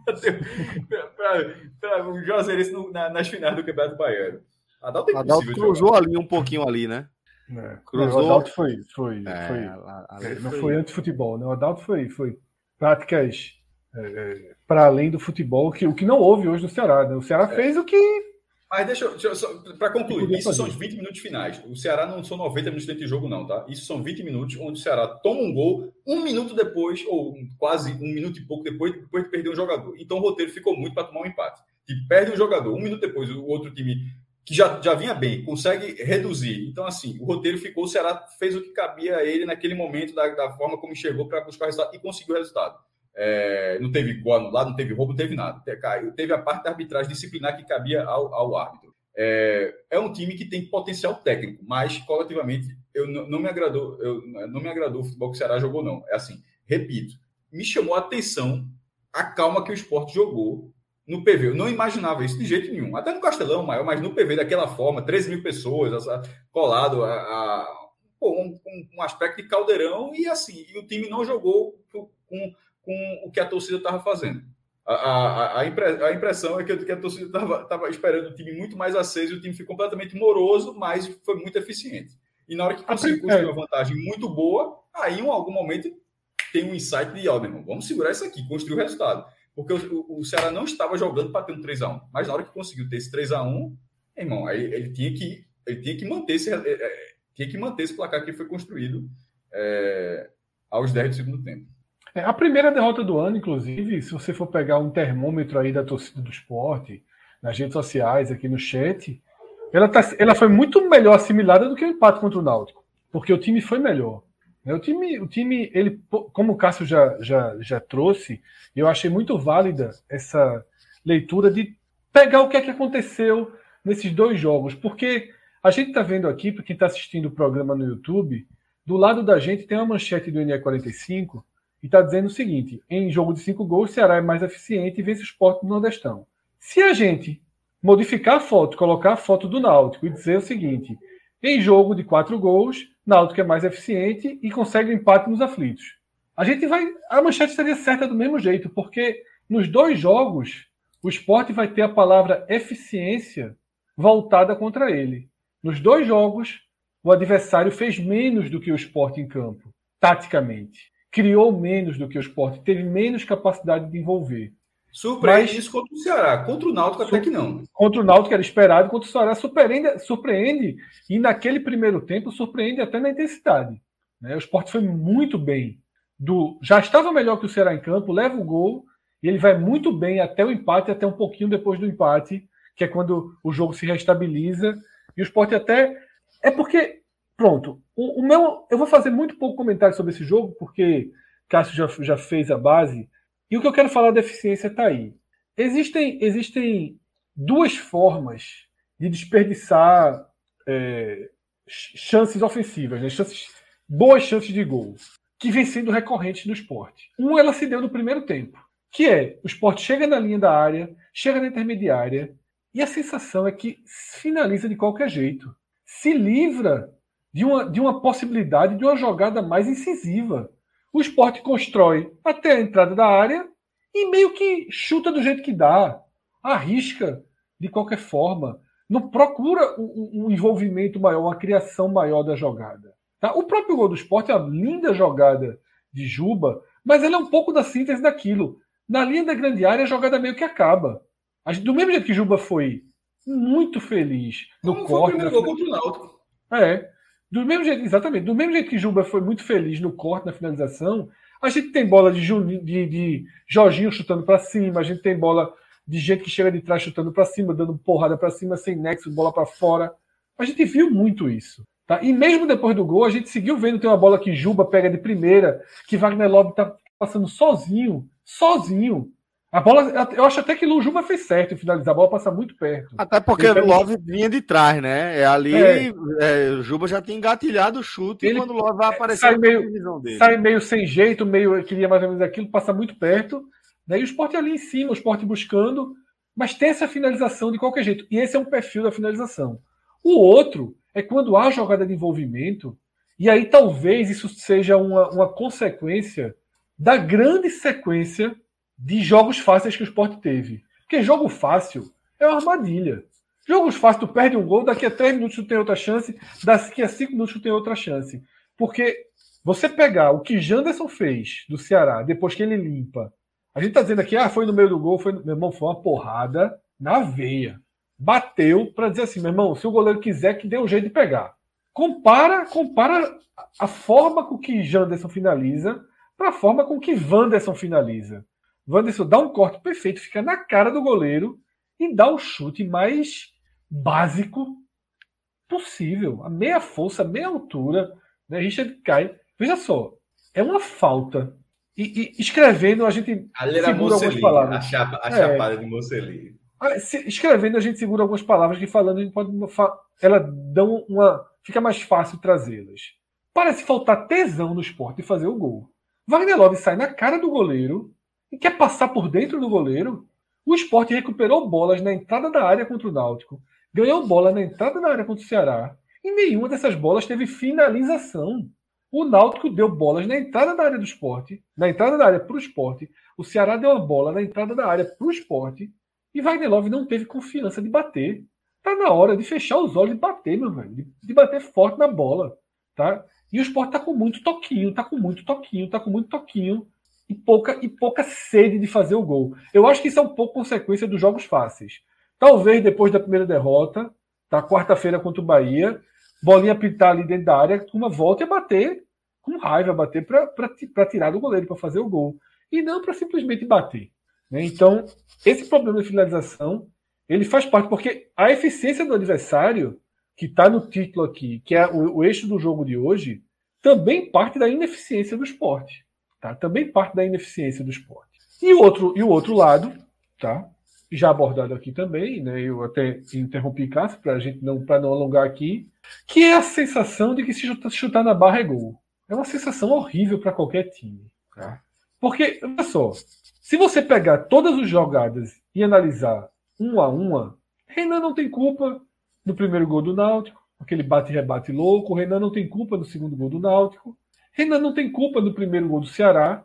Para um Juazeirense na, nas finais do Campeonato Baiano. Adalto, Adalto cruzou jogar. ali um pouquinho ali, né? É. Cruzou. O Adalto foi. foi, é, foi a, a é, não foi, foi antifutebol, né? O Adalto foi, foi práticas é, para além do futebol, que, o que não houve hoje no Ceará, né? O Ceará é. fez o que. Mas deixa eu, deixa eu para concluir, isso são os vinte minutos finais. O Ceará não são noventa minutos dentro de jogo, não, tá? Isso são vinte minutos onde o Ceará toma um gol, um minuto depois, ou quase um minuto e pouco depois, depois de perder um jogador. Então o roteiro ficou muito para tomar um empate. E perde um jogador, um minuto depois, o outro time que já, já vinha bem, consegue reduzir. Então, assim, o roteiro ficou, o Ceará fez o que cabia a ele naquele momento, da, da forma como chegou para buscar o resultado, e conseguiu o resultado. É, não teve gol anulado, não teve roubo, não teve nada. Teve a parte da arbitragem disciplinar que cabia ao, ao árbitro. É, é um time que tem potencial técnico, mas coletivamente eu não, não me agradou, eu, não me agradou o futebol que o Ceará jogou, não. É assim, repito, me chamou a atenção a calma que o Sport jogou no P V. Eu não imaginava isso de jeito nenhum. Até no Castelão maior, mas no P V daquela forma, treze mil pessoas, essa, colado a, a um, um aspecto de caldeirão, e assim, e o time não jogou com, com o que a torcida estava fazendo. A, a, a, impre, a impressão é que, que a torcida estava esperando um time muito mais aceso, e o time ficou completamente moroso, mas foi muito eficiente. E na hora que conseguiu construir uma vantagem muito boa, aí em algum momento tem um insight de, ó, meu irmão, vamos segurar isso aqui, construir o resultado. Porque o, o Ceará não estava jogando para ter um três a um. Mas na hora que conseguiu ter esse três a um, irmão, aí ele tinha que, ele tinha que manter esse, é, é, tinha que manter esse placar que foi construído é, aos dez do segundo tempo. É, a primeira derrota do ano, inclusive, se você for pegar um termômetro aí da torcida do Sport, nas redes sociais, aqui no chat, ela, tá, ela foi muito melhor assimilada do que o empate contra o Náutico, porque o time foi melhor. O time, o time ele, como o Cássio já, já, já trouxe, eu achei muito válida essa leitura de pegar o que é que aconteceu nesses dois jogos, porque a gente está vendo aqui, para quem está assistindo o programa no YouTube, do lado da gente tem uma manchete do N E quarenta e cinco e está dizendo o seguinte: em jogo de cinco gols, o Ceará é mais eficiente e vence o Sport no Nordestão. Se a gente modificar a foto, colocar a foto do Náutico e dizer o seguinte: em jogo de quatro gols, Náutico é mais eficiente e consegue um empate nos aflitos. A gente vai. A manchete seria certa do mesmo jeito, porque nos dois jogos o Sport vai ter a palavra eficiência voltada contra ele. Nos dois jogos, o adversário fez menos do que o Sport em campo, taticamente. Criou menos do que o Sport, teve menos capacidade de envolver. Surpreende Mas, isso contra o Ceará. Contra o Náutico até que não. Contra o Náutico era esperado, contra o Ceará surpreende, surpreende e naquele primeiro tempo surpreende até na intensidade. Né? O Sport foi muito bem. Do, já estava melhor que o Ceará em campo, leva o gol e ele vai muito bem até o empate, até um pouquinho depois do empate, que é quando o jogo se restabiliza. E o Sport até... É porque, pronto, o, o meu, eu vou fazer muito pouco comentário sobre esse jogo, porque Cássio já, já fez a base. E o que eu quero falar da eficiência está aí. Existem, existem duas formas de desperdiçar é, chances ofensivas, né? chances, boas chances de gol, que vem sendo recorrentes no Sport. Uma ela se deu no primeiro tempo, que é o Sport chega na linha da área, chega na intermediária, e a sensação é que finaliza de qualquer jeito. Se livra de uma, de uma possibilidade de uma jogada mais incisiva. O Sport constrói até a entrada da área e meio que chuta do jeito que dá. Arrisca de qualquer forma. Não procura um, um envolvimento maior, uma criação maior da jogada. Tá? O próprio gol do Sport é uma linda jogada de Juba, mas ela é um pouco da síntese daquilo. Na linha da grande área, a jogada meio que acaba. Do mesmo jeito que Juba foi muito feliz no Como corte... Foi o primeiro gol contra o Náutico. É. Do mesmo jeito, exatamente. Do mesmo jeito que Juba foi muito feliz no corte, na finalização, a gente tem bola de, Juninho, de, de Jorginho chutando para cima, a gente tem bola de gente que chega de trás chutando para cima, dando porrada para cima, sem nexo, bola para fora. A gente viu muito isso. Tá? E mesmo depois do gol, a gente seguiu vendo tem uma bola que Juba pega de primeira, que Wagner Love tá passando sozinho, sozinho. A bola, eu acho até que o Juba fez certo em finalizar, a bola passa muito perto. Até porque o Love vinha de trás, né? É ali, é. É, o Juba já tinha engatilhado o chute ele, e quando o Love vai aparecer sai meio, dele. Sai meio sem jeito, meio queria mais ou menos aquilo, passa muito perto. Né? E o Sport ali em cima, o Sport buscando, mas tem essa finalização de qualquer jeito. E esse é um perfil da finalização. O outro é quando há jogada de envolvimento, e aí talvez isso seja uma, uma consequência da grande sequência de jogos fáceis que o Sport teve. Porque jogo fácil é uma armadilha. Jogos fáceis, tu perde um gol, daqui a três minutos tu tem outra chance, daqui a cinco minutos tu tem outra chance. Porque você pegar o que Janderson fez do Ceará, depois que ele limpa, a gente tá dizendo aqui, ah, foi no meio do gol, foi no... meu irmão, foi uma porrada na veia. Bateu para dizer assim, meu irmão, se o goleiro quiser, que dê um jeito de pegar. Compara, compara a forma com que Janderson finaliza para a forma com que Wanderson finaliza. Wanderson dá um corte perfeito, fica na cara do goleiro e dá o chute mais básico possível. A meia força, a meia altura. Né? Richard cai. Veja só, é uma falta. E, e escrevendo, a gente Ali era segura Mocelli, algumas palavras. A, chapa, a é. chapada de Mocelli. Escrevendo, a gente segura algumas palavras que falando, a gente pode. Ela dão uma. Fica mais fácil trazê-las. Parece faltar tesão no Sport de fazer o gol. Wagner Love sai na cara do goleiro e quer passar por dentro do goleiro. O Sport recuperou bolas na entrada da área contra o Náutico, ganhou bola na entrada da área contra o Ceará, e nenhuma dessas bolas teve finalização. O Náutico deu bolas na entrada da área do Sport, na entrada da área para o Sport, o Ceará deu uma bola na entrada da área para o Sport, e Wagner Love não teve confiança de bater. Tá na hora de fechar os olhos e bater, meu velho, de, de bater forte na bola. Tá? E o Sport tá com muito toquinho, tá com muito toquinho, tá com muito toquinho e pouca, e pouca sede de fazer o gol. Eu acho que isso é um pouco consequência dos jogos fáceis. Talvez depois da primeira derrota, tá, quarta-feira contra o Bahia, bolinha pintar ali dentro da área, uma volta e bater com raiva, bater para tirar do goleiro, para fazer o gol. E não para simplesmente bater. Né? Então, esse problema de finalização, ele faz parte, porque a eficiência do adversário, que está no título aqui, que é o, o eixo do jogo de hoje, também parte da ineficiência do Sport. Tá? Também parte da ineficiência do Sport. E o outro, e o outro lado, tá? Já abordado aqui também, né? Eu até interrompi Cássio para a gente não, para não alongar aqui, que é a sensação de que se chutar, chutar na barra é gol. É uma sensação horrível para qualquer time. Tá? Porque, olha só, se você pegar todas as jogadas e analisar uma a uma, Renan não tem culpa no primeiro gol do Náutico, aquele bate-rebate louco. Renan não tem culpa no segundo gol do Náutico. Renan não tem culpa no primeiro gol do Ceará.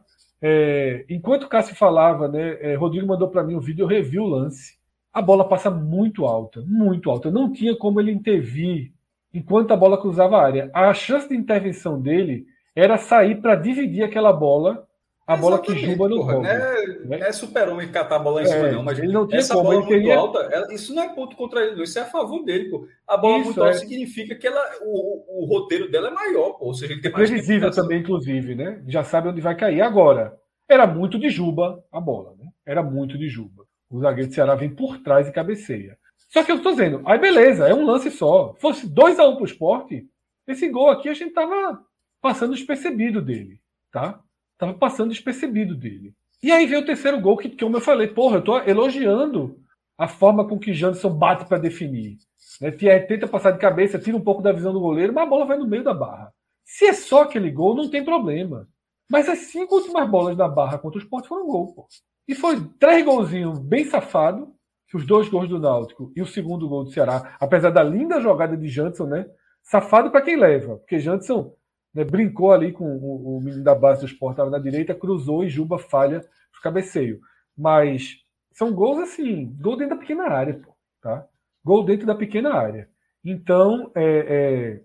É, enquanto o Cássio falava, né, é, Rodrigo mandou para mim um vídeo, eu revi o lance. A bola passa muito alta, muito alta. Não tinha como ele intervir enquanto a bola cruzava a área. A chance de intervenção dele era sair para dividir aquela bola, a bola que Juba não toca. Não é, né? é super-homem catar a bola em cima, é, não. Mas ele não tinha essa como, bola ele muito teria... alta, ela, isso não é ponto contra ele, isso é a favor dele, pô. A bola isso, muito alta é... significa que ela, o, o, o roteiro dela é maior, pô. Ou seja, ele tem é mais previsível também, inclusive, né? Já sabe onde vai cair. Agora, era muito de Juba a bola, né? Era muito de Juba. O zagueiro do Ceará vem por trás e cabeceia. Só que eu estou dizendo, aí beleza, é um lance só. Se fosse dois a um para o Sport, esse gol aqui a gente tava passando despercebido dele, tá? Tava passando despercebido dele. E aí veio o terceiro gol, que, como eu falei, porra, eu tô elogiando a forma com que Janderson bate para definir. Né? Tenta passar de cabeça, tira um pouco da visão do goleiro, mas a bola vai no meio da barra. Se é só aquele gol, não tem problema. Mas as cinco últimas bolas da barra contra o Sport foram gol, pô. E foi três golzinhos bem safados, os dois gols do Náutico e o segundo gol do Ceará, apesar da linda jogada de Janderson, né? Safado para quem leva, porque Janderson, né, brincou ali com o, o menino da base do Sport, estava na direita, cruzou e Juba falha o cabeceio. Mas são gols assim, gol dentro da pequena área, pô, tá? Gol dentro da pequena área. Então, é, é,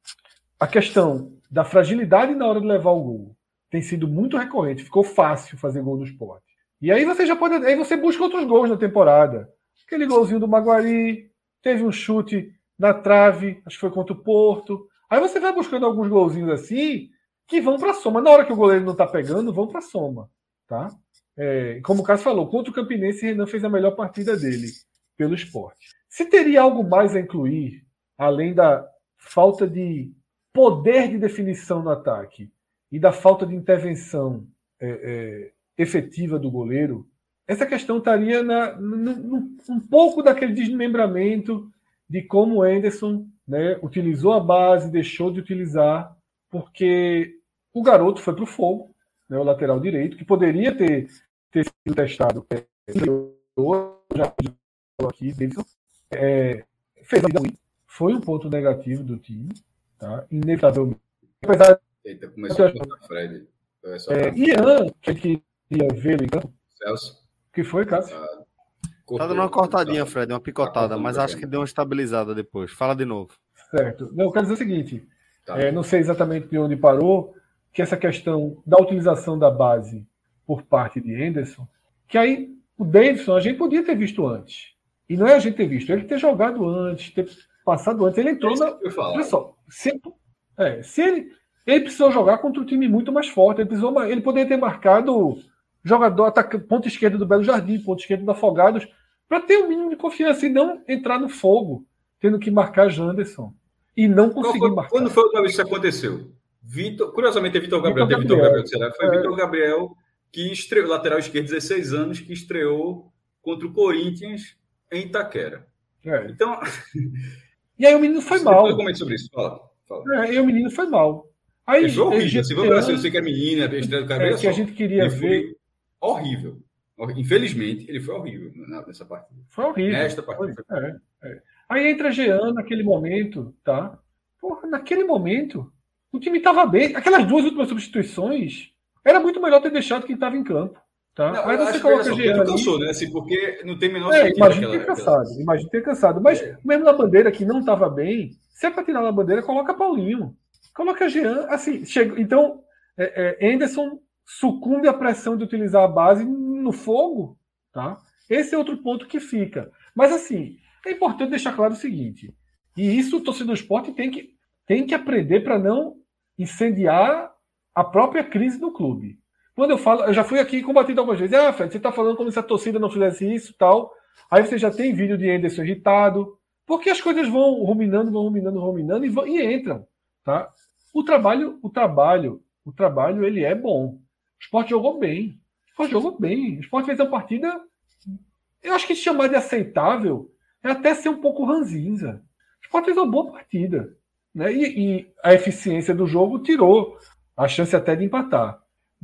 a questão da fragilidade na hora de levar o gol tem sido muito recorrente. Ficou fácil fazer gol no Sport. E aí você já pode, aí você busca outros gols na temporada. Aquele golzinho do Maguari, teve um chute na trave, acho que foi contra o Porto. Aí você vai buscando alguns golzinhos assim que vão para a soma. Na hora que o goleiro não está pegando, vão para a soma. Tá? É, como o Cássio falou, contra o Campinense, Renan fez a melhor partida dele pelo Sport. Se teria algo mais a incluir, além da falta de poder de definição no ataque e da falta de intervenção é, é, efetiva do goleiro, essa questão estaria na, no, no, um pouco daquele desmembramento de como o Anderson, né, utilizou a base, deixou de utilizar, porque o garoto foi para o fogo, né, o lateral direito, que poderia ter, ter sido testado. É, já aqui, Davidson, é, fez a ruim, foi um ponto negativo do time, tá? Inevitavelmente. Apesar Eita, começou a cortar Fred. É, Ian, que queria ver em campo. Celso. O que foi, Cássio? Ah, tá dando uma cortadinha, Fred, uma picotada, tá, mas acho que deu uma estabilizada depois. Fala de novo. Certo. Não, eu quero dizer o seguinte, tá. é, não sei exatamente de onde parou, que essa questão da utilização da base por parte de Anderson, que aí o Davidson a gente podia ter visto antes. E não é a gente ter visto, ele ter jogado antes, ter passado antes. Ele entrou na... Olha só, se, é, se ele, ele precisou jogar contra um time muito mais forte, ele, precisou, ele poderia ter marcado jogador, ataca, ponta esquerda do Belo Jardim, ponta esquerda do Afogados, para ter um mínimo de confiança e não entrar no fogo, tendo que marcar Janderson. E não conseguir foi, marcar. Quando foi a última vez que isso aconteceu? Vitor, curiosamente é Vitor Gabriel, Vitor Gabriel, Gabriel do Ceará. Foi é. Vitor Gabriel, que estreou, lateral esquerdo, dezesseis anos, que estreou contra o Corinthians em Itaquera. É. Então. E aí o menino foi mal. Eu comente sobre isso. Fala. fala. É, e o menino foi mal. Aí, ele foi horrível. Se for Brasil, você que é menina, a estreia do Gabriel. É, que a gente queria ele ver. Foi horrível. Infelizmente, ele foi horrível nessa partida. Foi horrível. Nesta partida. É, é. Aí entra Jean naquele momento, tá? Porra, naquele momento, o time estava bem. Aquelas duas últimas substituições, era muito melhor ter deixado quem estava em campo. Tá? Não, aí você coloca o Jean cansou, né? Assim, porque não tem menor é, sentido. Imagina ter cansado, aquela... imagina ter cansado. Mas é. mesmo na bandeira que não estava bem, se é para tirar na bandeira, coloca Paulinho. Coloca Jean, assim, chega, então, é, é, Anderson sucumbe à pressão de utilizar a base no fogo, tá? Esse é outro ponto que fica. Mas, assim, é importante deixar claro o seguinte, e isso o torcedor do esporte tem que, tem que aprender para não incendiar a própria crise do clube. Quando eu falo, eu já fui aqui combatido algumas vezes, ah, Fred, você está falando como se a torcida não fizesse isso e tal, aí você já tem vídeo de Anderson irritado, porque as coisas vão ruminando, vão ruminando, vão ruminando e, vão, e entram, tá? O trabalho, o trabalho, o trabalho, ele é bom. O Sport jogou bem. O Sport jogou bem. O Sport fez uma partida, eu acho que chamar de aceitável é até ser um pouco ranzinza. O Sport fez uma boa partida, né? E, e a eficiência do jogo tirou a chance até de empatar.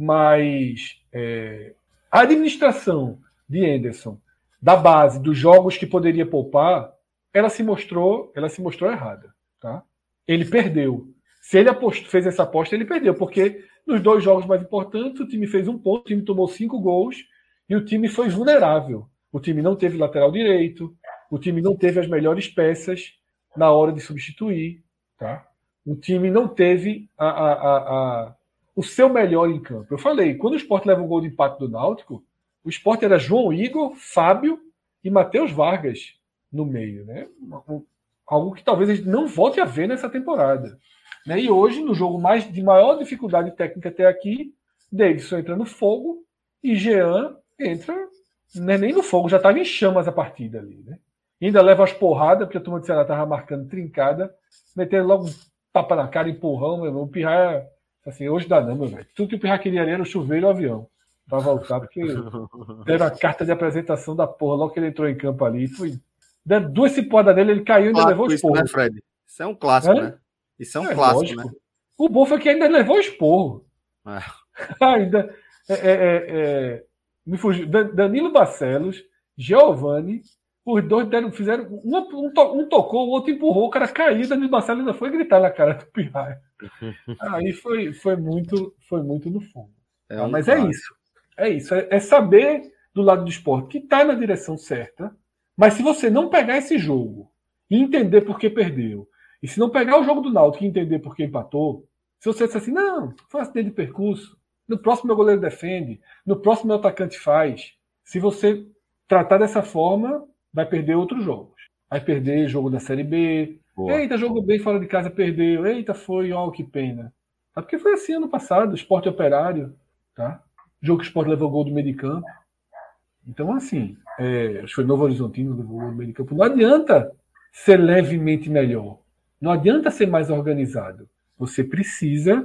Mas é, a administração de Anderson, da base, dos jogos que poderia poupar, ela se mostrou, ela se mostrou errada, tá? Ele perdeu. Se ele aposto, fez essa aposta, ele perdeu, porque nos dois jogos mais importantes o time fez um ponto, o time tomou cinco gols e o time foi vulnerável. O time não teve lateral direito, o time não teve as melhores peças na hora de substituir, tá? O time não teve a, a, a, a, o seu melhor em campo. Eu falei, quando o Sport leva um gol de empate do Náutico, o Sport era João Igor, Fábio e Matheus Vargas no meio, né? Algo que talvez a gente não volte a ver nessa temporada. Né? E hoje, no jogo mais de maior dificuldade técnica até aqui, Davidson entra no fogo e Jean entra, não é nem no fogo, já estava em chamas a partida ali. Né? E ainda leva as porradas, porque a turma de Ceará estava marcando trincada, meteram logo um tapa na cara, empurrão, meu irmão. O Pirra, assim, hoje dá não, meu velho. Tudo que o Pirra queria ali era o chuveiro e o avião para voltar, porque deram a carta de apresentação da porra logo que ele entrou em campo ali. Foi, deram duas cipoadas nele, ele caiu e ainda levou os porros. Isso, né, Fred? Isso é um clássico, Hã? né? Isso é um é, clássico, lógico. né? O bom foi que ainda levou esporro. É. ainda é, é, é, me fugiu. Danilo Barcelos, Giovani, os dois deram, fizeram. Um, um, um tocou, o outro empurrou, o cara caiu, Danilo Barcelos ainda foi gritar na cara do Pirraia. Aí foi, foi, muito, foi muito no fundo. É um Mas clássico. é isso. É isso. É, é saber do lado do esporte que está na direção certa. Mas se você não pegar esse jogo e entender por que perdeu, e se não pegar o jogo do Náutico e entender por que empatou, se você disser assim, não, foi um acidente de percurso, no próximo meu goleiro defende, no próximo meu atacante faz. Se você tratar dessa forma, vai perder outros jogos. Vai perder jogo da Série B. Boa. Eita, jogou bem fora de casa, perdeu. Eita, foi, ó, que pena. Tá? Porque foi assim ano passado, Sport Operário, tá? Jogo que o Sport levou gol do meio de campo. Então, assim, é, acho que foi Novo Horizontino levou gol do meio de campo. Não adianta ser levemente melhor. Não adianta ser mais organizado. Você precisa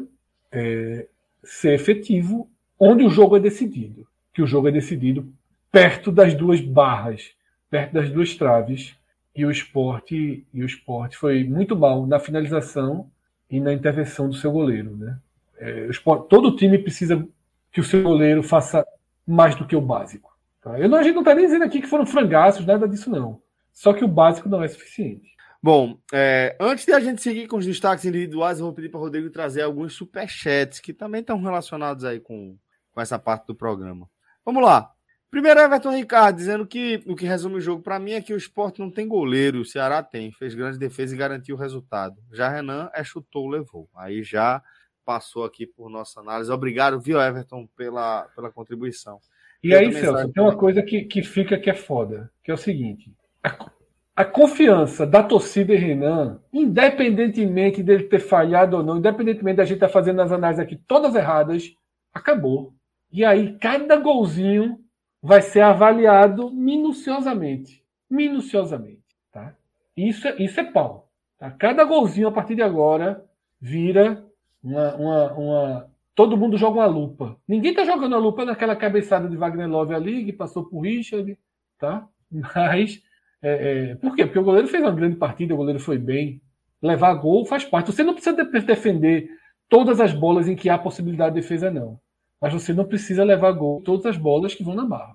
é, ser efetivo onde o jogo é decidido. Que o jogo é decidido perto das duas barras, perto das duas traves. E o Sport, e o Sport foi muito mal na finalização e na intervenção do seu goleiro. Né? É, o Sport, todo time precisa que o seu goleiro faça mais do que o básico. Tá? Eu não, a gente não está nem dizendo aqui que foram frangaços, nada disso não. Só que o básico não é suficiente. Bom, é, antes de a gente seguir com os destaques individuais, eu vou pedir para o Rodrigo trazer alguns superchats que também estão relacionados aí com, com essa parte do programa. Vamos lá. Primeiro, Everton Ricardo, dizendo que o que resume o jogo para mim é que o Sport não tem goleiro, o Ceará tem, fez grande defesa e garantiu o resultado. Já Renan é chutou, levou. Aí já passou aqui por nossa análise. Obrigado, viu, Everton, pela, pela contribuição. E aí, Celso, tem uma coisa que, que fica que é foda, que é o seguinte... A... A confiança da torcida em Renan, independentemente dele ter falhado ou não, independentemente da gente estar fazendo as análises aqui todas erradas, acabou. E aí, cada golzinho vai ser avaliado minuciosamente. Minuciosamente. Tá? Isso, é, isso é pau. Tá? Cada golzinho, a partir de agora, vira uma, uma, uma... Todo mundo joga uma lupa. Ninguém está jogando a lupa naquela cabeçada de Wagner Love ali, que passou por Richard. Tá? Mas... É, é, por quê? Porque o goleiro fez uma grande partida, o goleiro foi bem. Levar gol faz parte. Você não precisa de- defender todas as bolas em que há possibilidade de defesa, não. Mas você não precisa levar gol em todas as bolas que vão na barra.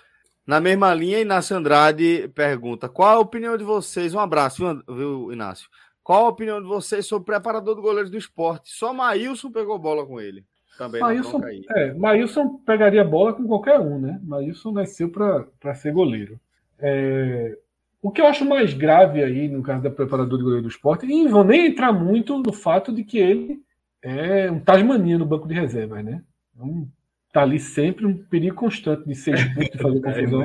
Na mesma linha, Inácio Andrade pergunta: qual a opinião de vocês? Um abraço, viu, viu, Inácio? Qual a opinião de vocês sobre o preparador do goleiro do Sport? Só Maílson pegou bola com ele. Também Maílson, é, Maílson pegaria bola com qualquer um, né? Maílson nasceu para ser goleiro. É, O que eu acho mais grave aí, no caso da preparador de goleiro do Sport, e não vou nem entrar muito no fato de que ele é um Tasmania no banco de reservas, né? Então, tá ali sempre um perigo constante de ser expulso, de fazer confusão,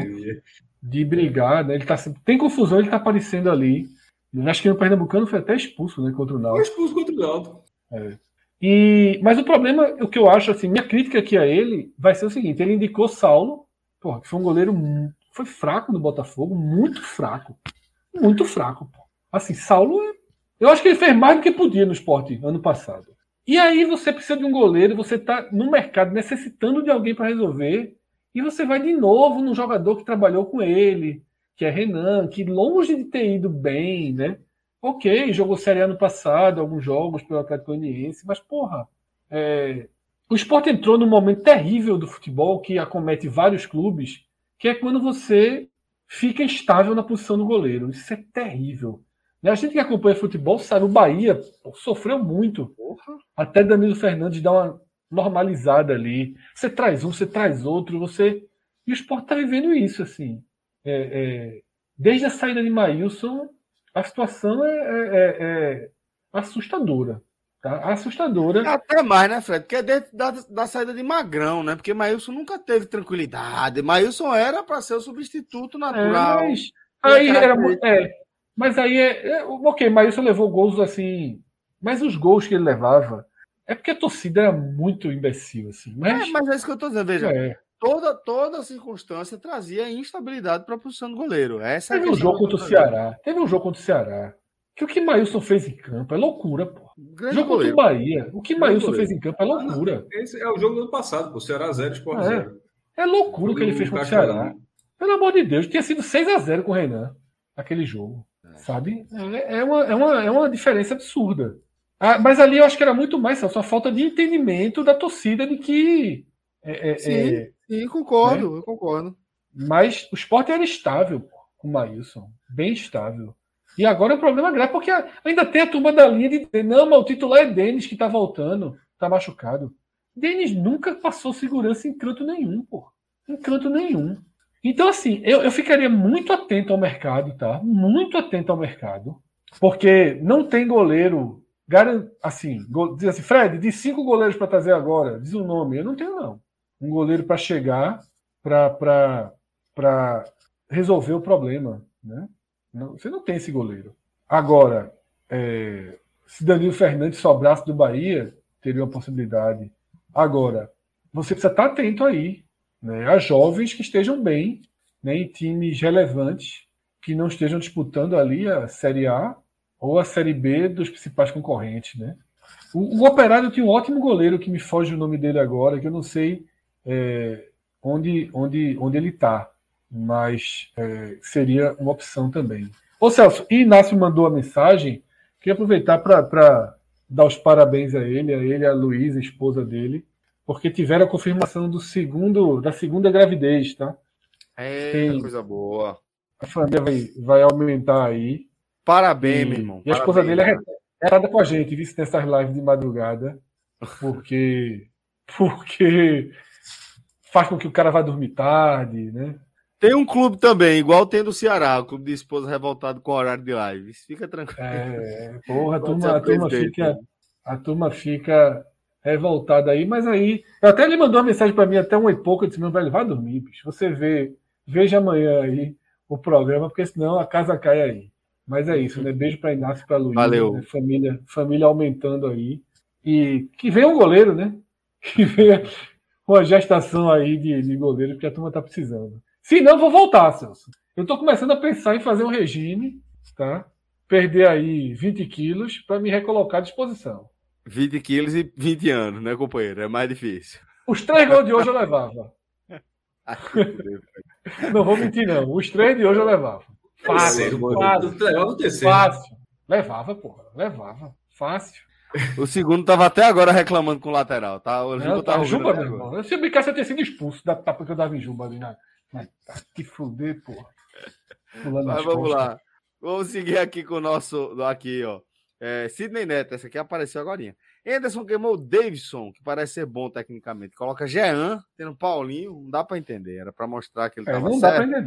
de brigar, né? Ele tá sempre... Tem confusão, ele tá aparecendo ali. Eu acho que no Pernambucano foi até expulso, né? Contra o Náutico. Foi expulso contra o Náutico. É. E... Mas o problema, o que eu acho, assim, minha crítica aqui a ele vai ser o seguinte: ele indicou Saulo, porra, que foi um goleiro. Foi fraco no Botafogo, muito fraco. Muito fraco, pô. Assim, Saulo, eu acho que ele fez mais do que podia no Sport ano passado. E aí você precisa de um goleiro, você está no mercado necessitando de alguém para resolver, e você vai de novo num jogador que trabalhou com ele, que é Renan, que longe de ter ido bem, né? Ok, jogou Série A ano passado, alguns jogos pelo Atlético Goianiense, mas, porra, é... o Sport entrou num momento terrível do futebol que acomete vários clubes, que é quando você fica instável na posição do goleiro. Isso é terrível. A gente que acompanha futebol sabe, o Bahia pô, sofreu muito. Porra. Até Danilo Fernandes dá uma normalizada ali. Você traz um, você traz outro, você... E o Sport está vivendo isso, assim. É, é... Desde a saída de Maílson, a situação é, é, é assustadora. Tá? Assustadora. Até mais, né, Fred? Porque é dentro da, da saída de Magrão, né? Porque Maílson nunca teve tranquilidade. Maílson era para ser o substituto natural. É, mas aí era muito. É, mas aí é, é. Ok, Maílson levou gols assim. Mas os gols que ele levava. É porque a torcida era muito imbecil, assim. Mas é, mas é isso que eu tô dizendo. Veja, é. toda, toda circunstância trazia instabilidade para a posição do goleiro. Essa Teve é a um jogo contra o Ceará. Teve um jogo contra o Ceará. Que o que Maílson fez em campo é loucura, pô. Grande jogo goleiro. contra o Bahia. O que Maílson fez em campo é loucura. Ah, não. Esse é o jogo do ano passado, pô. Ceará zero, Sport zero. É, é loucura o que ele fez contra o Ceará. Pelo amor de Deus, tinha sido seis a zero com o Renan. Aquele jogo. É. Sabe? É, é, uma, é, uma, é uma diferença absurda. Ah, mas ali eu acho que era muito mais só a falta de entendimento da torcida de que. É, é, sim, é, sim, concordo, né? eu concordo. Mas o Sport era estável, pô, com o Maílson. Bem estável. E agora é um problema grave, porque ainda tem a turma da linha de dizer, não, mas o titular é Denis que tá voltando, tá machucado. Denis nunca passou segurança em canto nenhum, pô. Em canto nenhum. Então, assim, eu, eu ficaria muito atento ao mercado, tá? Muito atento ao mercado. Porque não tem goleiro. Assim, go, diz assim, Fred, diz cinco goleiros para trazer agora. Diz o um nome. Eu não tenho, não. Um goleiro para chegar, para resolver o problema, né? Não, você não tem esse goleiro. Agora, é, se Danilo Fernandes sobrasse do Bahia, teria uma possibilidade. Agora, você precisa estar atento aí, né, a jovens que estejam bem, né, em times relevantes, que não estejam disputando ali a Série A ou a Série B dos principais concorrentes. Né? O, o Operário tem um ótimo goleiro, que me foge o nome dele agora, que eu não sei é, onde, onde, onde ele está. Mas é, seria uma opção também. Ô Celso, e Inácio mandou a mensagem, queria aproveitar para dar os parabéns a ele, a ele, a Luísa, a esposa dele, porque tiveram a confirmação do segundo, da segunda gravidez, tá? É, Tem, coisa boa. A família vai, vai aumentar aí. Parabéns, e, meu irmão. E a esposa dele é retada com a gente, viu, nessas lives de madrugada, porque, porque faz com que o cara vá dormir tarde, né? Tem um clube também, igual tem do Ceará, o clube de esposa revoltado com o horário de live. Fica tranquilo. É, porra, a turma, a, turma fica, a turma fica revoltada aí, mas aí. Até ele mandou uma mensagem para mim até uma e pouco, eu disse, meu velho, vai dormir, bicho. Você vê, veja amanhã aí o programa, porque senão a casa cai aí. Mas é isso, né? Beijo para Inácio e para Luísa. Valeu. Né? Família, família aumentando aí. E que venha um goleiro, né? Que venha uma gestação aí de, de goleiro, porque a turma tá precisando. Se não, vou voltar, Celso. Eu estou começando a pensar em fazer um regime, tá? Perder aí vinte quilos para me recolocar à disposição. vinte quilos e vinte anos, né, companheiro? É mais difícil. Os três gols de hoje eu levava. Não vou mentir, não. Os três de hoje eu levava. Fácil, fácil. Fácil. fácil. Levava, porra. Levava. Fácil. O segundo tava até agora reclamando com o lateral, tá? O Juba tá Juba, meu irmão. Se eu brincasse, eu teria sido expulso da tapa que eu dava em Juba ali, né? Mas tá que fuder, porra. Mas vamos lá. Vamos seguir aqui com o nosso. Aqui, ó. É, Sidney Neto, essa aqui apareceu agora. Anderson queimou o Davidson, que parece ser bom tecnicamente. Coloca Jean, tendo Paulinho, não dá pra entender. Era pra mostrar que ele é, tava não certo. Dá pra entender.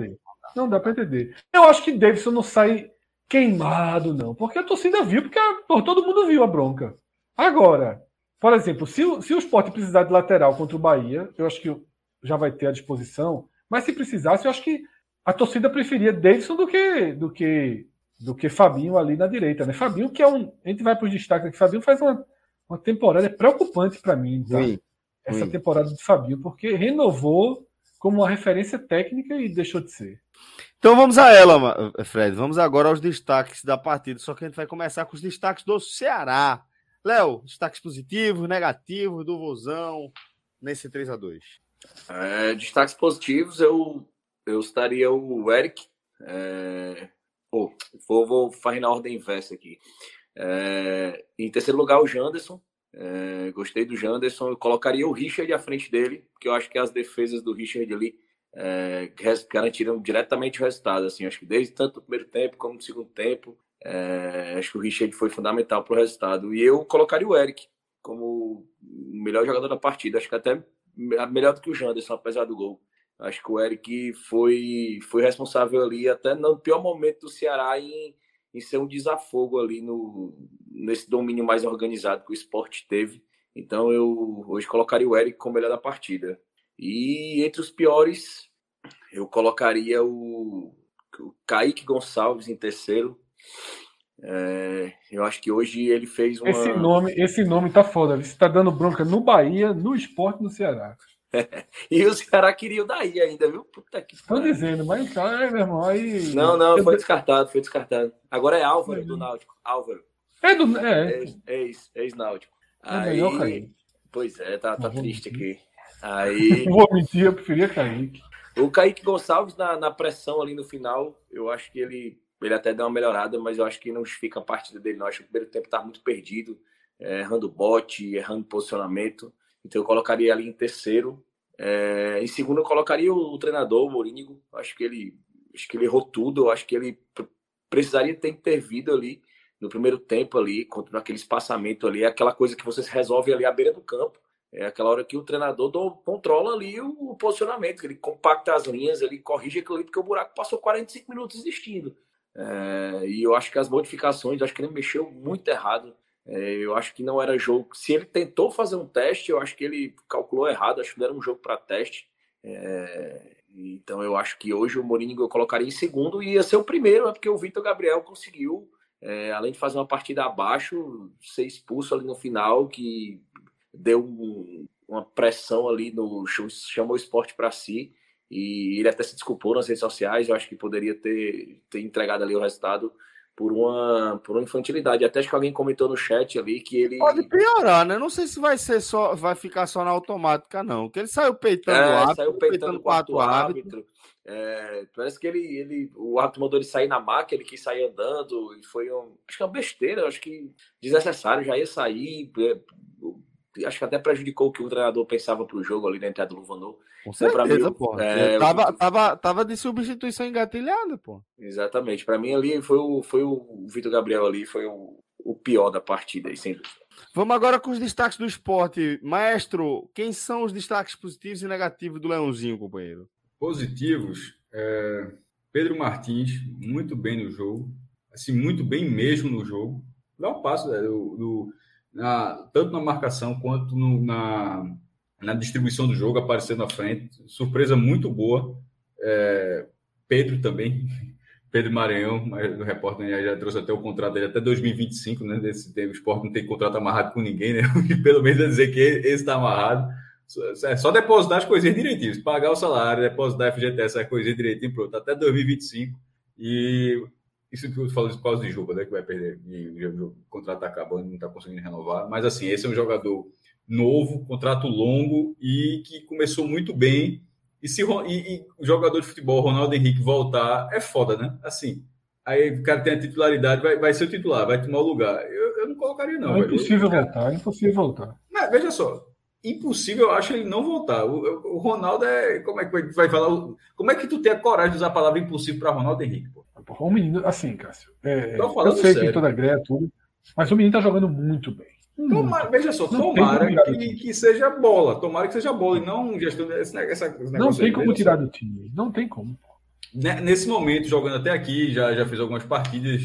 Não dá para entender. Eu acho que Davidson não sai queimado, não. Porque a torcida viu, porque a, todo mundo viu a bronca. Agora, por exemplo, se o, se o Sport precisar de lateral contra o Bahia, eu acho que já vai ter à disposição. Mas se precisasse, eu acho que a torcida preferia Davidson do que, do que, do que Fabinho ali na direita, né? Fabinho, que é um. A gente vai para os destaques aqui. Fabinho faz uma, uma temporada preocupante para mim, tá? Sim, Essa sim. temporada de Fabinho, porque renovou como uma referência técnica e deixou de ser. Então vamos a ela, Fred. Vamos agora aos destaques da partida. Só que a gente vai começar com os destaques do Ceará. Léo, destaques positivos, negativos do Vozão nesse três a dois. É, destaques positivos, eu, eu estaria o Eric. É, pô, vou, vou fazer na ordem inversa aqui. É, em terceiro lugar, o Janderson. É, gostei do Janderson. Eu colocaria o Richard à frente dele, porque eu acho que as defesas do Richard ali é, garantiram diretamente o resultado. Assim, acho que desde tanto o primeiro tempo como no segundo tempo, é, acho que o Richard foi fundamental para o resultado. E eu colocaria o Eric como o melhor jogador da partida. Acho que até melhor do que o Janderson, apesar do gol. Acho que o Eric foi, foi responsável ali, até no pior momento do Ceará, em, em ser um desafogo ali no, nesse domínio mais organizado que o Sport teve. Então eu hoje colocaria o Eric como melhor da partida. E entre os piores, eu colocaria o, o Kaique Gonçalves em terceiro. É, eu acho que hoje ele fez uma... Esse nome, esse nome tá foda. Você tá dando bronca no Bahia, no Sport e no Ceará. E o Ceará queria o daí ainda, viu? Puta que Estão dizendo, mas ai, meu irmão, aí... Não, não, foi descartado, foi descartado. Agora é Álvaro, do Náutico. Álvaro. É do... É. Ex, ex-Náutico. Aí... Aí... Pois é, tá, tá triste aqui. Aí... Não vou mentir, eu preferia Kaique. O Kaique Gonçalves, na, na pressão ali no final, eu acho que ele... Ele até deu uma melhorada, mas eu acho que não justifica a partida dele, não. Eu acho que o primeiro tempo estava muito perdido, é, errando bote, errando posicionamento. Então eu colocaria ali em terceiro. É, em segundo eu colocaria o, o treinador, o Morínigo. Acho que ele, acho que ele errou tudo. Eu acho que ele precisaria ter intervido ali no primeiro tempo ali, contra aquele espaçamento ali, aquela coisa que você resolve ali à beira do campo. É aquela hora que o treinador do, controla ali o, o posicionamento, que ele compacta as linhas, ele corrige aquilo ali, porque o buraco passou quarenta e cinco minutos existindo. É, e eu acho que as modificações, eu acho que ele mexeu muito errado. É, eu acho que não era jogo. Se ele tentou fazer um teste, eu acho que ele calculou errado. Acho que não era um jogo para teste. É, então eu acho que hoje o Mourinho eu colocaria em segundo e ia ser o primeiro, né, porque o Vitor Gabriel conseguiu, é, além de fazer uma partida abaixo, ser expulso ali no final, que deu um, uma pressão ali, no chamou o esporte para si. E ele até se desculpou nas redes sociais. Eu acho que poderia ter, ter entregado ali o resultado por uma, por uma infantilidade. Até acho que alguém comentou no chat ali que ele... Pode piorar, né? Não sei se vai ser só, vai ficar só na automática, não. Porque ele saiu peitando é, o árbitro, saiu peitando o quarto árbitro. árbitro. É, parece que ele, ele, o árbitro mandou ele sair na maca, ele quis sair andando, e foi um, acho que é uma besteira, acho que desnecessário, já ia sair. É, acho que até prejudicou o que o treinador pensava pro jogo ali na entrada do Luvanor. Com certeza, então, pô. É, tava, tava, tava de substituição engatilhada, pô. Exatamente. Para mim ali foi o, foi o Vitor Gabriel ali, foi o, o pior da partida aí, sem dúvida. Vamos agora com os destaques do esporte. Maestro, quem são os destaques positivos e negativos do Leãozinho, companheiro? Positivos, é... Pedro Martins, muito bem no jogo. Assim, muito bem mesmo no jogo. Dá um passo, né, do, do, na, tanto na marcação quanto no, na... na distribuição do jogo, aparecendo à frente. Surpresa muito boa. É, Pedro também. Pedro Maranhão, o repórter já trouxe até o contrato dele até dois mil e vinte e cinco, né? Desse, tem, o Sport não tem contrato amarrado com ninguém, né? Pelo menos é dizer que esse está amarrado. É só depositar as coisinhas direitinho. Pagar o salário, depositar a F G T S, as coisinhas direitinho, pronto. Até dois mil e vinte e cinco. E isso que eu falo por causa de Juba, né? Que vai perder. E o contrato está acabando, não está conseguindo renovar. Mas, assim, esse é um jogador novo, contrato longo e que começou muito bem. E se e, e o jogador de futebol, Ronaldo Henrique, voltar, é foda, né? Assim, aí o cara tem a titularidade, vai, vai ser o titular, vai tomar o lugar. Eu, eu não colocaria, não. É impossível voltar, é impossível voltar. Mas, veja só, impossível eu acho ele não voltar. O, o Ronaldo é... Como é que vai falar? Como é que tu tem a coragem de usar a palavra impossível para Ronaldo Henrique? Pô? O menino, assim, Cássio, é, eu sei sério. que toda a greia, tudo, mas o menino tá jogando muito bem. Tomara, veja só, não tomara que, que seja bola. Tomara que seja bola e não gestão desse negócio. Não tem como tirar do time. Não tem como. nesse momento, jogando até aqui, já, já fiz algumas partidas.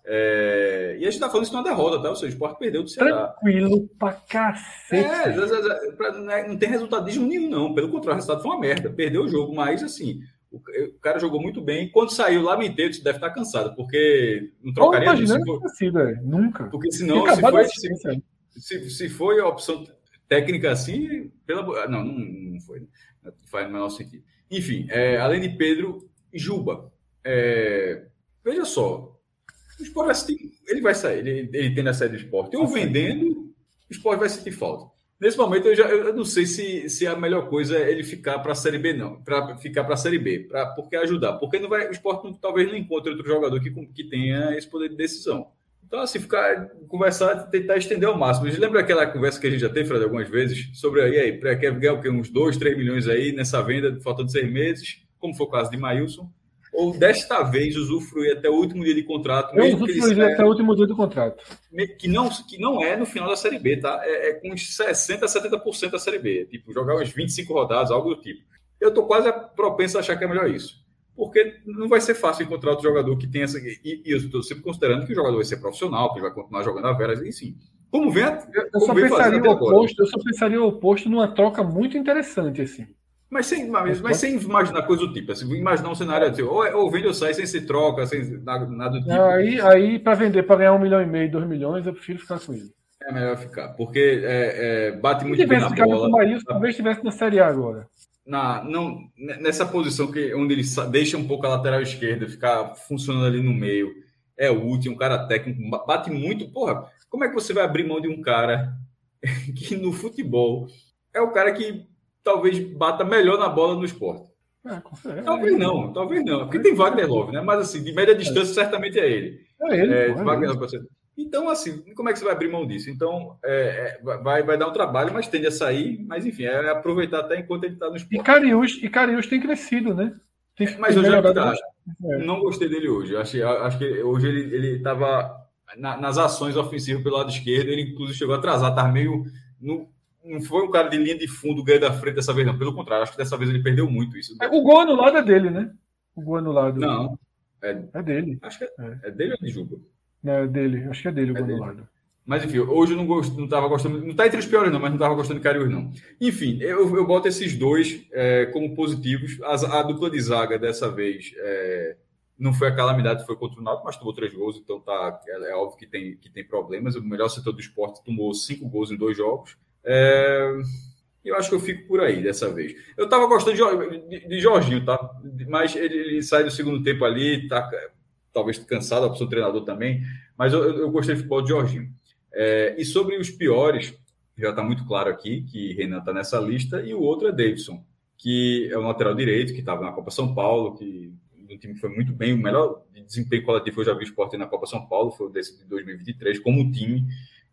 É, e a gente tá falando isso numa derrota, tá? Ou seja, o Sport perdeu do Ceará. Tranquilo pra cacete. É, pra, não tem resultadismo nenhum, não. Pelo contrário, o resultado foi uma merda. Perdeu o jogo, mas assim, o, o cara jogou muito bem. Quando saiu, lamentei, você deve estar cansado, porque não trocaria disso. Se for, sido, é. Nunca. Porque senão, se foi, se, se, se foi a opção técnica assim, pela. Não, não, não foi. Não faz o menor sentido. Enfim, é, além de Pedro, Juba. É, veja só. O Sport vai sentir, ele vai sair, ele, ele tem na saída do Sport. Eu vendendo, o Sport vai sentir falta. Nesse momento, eu, já, eu não sei se, se a melhor coisa é ele ficar para a Série B, não. Para ficar para a Série B, pra, porque ajudar. Porque não vai, o Sport não, talvez não encontre outro jogador que, que tenha esse poder de decisão. Então, assim, ficar, conversar, tentar estender ao máximo. Você lembra aquela conversa que a gente já teve, Fred, algumas vezes? Sobre aí, aí quer ganhar o quê? Uns dois, três milhões aí nessa venda, faltando seis meses, como foi o caso de Maílson. Ou desta vez usufruir até o último dia de contrato. Eu usufruir até o último dia do contrato. Que não, que não é no final da Série B, tá? É, é com uns sessenta por cento a setenta por cento da Série B. Tipo, jogar umas vinte e cinco rodadas, algo do tipo. Eu tô quase propenso a achar que é melhor isso. Porque não vai ser fácil encontrar outro jogador que tenha essa... E, e eu estou sempre considerando que o jogador vai ser profissional, que vai continuar jogando a Veras, enfim. Como vem... Eu, eu, só pensaria o oposto, eu só pensaria o oposto numa troca muito interessante, assim. Mas sem, mas, mas sem imaginar coisa do tipo. Assim, imaginar um cenário assim, ou, ou vende ou sai sem se troca, sem nada, nada do tipo. Aí, aí para vender, para ganhar um milhão e meio, dois milhões, eu prefiro ficar com ele. É melhor ficar, porque é, é, bate muito bem na bola. Maílson, talvez estivesse na Série A agora. Na, não, nessa posição que, onde ele deixa um pouco a lateral esquerda, ficar funcionando ali no meio, é útil, um cara técnico, bate muito. Porra, como é que você vai abrir mão de um cara que no futebol é o cara que talvez bata melhor na bola no Sport? É, talvez não, talvez não. Porque tem Wagner Love, né? Mas assim, de média distância, certamente é ele. É ele. É, pô, Wagner é Love, então, assim, como é que você vai abrir mão disso? Então, é, é, vai, vai dar um trabalho, mas tende a sair. Mas, enfim, é aproveitar até enquanto ele está no Sport. E Cariús, e Cariús tem crescido, né? Tem, mas hoje ele tá, não gostei dele hoje. Acho, acho que hoje ele estava na, nas ações ofensivas pelo lado esquerdo. Ele, inclusive, chegou atrasado. Estava meio... No, não foi um cara de linha de fundo ganho da frente dessa vez, não. Pelo contrário, acho que dessa vez ele perdeu muito isso. O gol anulado é dele, né? O gol anulado. Não. É, é dele. Acho que é, é. é dele ou de Juba? Não, é dele. Acho que é dele o é gol dele. Anulado. Mas, enfim, hoje eu não, gosto, não tava gostando... Não está entre os piores, não, mas não estava gostando de Cariús, não. Enfim, eu, eu boto esses dois é, como positivos. A, a dupla de zaga, dessa vez, é, não foi a calamidade, foi contra o Náutico, mas tomou três gols, então tá, é, é óbvio que tem, que tem problemas. O melhor setor do esporte tomou cinco gols em dois jogos. É, eu acho que eu fico por aí dessa vez. Eu estava gostando de, de, de Jorginho, tá? Mas ele, ele sai do segundo tempo ali, tá talvez cansado, a opção do treinador também, mas eu, eu gostei do futebol de Jorginho. É, e sobre os piores, já está muito claro aqui que Renan está nessa lista, e o outro é Davidson, que é o lateral direito, que estava na Copa São Paulo, que um time que foi muito bem, o melhor desempenho coletivo que eu já vi o Sport na Copa São Paulo, foi o desse de dois mil e vinte e três, como time,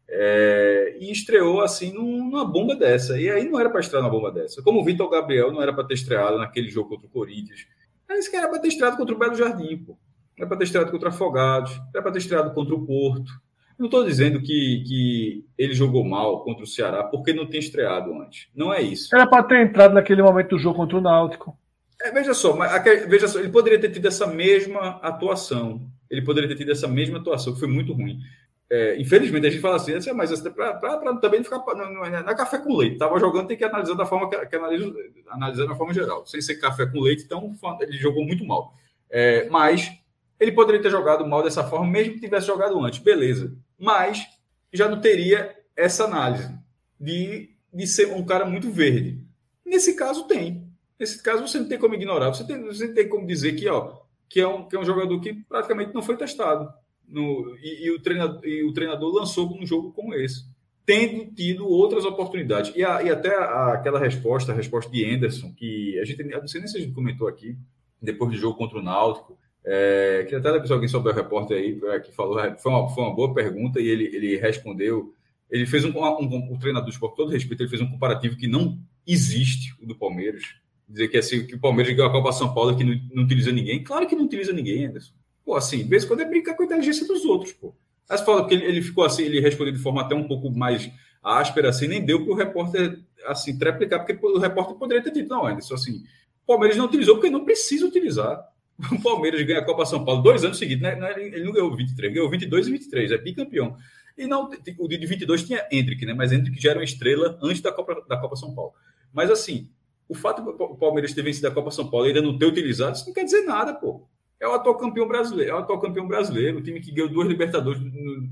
é, e estreou assim numa bomba dessa, e aí não era para estrear numa bomba dessa, como o Vitor Gabriel não era para ter estreado naquele jogo contra o Corinthians, esse cara era para ter estreado contra o Belo Jardim, pô. Era para ter estreado contra o Afogados, era para ter estreado contra o Porto. Não estou dizendo que, que ele jogou mal contra o Ceará porque não tem estreado antes. Não é isso. Era para ter entrado naquele momento do jogo contra o Náutico. É, veja só, mas, veja só, ele poderia ter tido essa mesma atuação. Ele poderia ter tido essa mesma atuação, que foi muito ruim. É, infelizmente, a gente fala assim, mas para também não ficar não, não é café com leite. Estava jogando, tem que analisar da forma que, que analisa, analisar da forma geral. Sem ser café com leite, então ele jogou muito mal. É, mas ele poderia ter jogado mal dessa forma, mesmo que tivesse jogado antes, beleza. Mas já não teria essa análise de, de ser um cara muito verde. Nesse caso, tem. Nesse caso, você não tem como ignorar. Você tem, você tem como dizer que, ó, que, é um, que é um jogador que praticamente não foi testado. No, e, e, o treinador, e o treinador lançou um jogo como esse, tendo tido outras oportunidades. E, a, e até a, aquela resposta, a resposta de Anderson, que a gente, eu não sei nem se a gente comentou aqui, depois do jogo contra o Náutico, é, que até alguém sobre o repórter aí que falou, foi uma, foi uma boa pergunta e ele, ele respondeu, ele fez um, um, um o treinador do Sport, com todo respeito, ele fez um comparativo que não existe, o do Palmeiras, dizer que, assim, que o Palmeiras ganhou a Copa São Paulo que não, não utiliza ninguém, claro que não utiliza ninguém, Anderson. Pô, assim, de vez em quando é brincar com a inteligência dos outros, pô. Mas fala que ele, ele ficou assim, ele respondeu de forma até um pouco mais áspera, assim, nem deu para o repórter, assim, treplicar, porque o repórter poderia ter dito, não, Anderson, assim, o Palmeiras não utilizou porque não precisa utilizar. O Palmeiras ganha a Copa São Paulo dois anos seguidos, né? Ele não ganhou vinte e três, ganhou vinte e dois e vinte e três, é bicampeão. E não, o de vinte e dois tinha Endrick, né? Mas Endrick já era uma estrela antes da Copa, da Copa São Paulo. Mas assim, o fato do Palmeiras ter vencido a Copa São Paulo e ainda não ter utilizado, isso não quer dizer nada, pô. É o atual campeão brasileiro, é o atual campeão brasileiro, o time que ganhou duas Libertadores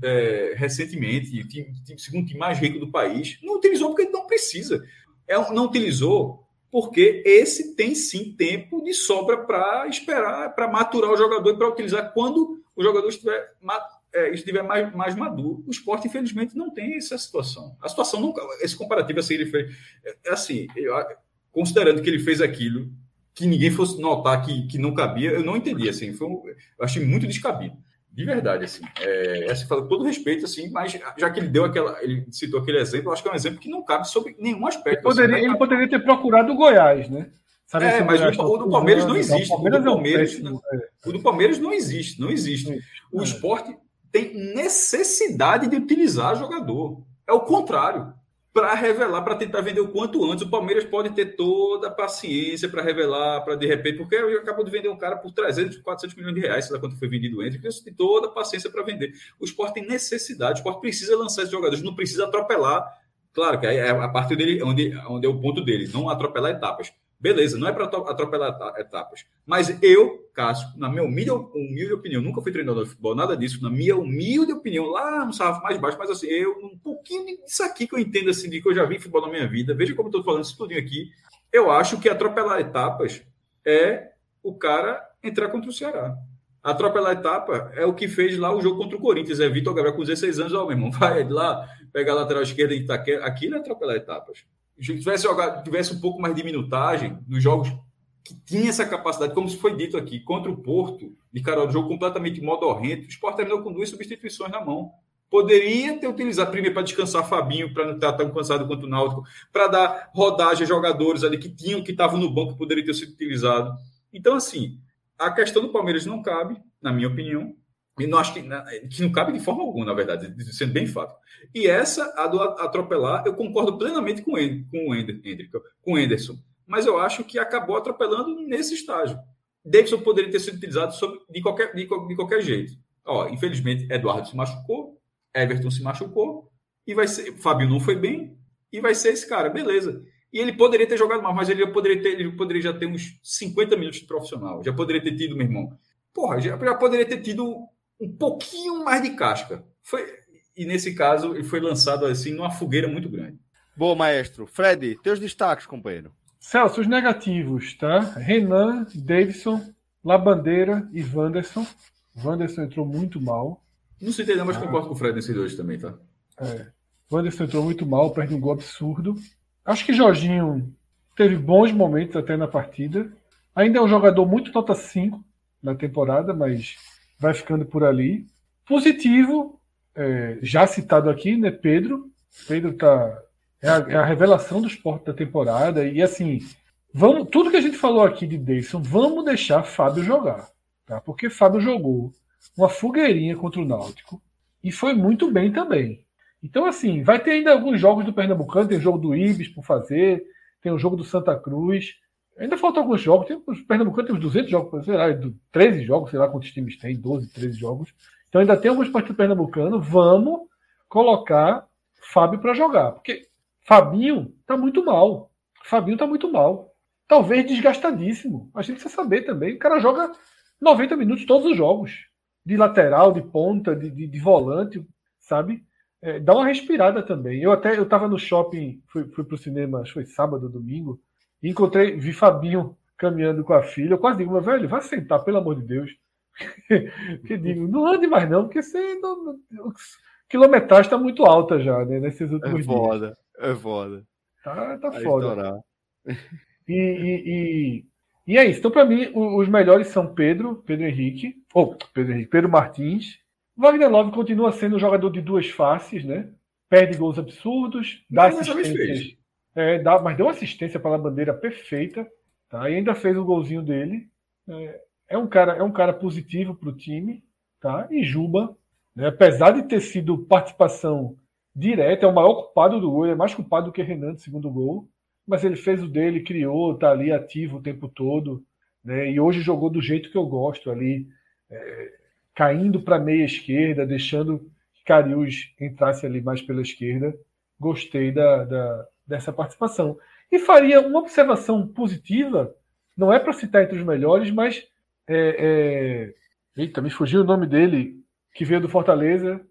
é, recentemente, o time, time, segundo time mais rico do país. Não utilizou porque não precisa. É, não utilizou porque esse tem sim tempo de sobra para esperar, para maturar o jogador e para utilizar quando o jogador estiver, é, estiver mais, mais maduro. O Sport, infelizmente, não tem essa situação. A situação, não, esse comparativo assim, ele fez. É, assim, eu, considerando que ele fez aquilo, que ninguém fosse notar que, que não cabia, eu não entendi. Assim, foi um, eu achei muito descabido. De verdade, assim. É, assim, com todo respeito, assim, mas já que ele deu aquela. Ele citou aquele exemplo, eu acho que é um exemplo que não cabe sobre nenhum aspecto. Ele poderia, assim, ele poderia ter procurado o Goiás, né? Sabe, é, mas o, o do Palmeiras não existe. O, o, do Palmeiras, é um não, o do Palmeiras não existe, não existe. O Sport tem necessidade de utilizar jogador. É o contrário. Para revelar, para tentar vender o quanto antes. O Palmeiras pode ter toda a paciência para revelar, para de repente, porque acabou de vender um cara por trezentos, quatrocentos milhões de reais, sei lá quanto foi vendido entre, então tem toda a paciência para vender. O Sport tem necessidade, o Sport precisa lançar esses jogadores, não precisa atropelar. Claro que é a parte dele, onde, onde é o ponto dele, não atropelar etapas. Beleza, não é para atropelar etapas. Mas eu, Cássio, na minha humilde, humilde opinião, nunca fui treinador de futebol, nada disso, na minha humilde opinião, lá no sarrafo mais baixo, mas assim, eu, um pouquinho disso aqui que eu entendo, assim, de que eu já vi futebol na minha vida, veja como eu estou falando isso tudo aqui, eu acho que atropelar etapas é o cara entrar contra o Ceará. Atropelar etapa é o que fez lá o jogo contra o Corinthians, é Vitor Gabriel com dezesseis anos, ó, meu irmão, vai lá, pega a lateral esquerda e Itaquera, aquilo é atropelar etapas. Se tivesse, jogado, tivesse um pouco mais de minutagem nos jogos que tinha essa capacidade, como se foi dito aqui, contra o Porto, de cara, o jogo completamente modorrento, o Sport terminou com duas substituições na mão. Poderia ter utilizado primeiro para descansar Fabinho, para não estar tão cansado quanto o Náutico, para dar rodagem a jogadores ali que tinham, que estavam no banco, poderiam ter sido utilizados. Então, assim, a questão do Palmeiras não cabe, na minha opinião, e não acho que, que não cabe de forma alguma, na verdade, sendo bem fato. E essa, a do atropelar, eu concordo plenamente com, ele, com o Ender, com o Enderson, mas eu acho que acabou atropelando nesse estágio. Davidson poderia ter sido utilizado sobre, de, qualquer, de, de qualquer jeito. Ó, infelizmente, Eduardo se machucou, Everton se machucou, e vai ser, Fabinho não foi bem, e vai ser esse cara, beleza. E ele poderia ter jogado mais, mas ele poderia, ter, ele poderia já ter uns cinquenta minutos de profissional, já poderia ter tido, meu irmão. Porra, já, já poderia ter tido um pouquinho mais de casca. Foi, e nesse caso, ele foi lançado assim numa fogueira muito grande. Boa, maestro. Fred, teus destaques, companheiro. Celso, os negativos, tá? Renan, Davidson, Labandeira e Wanderson. Wanderson entrou muito mal. Não sei entender, mas ah. concordo com o Fred nesses dois também, tá? É. Wanderson entrou muito mal, perde um gol absurdo. Acho que Jorginho teve bons momentos até na partida. Ainda é um jogador muito nota cinco na temporada, mas vai ficando por ali. Positivo, é, já citado aqui, né, Pedro. Pedro tá, é, a, é a revelação do Sport da temporada. E assim, vamos, tudo que a gente falou aqui de Deison, vamos deixar Fábio jogar. Tá? Porque Fábio jogou uma fogueirinha contra o Náutico e foi muito bem também. Então, assim, vai ter ainda alguns jogos do Pernambucano, tem o jogo do Ibis por fazer, tem o jogo do Santa Cruz. Ainda faltam alguns jogos. Tem, os Pernambucanos tem uns duzentos jogos, sei lá, treze jogos, sei lá quantos times tem, doze, treze jogos. Então ainda tem alguns partidos pernambucanos. Vamos colocar Fábio para jogar. Porque Fabinho tá muito mal. Fabinho tá muito mal. Talvez desgastadíssimo. A gente precisa saber também. O cara joga noventa minutos todos os jogos. De lateral, de ponta, de, de, de volante, sabe? É, dá uma respirada também. Eu até eu tava no shopping, fui, fui pro cinema, acho que foi sábado ou domingo. Encontrei, vi Fabinho caminhando com a filha. Eu quase digo, meu velho, vai sentar, pelo amor de Deus. Que digo, não ande mais não, porque você não, não, quilometragem está muito alta já, né? Nesses últimos é foda, dias. É foda. Tá, tá foda. E, e, e, e é isso. Então, para mim, os melhores são Pedro, Pedro Henrique, ou Pedro Henrique, Pedro Martins. Wagner Love continua sendo um jogador de duas faces, né? Perde gols absurdos, dá mas assistências. É, dá, mas deu uma assistência para a bandeira perfeita, tá? E ainda fez o golzinho dele. É, é um cara, é um cara positivo para o time, tá? E Juba, né, apesar de ter sido participação direta, é o maior culpado do gol, ele é mais culpado do que Renan do segundo gol, mas ele fez o dele, criou, tá ali ativo o tempo todo. né? E hoje jogou do jeito que eu gosto ali, é, caindo para a meia esquerda, deixando que Karius entrasse ali mais pela esquerda. Gostei da, da, dessa participação. E faria uma observação positiva, não é para citar entre os melhores, mas é, é... eita, me fugiu o nome dele, que veio do Fortaleza.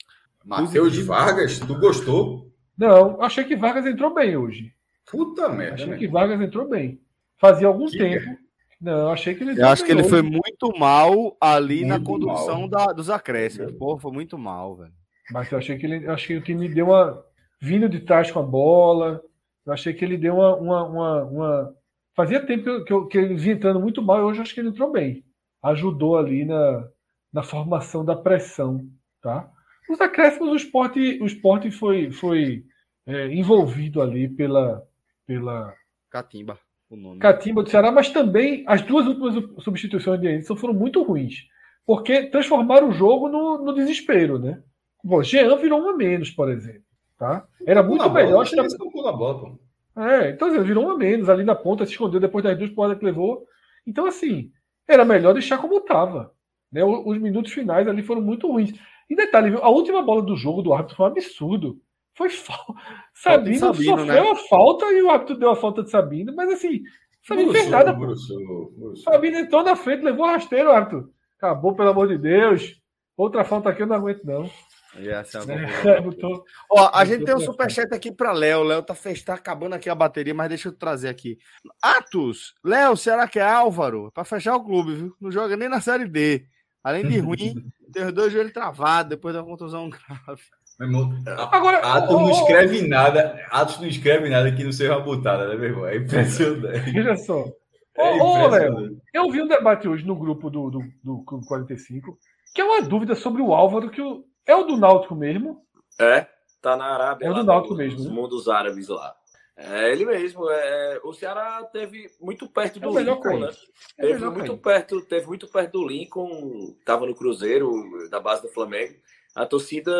Matheus Vargas, tu gostou? Não, achei que Vargas entrou bem hoje. Puta merda, Achei né? que Vargas entrou bem. Fazia algum Que tempo. merda. Não, achei que ele Eu acho que ele hoje. foi muito mal ali Muito na condução mal. da, dos acréscimos. Pô, foi muito mal, velho. Mas eu achei que ele. Eu achei que o time deu uma. Vindo de trás com a bola. Eu achei que ele deu uma. uma, uma, uma... Fazia tempo que, eu, que, eu, que ele vinha entrando muito mal e hoje eu acho que ele entrou bem. Ajudou ali na, na formação da pressão. Tá? Os acréscimos, o esporte, o esporte foi, foi é, envolvido ali pela, pela Catimba, o nome. Catimba do Ceará, mas também as duas últimas substituições de Anderson foram muito ruins, porque transformaram o jogo no, no desespero, né? Bom, Jean virou um a menos, por exemplo. Tá? Era muito melhor. Bola, você tocou na bola, pô. É, então assim, virou um a menos ali na ponta, se escondeu depois das duas porradas que levou. Então, assim, era melhor deixar como estava. Né? Os, os minutos finais ali foram muito ruins. E detalhe, viu? A última bola do jogo do árbitro foi um absurdo. Foi falta. Sabino, Sabino, sofreu né? a falta e o árbitro deu a falta de Sabino, mas assim, Sabino não fez nada. Pô. Sabino entrou na frente, levou a rasteiro, o árbitro. Acabou, pelo amor de Deus. Outra falta aqui eu não aguento, não. Essa é uma É, botou- Ó, a botou gente tem um pra superchat aqui para Léo. Léo tá, fez- tá acabando aqui a bateria, mas deixa eu trazer aqui. Atos, Léo, será que é Álvaro? Para fechar o clube, viu? Não joga nem na Série D. Além de ruim, tem os dois joelhos travados depois da contusão grave. Meu irmão, Agora, Atos ô, não ô, escreve nada. Atos não escreve nada que não seja uma botada, né, meu irmão? É impressionante. Veja só. É Ô, ô, Léo, impressionante. eu vi um debate hoje no grupo do, do, do Clube quarenta e cinco, que é uma dúvida sobre o Álvaro, que o, é o do Náutico mesmo? É, tá na Arábia, É o lá do Náutico no- mesmo, nos né? mundos árabes lá. É ele mesmo. É, o Ceará teve muito perto É do melhor Lincoln, cair. né? É Teve melhor muito cair. perto, teve muito perto do Lincoln, tava no Cruzeiro, da base do Flamengo. A torcida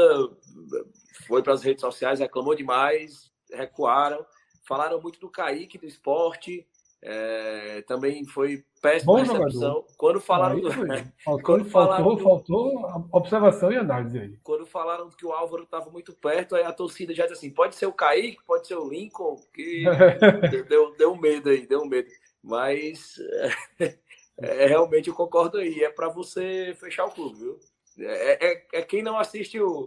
foi para as redes sociais, reclamou demais, recuaram, falaram muito do Kaique, do esporte, é, também foi péssima Bom recepção. jogador. Quando falaram, Aí do- foi. Faltou, quando falaram faltou, do- faltou observação e análise aí. quando falaram que o Álvaro estava muito perto, aí a torcida já disse assim, pode ser o Kaique, pode ser o Lincoln, que deu, deu medo aí, deu medo. Mas é, é, realmente eu concordo aí, é para você fechar o clube, viu? É, é, é quem não assiste o,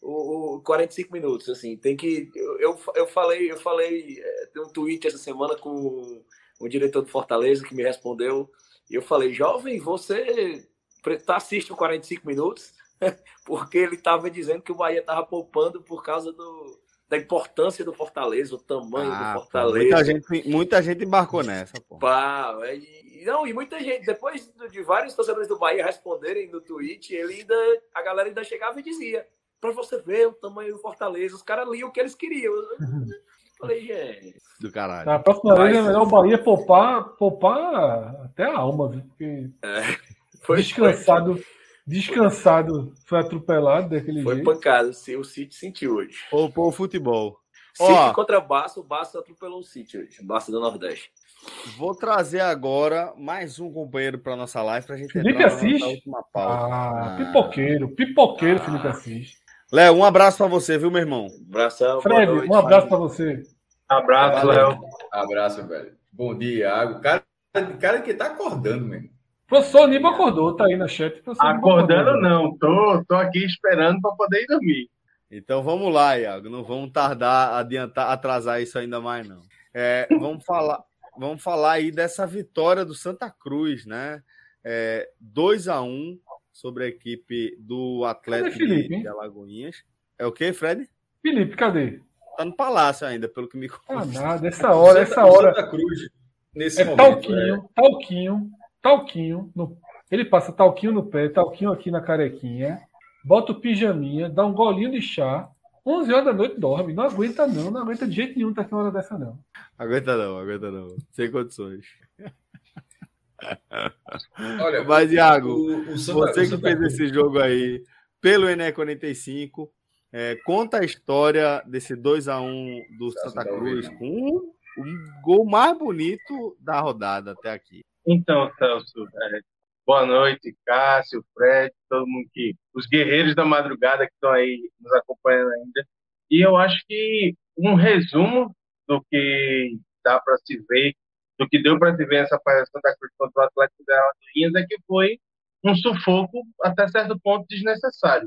o, o quarenta e cinco minutos, assim, tem que... Eu, eu, eu falei, eu falei, é, tem um tweet essa semana com o diretor do Fortaleza que me respondeu, e eu falei, jovem, você tá assiste o quarenta e cinco minutos? Porque ele estava dizendo que o Bahia estava poupando por causa do, da importância do Fortaleza, o tamanho Ah, do pô, Fortaleza. muita, gente, muita gente embarcou nessa, pô. Pá, e, não, e muita gente, depois de vários torcedores do Bahia responderem no tweet, ele ainda, a galera ainda chegava e dizia, para você ver o tamanho do Fortaleza, os caras liam o que eles queriam. Eu falei, gente... Do caralho. Na próxima Mas- vez é melhor o Bahia poupar, poupar até a alma, viu? Porque Foi, descansado, descansado, foi atropelado daquele foi jeito. pancada, o City sentiu hoje. Poupou o futebol. City Ó. contra Barça, o Barça atropelou o City hoje, o Barça do Nordeste. Vou trazer agora mais um companheiro para nossa live para a gente Felipe entrar na Assis? nossa última pauta. Ah, Ah. pipoqueiro, pipoqueiro, Ah. Felipe Assis. Léo, um abraço para você, viu, meu irmão? Abração, boa Fred, noite. um abraço para você. Abraço, Valeu. Léo. Abraço, velho. Bom dia, Iago. Cara, cara que tá acordando, mesmo. Professor Nibo acordou, tá aí na chat. Professor Nibo Acordando acordou. não, tô, tô aqui esperando para poder ir dormir. Então vamos lá, Iago. Não vamos tardar, adiantar, atrasar isso ainda mais, não. É, vamos falar, vamos falar aí dessa vitória do Santa Cruz, né? É, dois a um sobre a equipe do Atlético Cadê Felipe, de, hein? de Alagoinhas. É o quê, Fred? Felipe, cadê? Tá no Palácio ainda, pelo que me Ah, consta. nada. Essa hora, essa Santa- hora. Santa Cruz, nesse É momento. talquinho, talquinho, talquinho. No... Ele passa talquinho no pé, talquinho aqui na carequinha, bota o pijaminha, dá um golinho de chá. onze horas da noite dorme. Não aguenta, não. Não aguenta de jeito nenhum tá aqui uma hora dessa, não. Aguenta não, aguenta não. Sem condições. Olha, Mas, Iago, o, o Santa, você o que Santa fez Cruz- esse jogo aí pelo Ené quarenta e cinco, é, conta a história desse dois a um do Tá, Santa tá Cruz ouvindo. com um, um gol mais bonito da rodada até aqui. Então, Celso, é, boa noite, Cássio, Fred, todo mundo que. Os guerreiros da madrugada que estão aí nos acompanhando ainda. E eu acho que um resumo do que dá para se ver, do que deu para se ver nessa partida Santa Cruz contra o Atlético de Alagoas é que foi um sufoco até certo ponto desnecessário.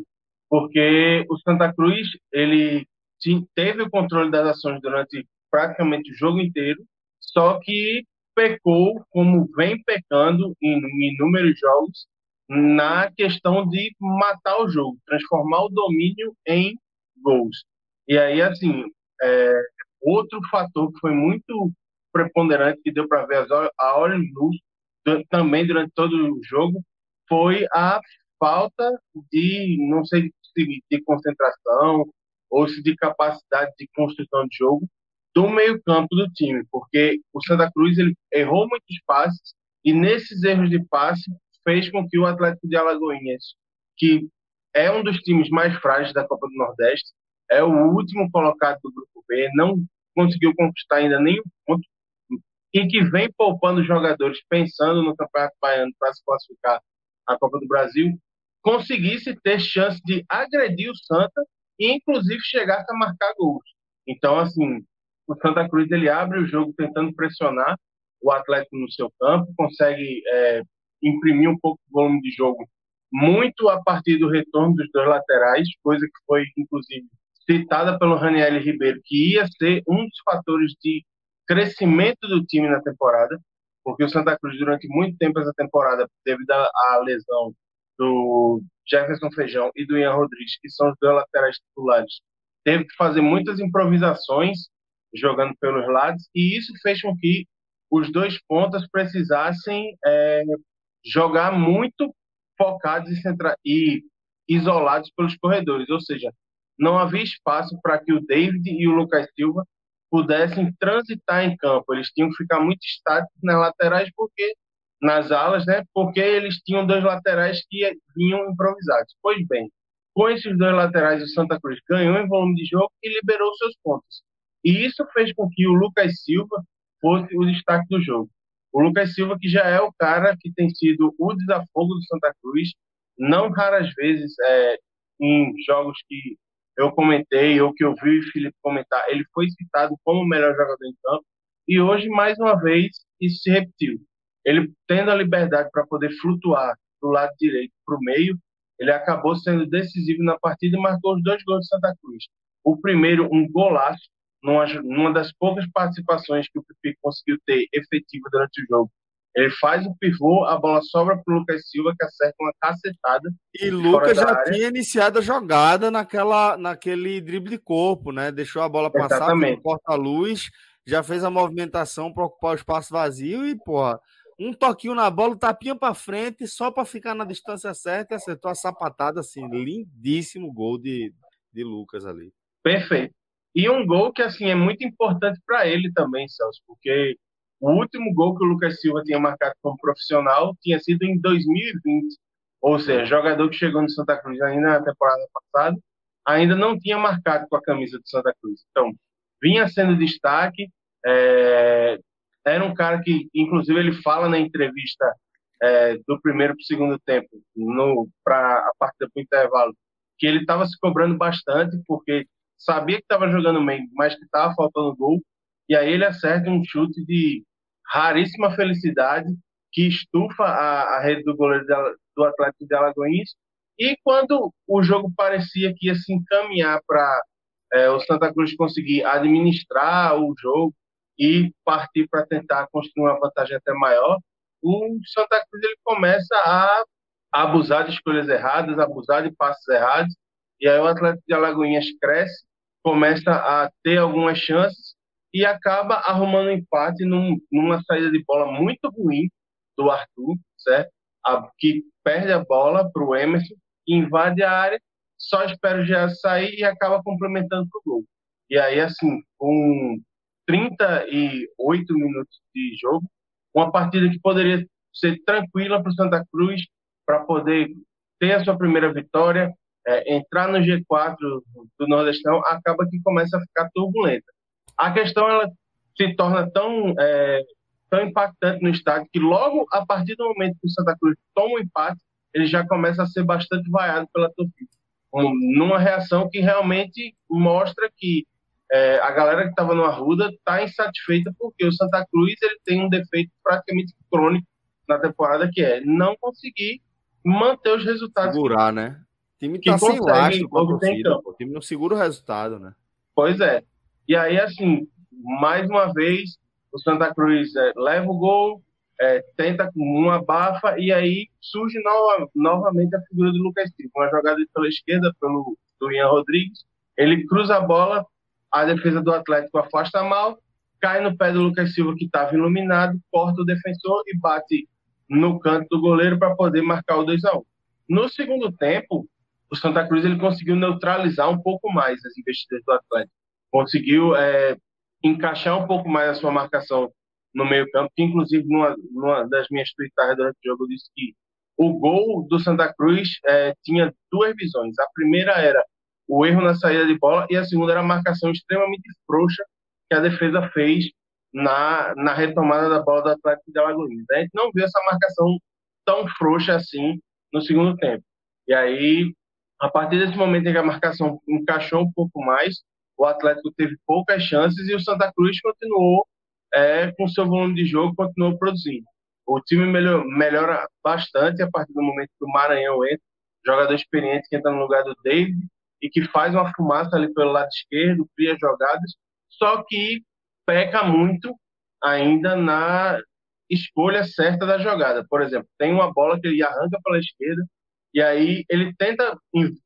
Porque o Santa Cruz, ele ti- teve o controle das ações durante praticamente o jogo inteiro, só que pecou, como vem pecando em inúmeros jogos, na questão de matar o jogo, transformar o domínio em gols. E aí, assim, é, outro fator que foi muito preponderante, que deu para ver as hor- a olhos nus du- também durante todo o jogo, foi a falta de, não sei se de concentração ou se de capacidade de construção de jogo do meio-campo do time, porque o Santa Cruz ele errou muitos passes e nesses erros de passe fez com que o Atlético de Alagoinhas, que é um dos times mais frágeis da Copa do Nordeste, é o último colocado do Grupo B, não conseguiu conquistar ainda nenhum ponto, e que vem poupando jogadores pensando no Campeonato Baiano para se classificar à Copa do Brasil, conseguisse ter chance de agredir o Santa e, inclusive, chegasse a marcar gols. Então, assim, o Santa Cruz ele abre o jogo tentando pressionar o Atlético no seu campo, consegue é, imprimir um pouco de volume de jogo, muito a partir do retorno dos dois laterais, coisa que foi, inclusive, citada pelo Raniel Ribeiro, que ia ser um dos fatores de crescimento do time na temporada, porque o Santa Cruz, durante muito tempo essa temporada, devido à lesão do Jefferson Feijão e do Ian Rodrigues, que são os dois laterais titulares, teve que fazer muitas improvisações jogando pelos lados, e isso fez com que os dois pontas precisassem é, jogar muito focados e, centra... e isolados pelos corredores, ou seja, não havia espaço para que o David e o Lucas Silva pudessem transitar em campo. Eles tinham que ficar muito estáticos nas laterais, porque nas alas, né? Porque eles tinham dois laterais que vinham improvisados. Pois bem, com esses dois laterais, o Santa Cruz ganhou em volume de jogo e liberou seus pontos. E isso fez com que o Lucas Silva fosse o destaque do jogo. O Lucas Silva, que já é o cara que tem sido o desafogo do Santa Cruz, não raras vezes é, em jogos que eu comentei, ou que eu vi o Felipe comentar, ele foi citado como o melhor jogador em campo, e hoje, mais uma vez, isso se repetiu. Ele tendo a liberdade para poder flutuar do lado direito para o meio, ele acabou sendo decisivo na partida e marcou os dois gols de Santa Cruz. O primeiro, um golaço, numa, numa das poucas participações que o Pipi conseguiu ter efetiva durante o jogo. Ele faz o pivô, a bola sobra para o Lucas Silva, que acerta uma cacetada. E Lucas já área. tinha iniciado a jogada naquela, naquele drible de corpo, né? Deixou a bola passar pelo porta-luz, já fez a movimentação para ocupar o espaço vazio e, porra, um toquinho na bola, tapinha para frente, só para ficar na distância certa e acertou a sapatada, assim, lindíssimo gol de, de Lucas ali. Perfeito. E um gol que, assim, é muito importante para ele também, Celso, porque o último gol que o Lucas Silva tinha marcado como profissional tinha sido em dois mil e vinte. Ou seja, jogador que chegou no Santa Cruz ainda na temporada passada, ainda não tinha marcado com a camisa do Santa Cruz. Então, vinha sendo destaque. É... Era um cara que, inclusive, ele fala na entrevista é, do primeiro para o segundo tempo, para a partida para o intervalo, que ele estava se cobrando bastante, porque sabia que estava jogando bem, mas que estava faltando gol, e aí ele acerta um chute de raríssima felicidade, que estufa a, a rede do goleiro do Atlético de Alagoinhas, e quando o jogo parecia que ia se encaminhar para é, o Santa Cruz conseguir administrar o jogo e partir para tentar construir uma vantagem até maior, o Santa Cruz ele começa a abusar de escolhas erradas, abusar de passes errados, e aí o Atlético de Alagoinhas cresce, começa a ter algumas chances e acaba arrumando um empate num, numa saída de bola muito ruim do Arthur, certo? A, que perde a bola para o Emerson, invade a área, só espera o Geas sair e acaba complementando para o gol. E aí, assim, com trinta e oito minutos de jogo, uma partida que poderia ser tranquila para o Santa Cruz, para poder ter a sua primeira vitória, é, entrar no G quatro do Nordestão, acaba que começa a ficar turbulenta. A questão ela se torna tão é, tão impactante no estádio que logo a partir do momento que o Santa Cruz toma o empate, ele já começa a ser bastante vaiado pela torcida. Um, numa reação que realmente mostra que é, a galera que estava no Arruda está insatisfeita porque o Santa Cruz ele tem um defeito praticamente crônico na temporada, que é não conseguir manter os resultados. Segurar, que, né? O time tá sem lastro com a torcida, pô. O time não segura o resultado, né? Pois é. E aí, assim, mais uma vez, o Santa Cruz é, leva o gol, é, tenta com uma bafa, e aí surge nova, novamente a figura do Lucas Silva. Uma jogada pela esquerda, pelo do Ian Rodrigues. Ele cruza a bola, a defesa do Atlético afasta mal, cai no pé do Lucas Silva, que estava iluminado, corta o defensor e bate no canto do goleiro para poder marcar o dois a um. No segundo tempo, o Santa Cruz ele conseguiu neutralizar um pouco mais as investidas do Atlético. Conseguiu é, encaixar um pouco mais a sua marcação no meio campo, que inclusive numa, numa das minhas tweetadas durante o jogo eu disse que o gol do Santa Cruz é, tinha duas visões. A primeira era o erro na saída de bola e a segunda era a marcação extremamente frouxa que a defesa fez na, na retomada da bola do Atlético de Alagoinhas. A gente não viu essa marcação tão frouxa assim no segundo tempo. E aí, a partir desse momento em que a marcação encaixou um pouco mais, o Atlético teve poucas chances e o Santa Cruz continuou é, com seu volume de jogo, continuou produzindo. O time melhor, melhora bastante a partir do momento que o Maranhão entra, jogador experiente que entra no lugar do David e que faz uma fumaça ali pelo lado esquerdo, cria jogadas, só que peca muito ainda na escolha certa da jogada. Por exemplo, tem uma bola que ele arranca pela esquerda e aí ele tenta,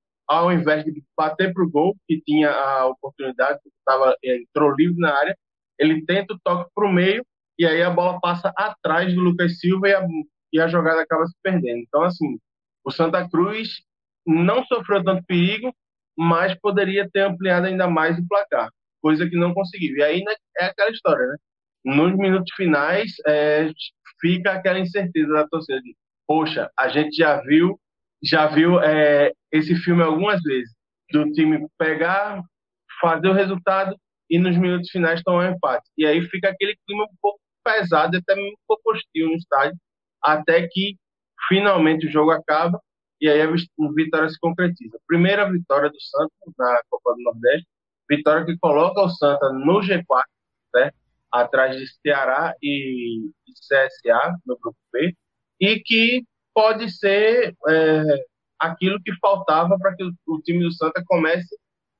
ao invés de bater para o gol, que tinha a oportunidade, que tava, entrou livre na área, ele tenta o toque para o meio e aí a bola passa atrás do Lucas Silva e a, e a jogada acaba se perdendo. Então, assim, o Santa Cruz não sofreu tanto perigo, mas poderia ter ampliado ainda mais o placar, coisa que não conseguiu. E aí né, é aquela história, né? Nos minutos finais, é, fica aquela incerteza da torcida de, poxa, a gente já viu, já viu é, esse filme algumas vezes, do time pegar, fazer o resultado e nos minutos finais tomar um empate. E aí fica aquele clima um pouco pesado, até um pouco hostil no estádio, até que finalmente o jogo acaba e aí a vitória se concretiza. Primeira vitória do Santa na Copa do Nordeste, vitória que coloca o Santa no G quatro, né, atrás de Ceará e C S A no grupo B, e que pode ser é, aquilo que faltava para que o, o time do Santa comece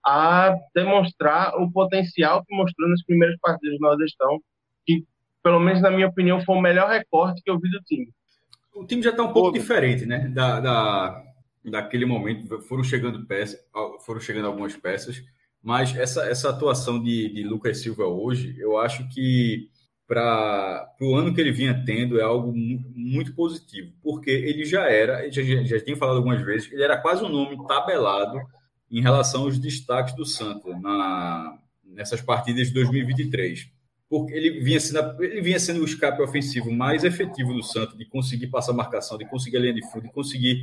a demonstrar o potencial que mostrou nas primeiras partidas do Nordestão, que, pelo menos na minha opinião, foi o melhor recorte que eu vi do time. O time já está um pouco Pô, diferente, né? Da, da, daquele momento, foram chegando peças, foram chegando algumas peças, mas essa, essa atuação de, de Lucas Silva hoje, eu acho que para o ano que ele vinha tendo é algo muito, muito positivo, porque ele já era, já, já tinha falado algumas vezes, ele era quase um nome tabelado em relação aos destaques do Santa na, nessas partidas de dois mil e vinte e três. Porque ele vinha, sendo, ele vinha sendo o escape ofensivo mais efetivo do Santa, de conseguir passar a marcação, de conseguir a linha de fundo, de conseguir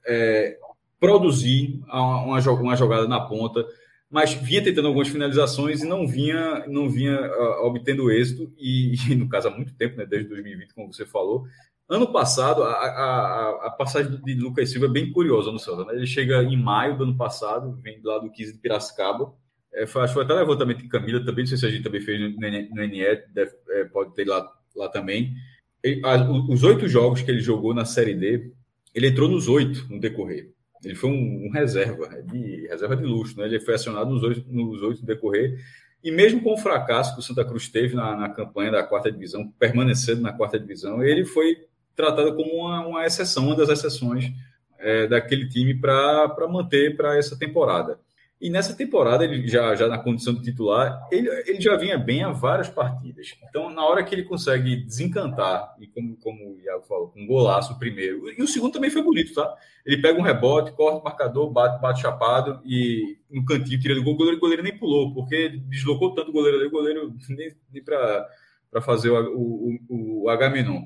é, produzir uma, uma jogada na ponta, mas vinha tentando algumas finalizações e não vinha, não vinha uh, obtendo êxito, e, e no caso há muito tempo, né, desde dois mil e vinte, como você falou. Ano passado, a, a, a passagem de Lucas Silva é bem curiosa no Santa, né? Ele chega em maio do ano passado, vem lá do quinze de Piracicaba. É, foi, acho que foi até levantamento de Camila também, não sei se a gente também fez no, no N E, deve, é, pode ter lá, lá também. Ele, a, os oito jogos que ele jogou na Série D, ele entrou nos oito no decorrer. Ele foi um, um reserva, de, reserva de luxo, né? Ele foi acionado nos oito, nos oito no decorrer. E mesmo com o fracasso que o Santa Cruz teve na, na campanha da quarta divisão, permanecendo na quarta divisão, ele foi tratado como uma, uma exceção, uma das exceções é, daquele time para manter para essa temporada. E nessa temporada, ele já, já na condição de titular, ele, ele já vinha bem há várias partidas. Então, na hora que ele consegue desencantar, e como, como o Iago falou, um golaço o primeiro, e o segundo também foi bonito, tá? Ele pega um rebote, corta o marcador, bate, bate chapado, e no cantinho tira do gol, o goleiro, o goleiro nem pulou, porque deslocou tanto o goleiro ali, o goleiro nem, nem para fazer o, o, o Agamenon.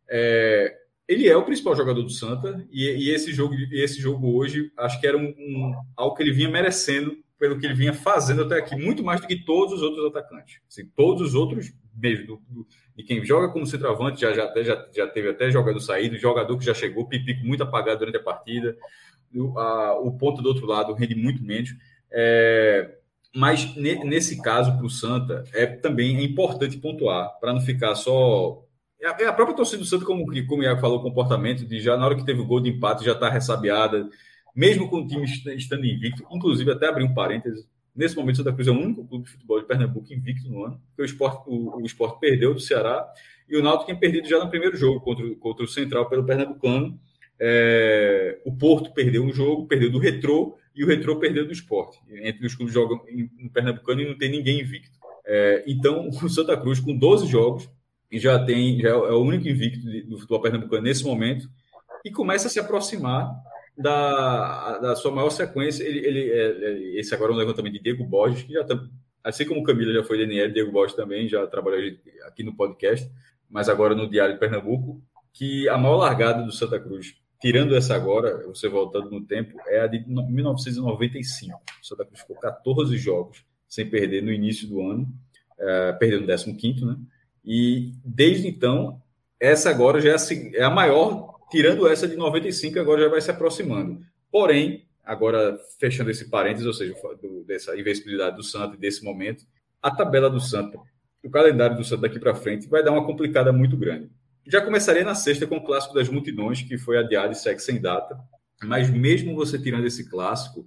É, ele é o principal jogador do Santa e, e, esse, jogo, e esse jogo hoje acho que era um, um, algo que ele vinha merecendo pelo que ele vinha fazendo até aqui, muito mais do que todos os outros atacantes. Assim, todos os outros, mesmo, do, do, de quem joga como centroavante, já, já, já, já teve até jogador saído, jogador que já chegou, Pipico muito apagado durante a partida, o, a, o ponto do outro lado rende muito menos. É, mas ne, nesse caso, para o Santa, é, também é importante pontuar, para não ficar só... É a própria torcida do Santa, como, como o Iago falou, o comportamento de já na hora que teve o gol de empate, já está ressabiada, mesmo com o time estando invicto, inclusive até abrir um parênteses, nesse momento Santa Cruz é o único clube de futebol de Pernambuco invicto no ano, porque o Sport, o, o Sport perdeu do Ceará, e o Náutico tinha perdido já no primeiro jogo contra, contra o Central pelo Pernambucano. É, o Porto perdeu um jogo, perdeu do Retrô, e o Retrô perdeu do Sport. Entre os clubes que jogam no Pernambucano e não tem ninguém invicto. É, então, o Santa Cruz, com doze jogos, já, tem, já é o único invicto do futebol pernambucano nesse momento, e começa a se aproximar Da, da sua maior sequência. Ele, ele, é, esse agora é um levantamento de Diego Borges, que já tá, assim como o Camila já foi D N L, Diego Borges também já trabalhou aqui no podcast, mas agora no Diário de Pernambuco, que a maior largada do Santa Cruz, tirando essa agora, você voltando no tempo, é a de mil novecentos e noventa e cinco. O Santa Cruz ficou quatorze jogos sem perder no início do ano, é, perdeu no décimo quinto, né? E desde então, essa agora já é a, é a maior. Tirando essa de noventa e cinco, agora já vai se aproximando. Porém, agora fechando esse parênteses, ou seja, do, dessa invencibilidade do Santa e desse momento, a tabela do Santa, o calendário do Santa daqui para frente, vai dar uma complicada muito grande. Já começaria na sexta com o Clássico das Multidões, que foi adiado e segue sem data, mas mesmo você tirando esse clássico,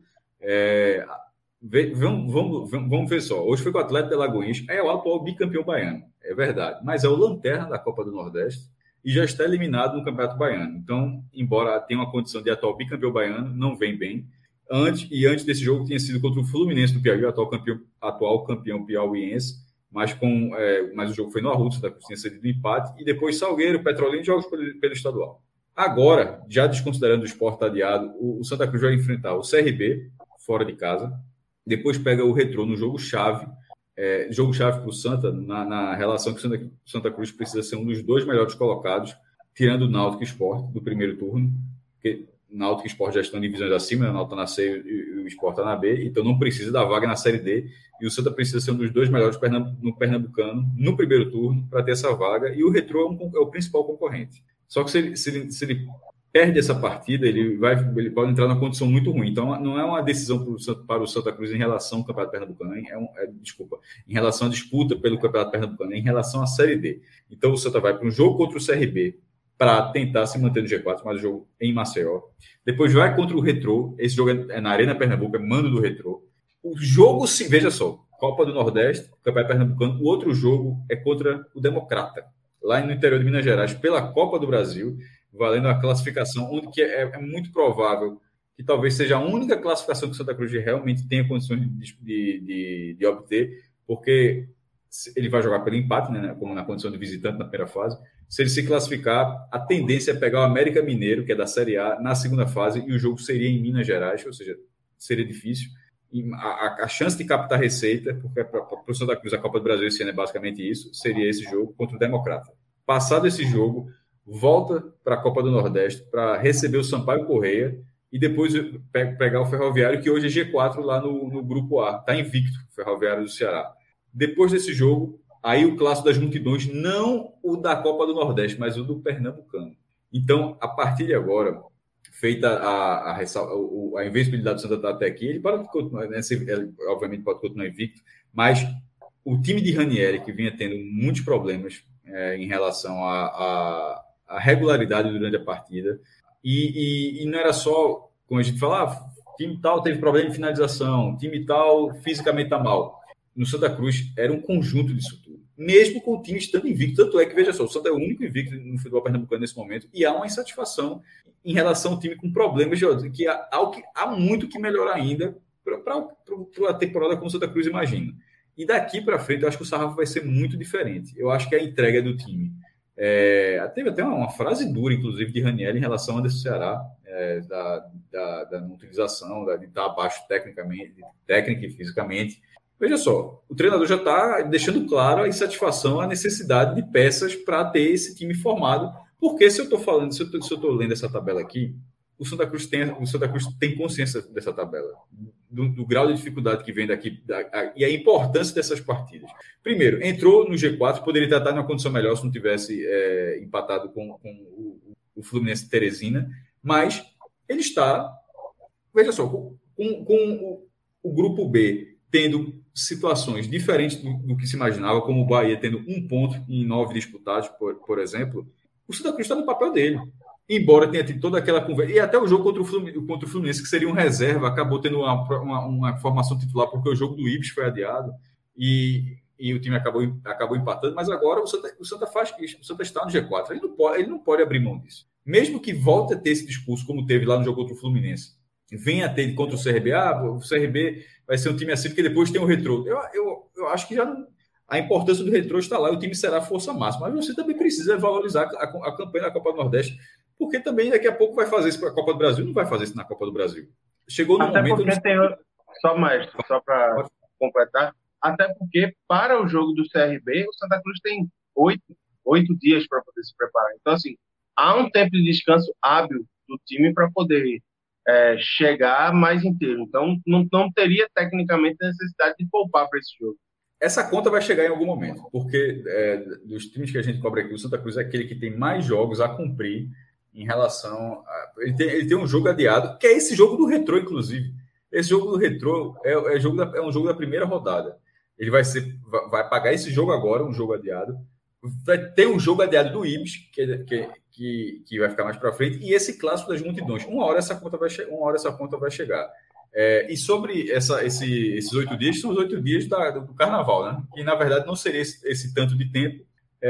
é, vê, vamos, vamos, vamos ver só. Hoje foi com o Atlético de Alagoinhas, é o atual bicampeão baiano, é verdade, mas é o lanterna da Copa do Nordeste, e já está eliminado no Campeonato Baiano. Então, embora tenha uma condição de atual bicampeão baiano, não vem bem. Antes, e antes desse jogo tinha sido contra o Fluminense do Piauí, atual campeão, atual campeão piauiense, mas, com, é, mas o jogo foi no Arruda, da tinha sido um empate, e depois Salgueiro, Petrolina, jogos pelo, pelo estadual. Agora, já desconsiderando o Sport adiado, o, o Santa Cruz vai enfrentar o C R B, fora de casa, depois pega o Retrô no jogo-chave, É, jogo-chave para o Santa, na, na relação que o Santa, Santa Cruz precisa ser um dos dois melhores colocados, tirando o Náutico e Sport do primeiro turno, porque Náutico e Sport já estão em divisões acima, né? O Náutico está na C e, e o Sport está na B, então não precisa da vaga na Série D, e o Santa precisa ser um dos dois melhores no Pernambucano no primeiro turno para ter essa vaga, e o Retrô é, um, é o principal concorrente. Só que se ele, se ele, se ele perde essa partida, ele, vai, ele pode entrar numa condição muito ruim. Então, não é uma decisão para o Santa Cruz em relação ao Campeonato Pernambucano, é um, é, desculpa, em relação à disputa pelo Campeonato Pernambucano, é em relação à Série D. Então, o Santa vai para um jogo contra o C R B para tentar se manter no G quatro, mas o jogo em Maceió. Depois vai contra o Retrô, esse jogo é na Arena Pernambuco, é mando do Retrô. O jogo, se veja só, Copa do Nordeste, Campeonato Pernambucano, o outro jogo é contra o Democrata, lá no interior de Minas Gerais, pela Copa do Brasil, valendo a classificação, onde que é, é muito provável que talvez seja a única classificação que o Santa Cruz realmente tenha condições de, de, de, de obter, porque ele vai jogar pelo empate, né, como na condição de visitante na primeira fase. Se ele se classificar, a tendência é pegar o América Mineiro, que é da Série A, na segunda fase, e o jogo seria em Minas Gerais, ou seja, seria difícil. E a, a chance de captar receita, porque para o Santa Cruz a Copa do Brasil esse ano é basicamente isso, seria esse jogo contra o Democrata. Passado esse jogo, volta para a Copa do Nordeste para receber o Sampaio Correia e depois pegar o Ferroviário, que hoje é G quatro lá no, no Grupo A. Está invicto, o Ferroviário do Ceará. Depois desse jogo, aí o Clássico das Multidões, não o da Copa do Nordeste, mas o do Pernambucano. Então, a partir de agora, feita a, a, a, a invencibilidade do Santa até aqui, ele pode continuar, né? Ele, obviamente pode continuar invicto, mas o time de Ranieri, que vinha tendo muitos problemas é, em relação a, a a regularidade durante a partida, e, e, e não era só, como a gente fala, ah, time tal teve problema de finalização, time tal fisicamente está mal. No Santa Cruz era um conjunto disso tudo, mesmo com o time estando invicto. Tanto é que, veja só, o Santa é o único invicto no futebol pernambucano nesse momento, e há uma insatisfação em relação ao time com problemas, de, que há, há, há muito que melhorar ainda para a temporada como o Santa Cruz imagina. E daqui para frente, eu acho que o sarrafo vai ser muito diferente. Eu acho que a entrega do time... É, teve até uma, uma frase dura, inclusive, de Ranieri em relação a desse Ceará, é, da, da, da não utilização, da, de estar abaixo tecnicamente, técnica e fisicamente. Veja só, o treinador já está deixando claro a insatisfação, a necessidade de peças para ter esse time formado. Porque se eu estou falando, se eu estou lendo essa tabela aqui, o Santa Cruz tem, o Santa Cruz tem consciência dessa tabela, do, do grau de dificuldade que vem daqui da, a, e a importância dessas partidas. Primeiro, entrou no G quatro, poderia estar numa condição melhor se não tivesse é, empatado com, com o, o Fluminense Teresina, mas ele está, veja só, com, com o, o grupo B tendo situações diferentes do, do que se imaginava, como o Bahia tendo um ponto em nove disputados, por, por exemplo, o Santa Cruz está no papel dele. Embora tenha tido toda aquela conversa, e até o jogo contra o Fluminense, contra o Fluminense que seria um reserva, acabou tendo uma, uma, uma formação titular, porque o jogo do Ibis foi adiado, e, e o time acabou, acabou empatando, mas agora o Santa, o Santa faz isso, o Santa está no G quatro, ele não, pode, ele não pode abrir mão disso. Mesmo que volte a ter esse discurso, como teve lá no jogo contra o Fluminense, venha a ter contra o C R B, ah, o C R B vai ser um time assim, porque depois tem o Retrô. Eu, eu, eu acho que já não, a importância do Retrô está lá, o time será força máxima, mas você também precisa valorizar a, a campanha da Copa do Nordeste, porque também daqui a pouco vai fazer isso para a Copa do Brasil, não vai fazer isso na Copa do Brasil. Chegou no até momento... Porque tem, só mais, só para completar, até porque para o jogo do C R B, o Santa Cruz tem oito, oito dias para poder se preparar. Então, assim, há um tempo de descanso hábil do time para poder é, chegar mais inteiro. Então, não, não teria tecnicamente necessidade de poupar para esse jogo. Essa conta vai chegar em algum momento, porque é, dos times que a gente cobra aqui, o Santa Cruz é aquele que tem mais jogos a cumprir em relação a... Ele tem, ele tem um jogo adiado, que é esse jogo do Retrô, inclusive. Esse jogo do Retrô é, é, jogo da, é um jogo da primeira rodada. Ele vai, ser, vai pagar esse jogo agora, um jogo adiado. Vai ter um jogo adiado do Ibis, que, que, que, que vai ficar mais para frente, e esse clássico das multidões. Uma hora essa conta vai, uma hora essa conta vai chegar. É, e sobre essa, esse, esses oito dias, são os oito dias da, do Carnaval, né? Que, na verdade, não seria esse, esse tanto de tempo.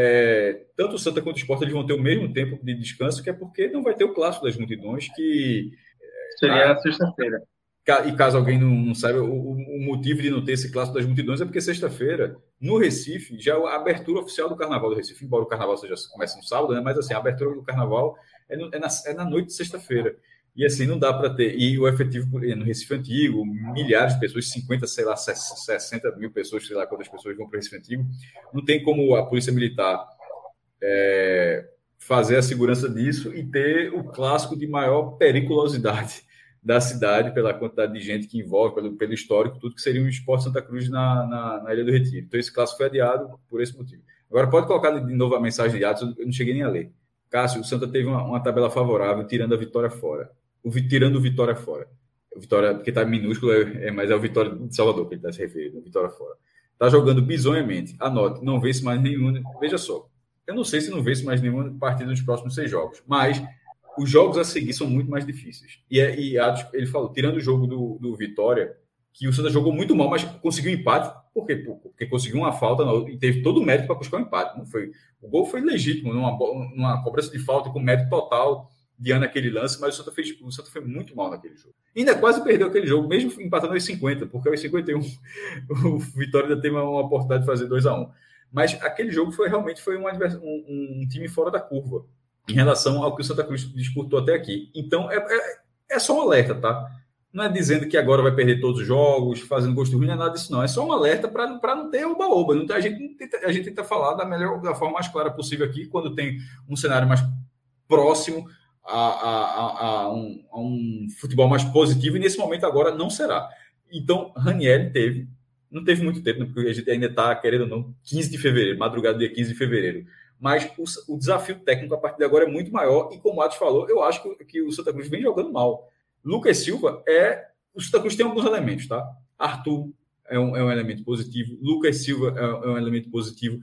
É, tanto o Santa quanto o Sport eles vão ter o mesmo tempo de descanso, que é porque não vai ter o clássico das multidões, que seria ah, na sexta-feira. E caso alguém não, não saiba, o, o motivo de não ter esse clássico das multidões é porque sexta-feira, no Recife, já a abertura oficial do Carnaval do Recife, embora o Carnaval seja, comece no sábado, né? Mas assim, a abertura do Carnaval é, no, é, na, é na noite de sexta-feira. E assim, não dá para ter. E o efetivo no Recife Antigo, milhares de pessoas, cinquenta, sei lá, sessenta mil pessoas, sei lá quantas pessoas vão para o Recife Antigo. Não tem como a Polícia Militar é, fazer a segurança disso e ter o clássico de maior periculosidade da cidade, pela quantidade de gente que envolve, pelo, pelo histórico, tudo que seria um Sport Santa Cruz na, na, na Ilha do Retiro. Então, esse clássico foi adiado por esse motivo. Agora, pode colocar de novo a mensagem de Atos, eu não cheguei nem a ler. Cássio, o Santa teve uma, uma tabela favorável, tirando a vitória fora. O, tirando o Vitória fora. O Vitória, porque está minúsculo, é, é, mas é o Vitória de Salvador que ele está se referindo, Vitória fora. Está jogando bizonhamente. Anote, não vence mais nenhum. Veja só, eu não sei se não vence mais nenhuma partida nos próximos seis jogos, mas os jogos a seguir são muito mais difíceis. E, e Atos, ele falou, tirando o jogo do, do Vitória, que o Santa jogou muito mal, mas conseguiu empate. Por quê? Porque conseguiu uma falta e teve todo o mérito para buscar o um empate. Não foi, o gol foi legítimo, numa, numa cobrança de falta com mérito total diante daquele lance, mas o Santa, fez, o Santa foi muito mal naquele jogo. E ainda quase perdeu aquele jogo, mesmo empatando aos cinquenta, porque aos cinquenta e um o Vitória ainda teve uma, uma oportunidade de fazer dois a um. Mas aquele jogo foi realmente foi um, um, um time fora da curva em relação ao que o Santa Cruz disputou até aqui. Então, é, é, é só um alerta, tá? Não é dizendo que agora vai perder todos os jogos, fazendo gosto ruim, não é nada disso, não. É só um alerta para não ter oba-oba. Não tem, a, gente tenta, a gente tenta falar da melhor, da forma mais clara possível aqui, quando tem um cenário mais próximo a, a, a, a, um, a um futebol mais positivo, e nesse momento agora não será. Então, Ranieri teve, não teve muito tempo, né, porque a gente ainda está, querendo ou não, quinze de fevereiro, madrugada do dia quinze de fevereiro. Mas o, o desafio técnico a partir de agora é muito maior, e como o Atos falou, eu acho que, que o Santa Cruz vem jogando mal. Lucas Silva é... O Santa Cruz tem alguns elementos, tá? Arthur é um, é um elemento positivo. Lucas Silva é, é um elemento positivo.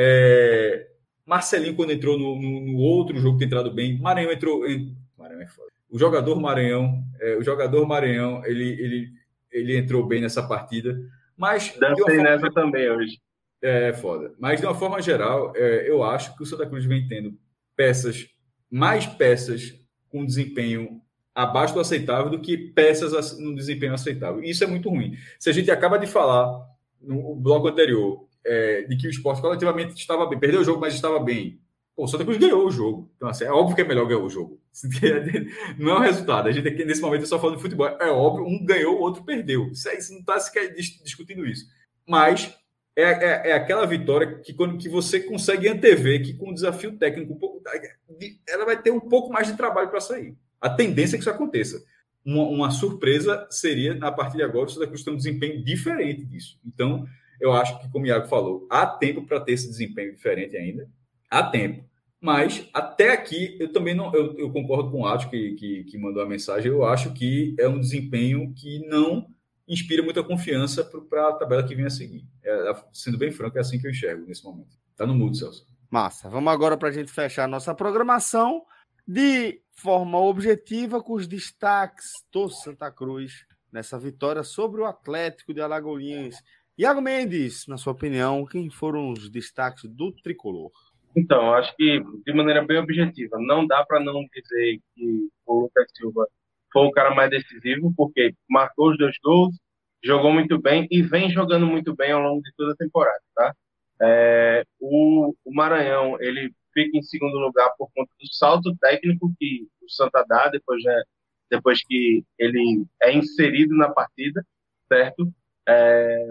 É... Marcelinho, quando entrou no, no, no outro jogo, tem entrado bem. Maranhão entrou... Em... Maranhão é foda. O jogador Maranhão, é, o jogador Maranhão, ele, ele, ele entrou bem nessa partida. Mas... Dancei forma... nessa também hoje. É foda. Mas, de uma forma geral, é, eu acho que o Santa Cruz vem tendo peças, mais peças com desempenho abaixo do aceitável do que peças no desempenho aceitável. E isso é muito ruim. Se a gente acaba de falar no bloco anterior é, de que o Sport coletivamente estava bem, perdeu o jogo, mas estava bem. Pô, o Santa Cruz ganhou o jogo. Então, assim, é óbvio que é melhor ganhar o jogo. Não é o resultado. A gente aqui, nesse momento, só falando de futebol. É óbvio, um ganhou, o outro perdeu. Isso, é, isso não está sequer discutindo isso. Mas é, é, é aquela vitória que, quando, que você consegue antever que com o desafio técnico, um pouco, ela vai ter um pouco mais de trabalho para sair. A tendência é que isso aconteça. Uma, uma surpresa seria, na partir de agora, o Santa Cruz ter um desempenho diferente disso. Então, eu acho que, como o Iago falou, há tempo para ter esse desempenho diferente ainda. Há tempo. Mas, até aqui, eu também não... Eu, eu concordo com o Atos, que, que, que mandou a mensagem. Eu acho que é um desempenho que não inspira muita confiança para a tabela que vem a seguir. É, sendo bem franco, é assim que eu enxergo nesse momento. Tá no mudo, Celso. Massa. Vamos agora para a gente fechar a nossa programação de forma objetiva com os destaques do Santa Cruz nessa vitória sobre o Atlético de Alagoinhas. Iago Mendes, na sua opinião, quem foram os destaques do Tricolor? Então, acho que de maneira bem objetiva, não dá para não dizer que o Lucas Silva foi o cara mais decisivo, porque marcou os dois gols, jogou muito bem e vem jogando muito bem ao longo de toda a temporada, tá? É, o, o Maranhão, ele fica em segundo lugar por conta do salto técnico que o Santa dá depois, né, depois que ele é inserido na partida, certo? É,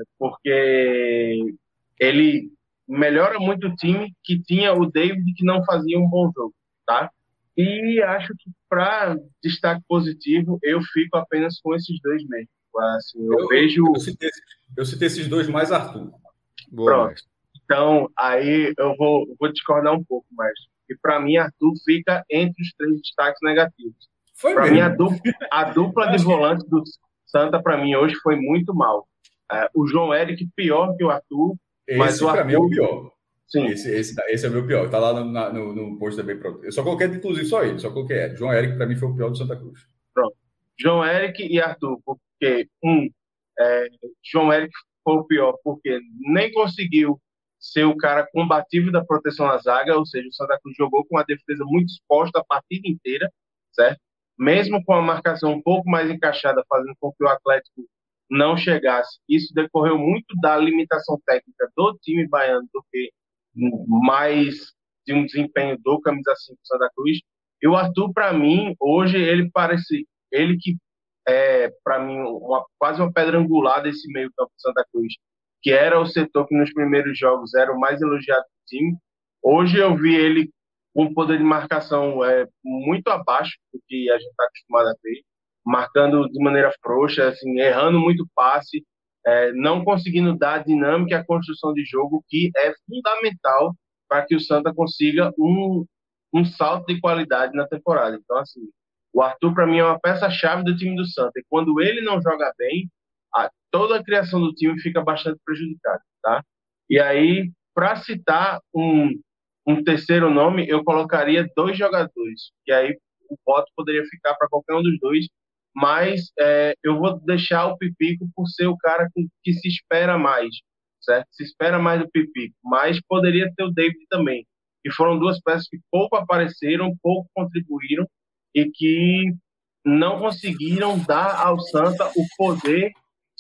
porque ele melhora muito o time que tinha o David, que não fazia um bom jogo, tá? E acho que para destaque positivo eu fico apenas com esses dois mesmo. Assim, eu, eu vejo eu citei, eu citei esses dois mais Arthur. Boa, Pronto. Mestre. Então, aí eu vou, vou discordar um pouco mais. E para mim, Arthur fica entre os três destaques negativos. Para mim, a dupla, a dupla de volantes do Santa, para mim, hoje foi muito mal. É, o João Eric, pior que o Arthur. Esse, mas para mim, é o pior. Sim. Esse, esse, esse é o meu pior. Tá lá no, no, no post também. Pronto. Eu só coloquei, inclusive, só ele. Só coloquei ele. João Eric, para mim, foi o pior do Santa Cruz. Pronto. João Eric e Arthur. Porque, um, é, João Eric foi o pior, porque nem conseguiu ser o cara combativo da proteção na zaga, ou seja, o Santa Cruz jogou com a defesa muito exposta a partida inteira, certo? Mesmo com a marcação um pouco mais encaixada, fazendo com que o Atlético não chegasse. Isso decorreu muito da limitação técnica do time baiano do que mais de um desempenho do camisa cinco do Santa Cruz. E o Arthur, para mim, hoje, ele parece... Ele que é, para mim, uma, quase uma pedra angular desse meio campo do Santa Cruz, que era o setor que nos primeiros jogos era o mais elogiado do time. Hoje eu vi ele com um poder de marcação é, muito abaixo do que a gente está acostumado a ver, marcando de maneira frouxa, assim, errando muito passe, é, não conseguindo dar a dinâmica e a construção de jogo que é fundamental para que o Santa consiga um, um salto de qualidade na temporada. Então, assim, o Arthur, para mim, é uma peça-chave do time do Santa. E quando ele não joga bem, a, toda a criação do time fica bastante prejudicada, tá? E aí, para citar um, um terceiro nome, eu colocaria dois jogadores, que aí o voto poderia ficar para qualquer um dos dois, mas é, eu vou deixar o Pipico por ser o cara que, que se espera mais, certo? Se espera mais do Pipico, mas poderia ter o David também, que foram duas peças que pouco apareceram, pouco contribuíram e que não conseguiram dar ao Santa o poder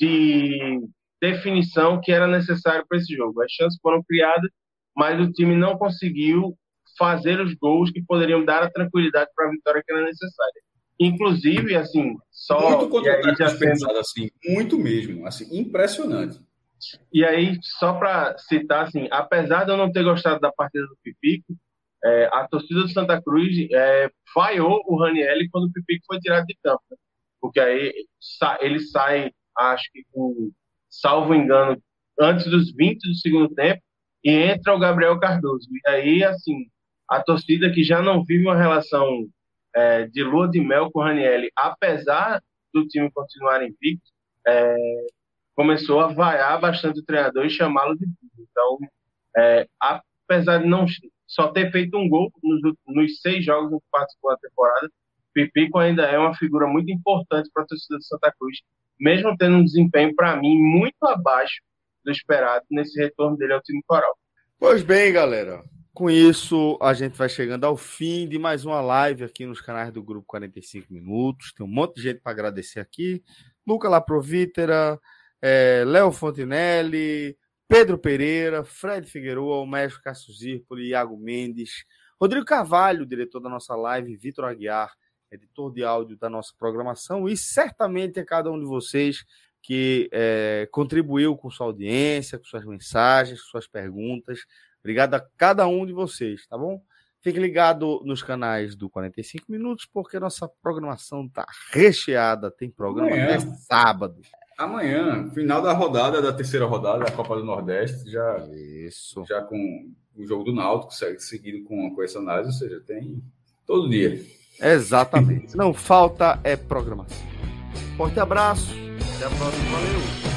de definição que era necessário para esse jogo. As chances foram criadas, mas o time não conseguiu fazer os gols que poderiam dar a tranquilidade para a vitória que era necessária. Inclusive, assim, só... Muito contra-ataque sendo... assim, muito mesmo, assim, impressionante. E aí, só para citar, assim, apesar de eu não ter gostado da partida do Pipico, é, a torcida do Santa Cruz é, vaiou o Raniel quando o Pipico foi tirado de campo, né? Porque aí ele sai, acho que com, salvo engano, antes dos vinte do segundo tempo, e entra o Gabriel Cardoso. E aí, assim, a torcida que já não vive uma relação é, de lua de mel com o Raniel, apesar do time continuar invicto, é, começou a vaiar bastante o treinador e chamá-lo de burro. Então, é, apesar de não só ter feito um gol nos, nos seis jogos em que participou da temporada, Pipico ainda é uma figura muito importante para a torcida de Santa Cruz, mesmo tendo um desempenho, para mim, muito abaixo do esperado nesse retorno dele ao time coral. Pois bem, galera, com isso a gente vai chegando ao fim de mais uma live aqui nos canais do Grupo quarenta e cinco Minutos. Tem um monte de gente para agradecer aqui. Luca Laprovítera, é, Léo Fontinelli, Pedro Pereira, Fred Figueroa, o Mestre Cássio Zirpoli, Iago Mendes, Rodrigo Carvalho, diretor da nossa live, Vitor Aguiar, editor de áudio da nossa programação, e certamente a cada um de vocês que é, contribuiu com sua audiência, com suas mensagens, com suas perguntas. Obrigado a cada um de vocês, tá bom? Fique ligado nos canais do quarenta e cinco Minutos, porque nossa programação está recheada. Tem programa Amanhã. até sábado. Amanhã, final da rodada, da terceira rodada da Copa do Nordeste, já, Isso. já com o jogo do Náutico, seguido com, com essa análise, ou seja, tem todo dia. Exatamente. Não falta é programação. Forte abraço. Até a próxima. Valeu.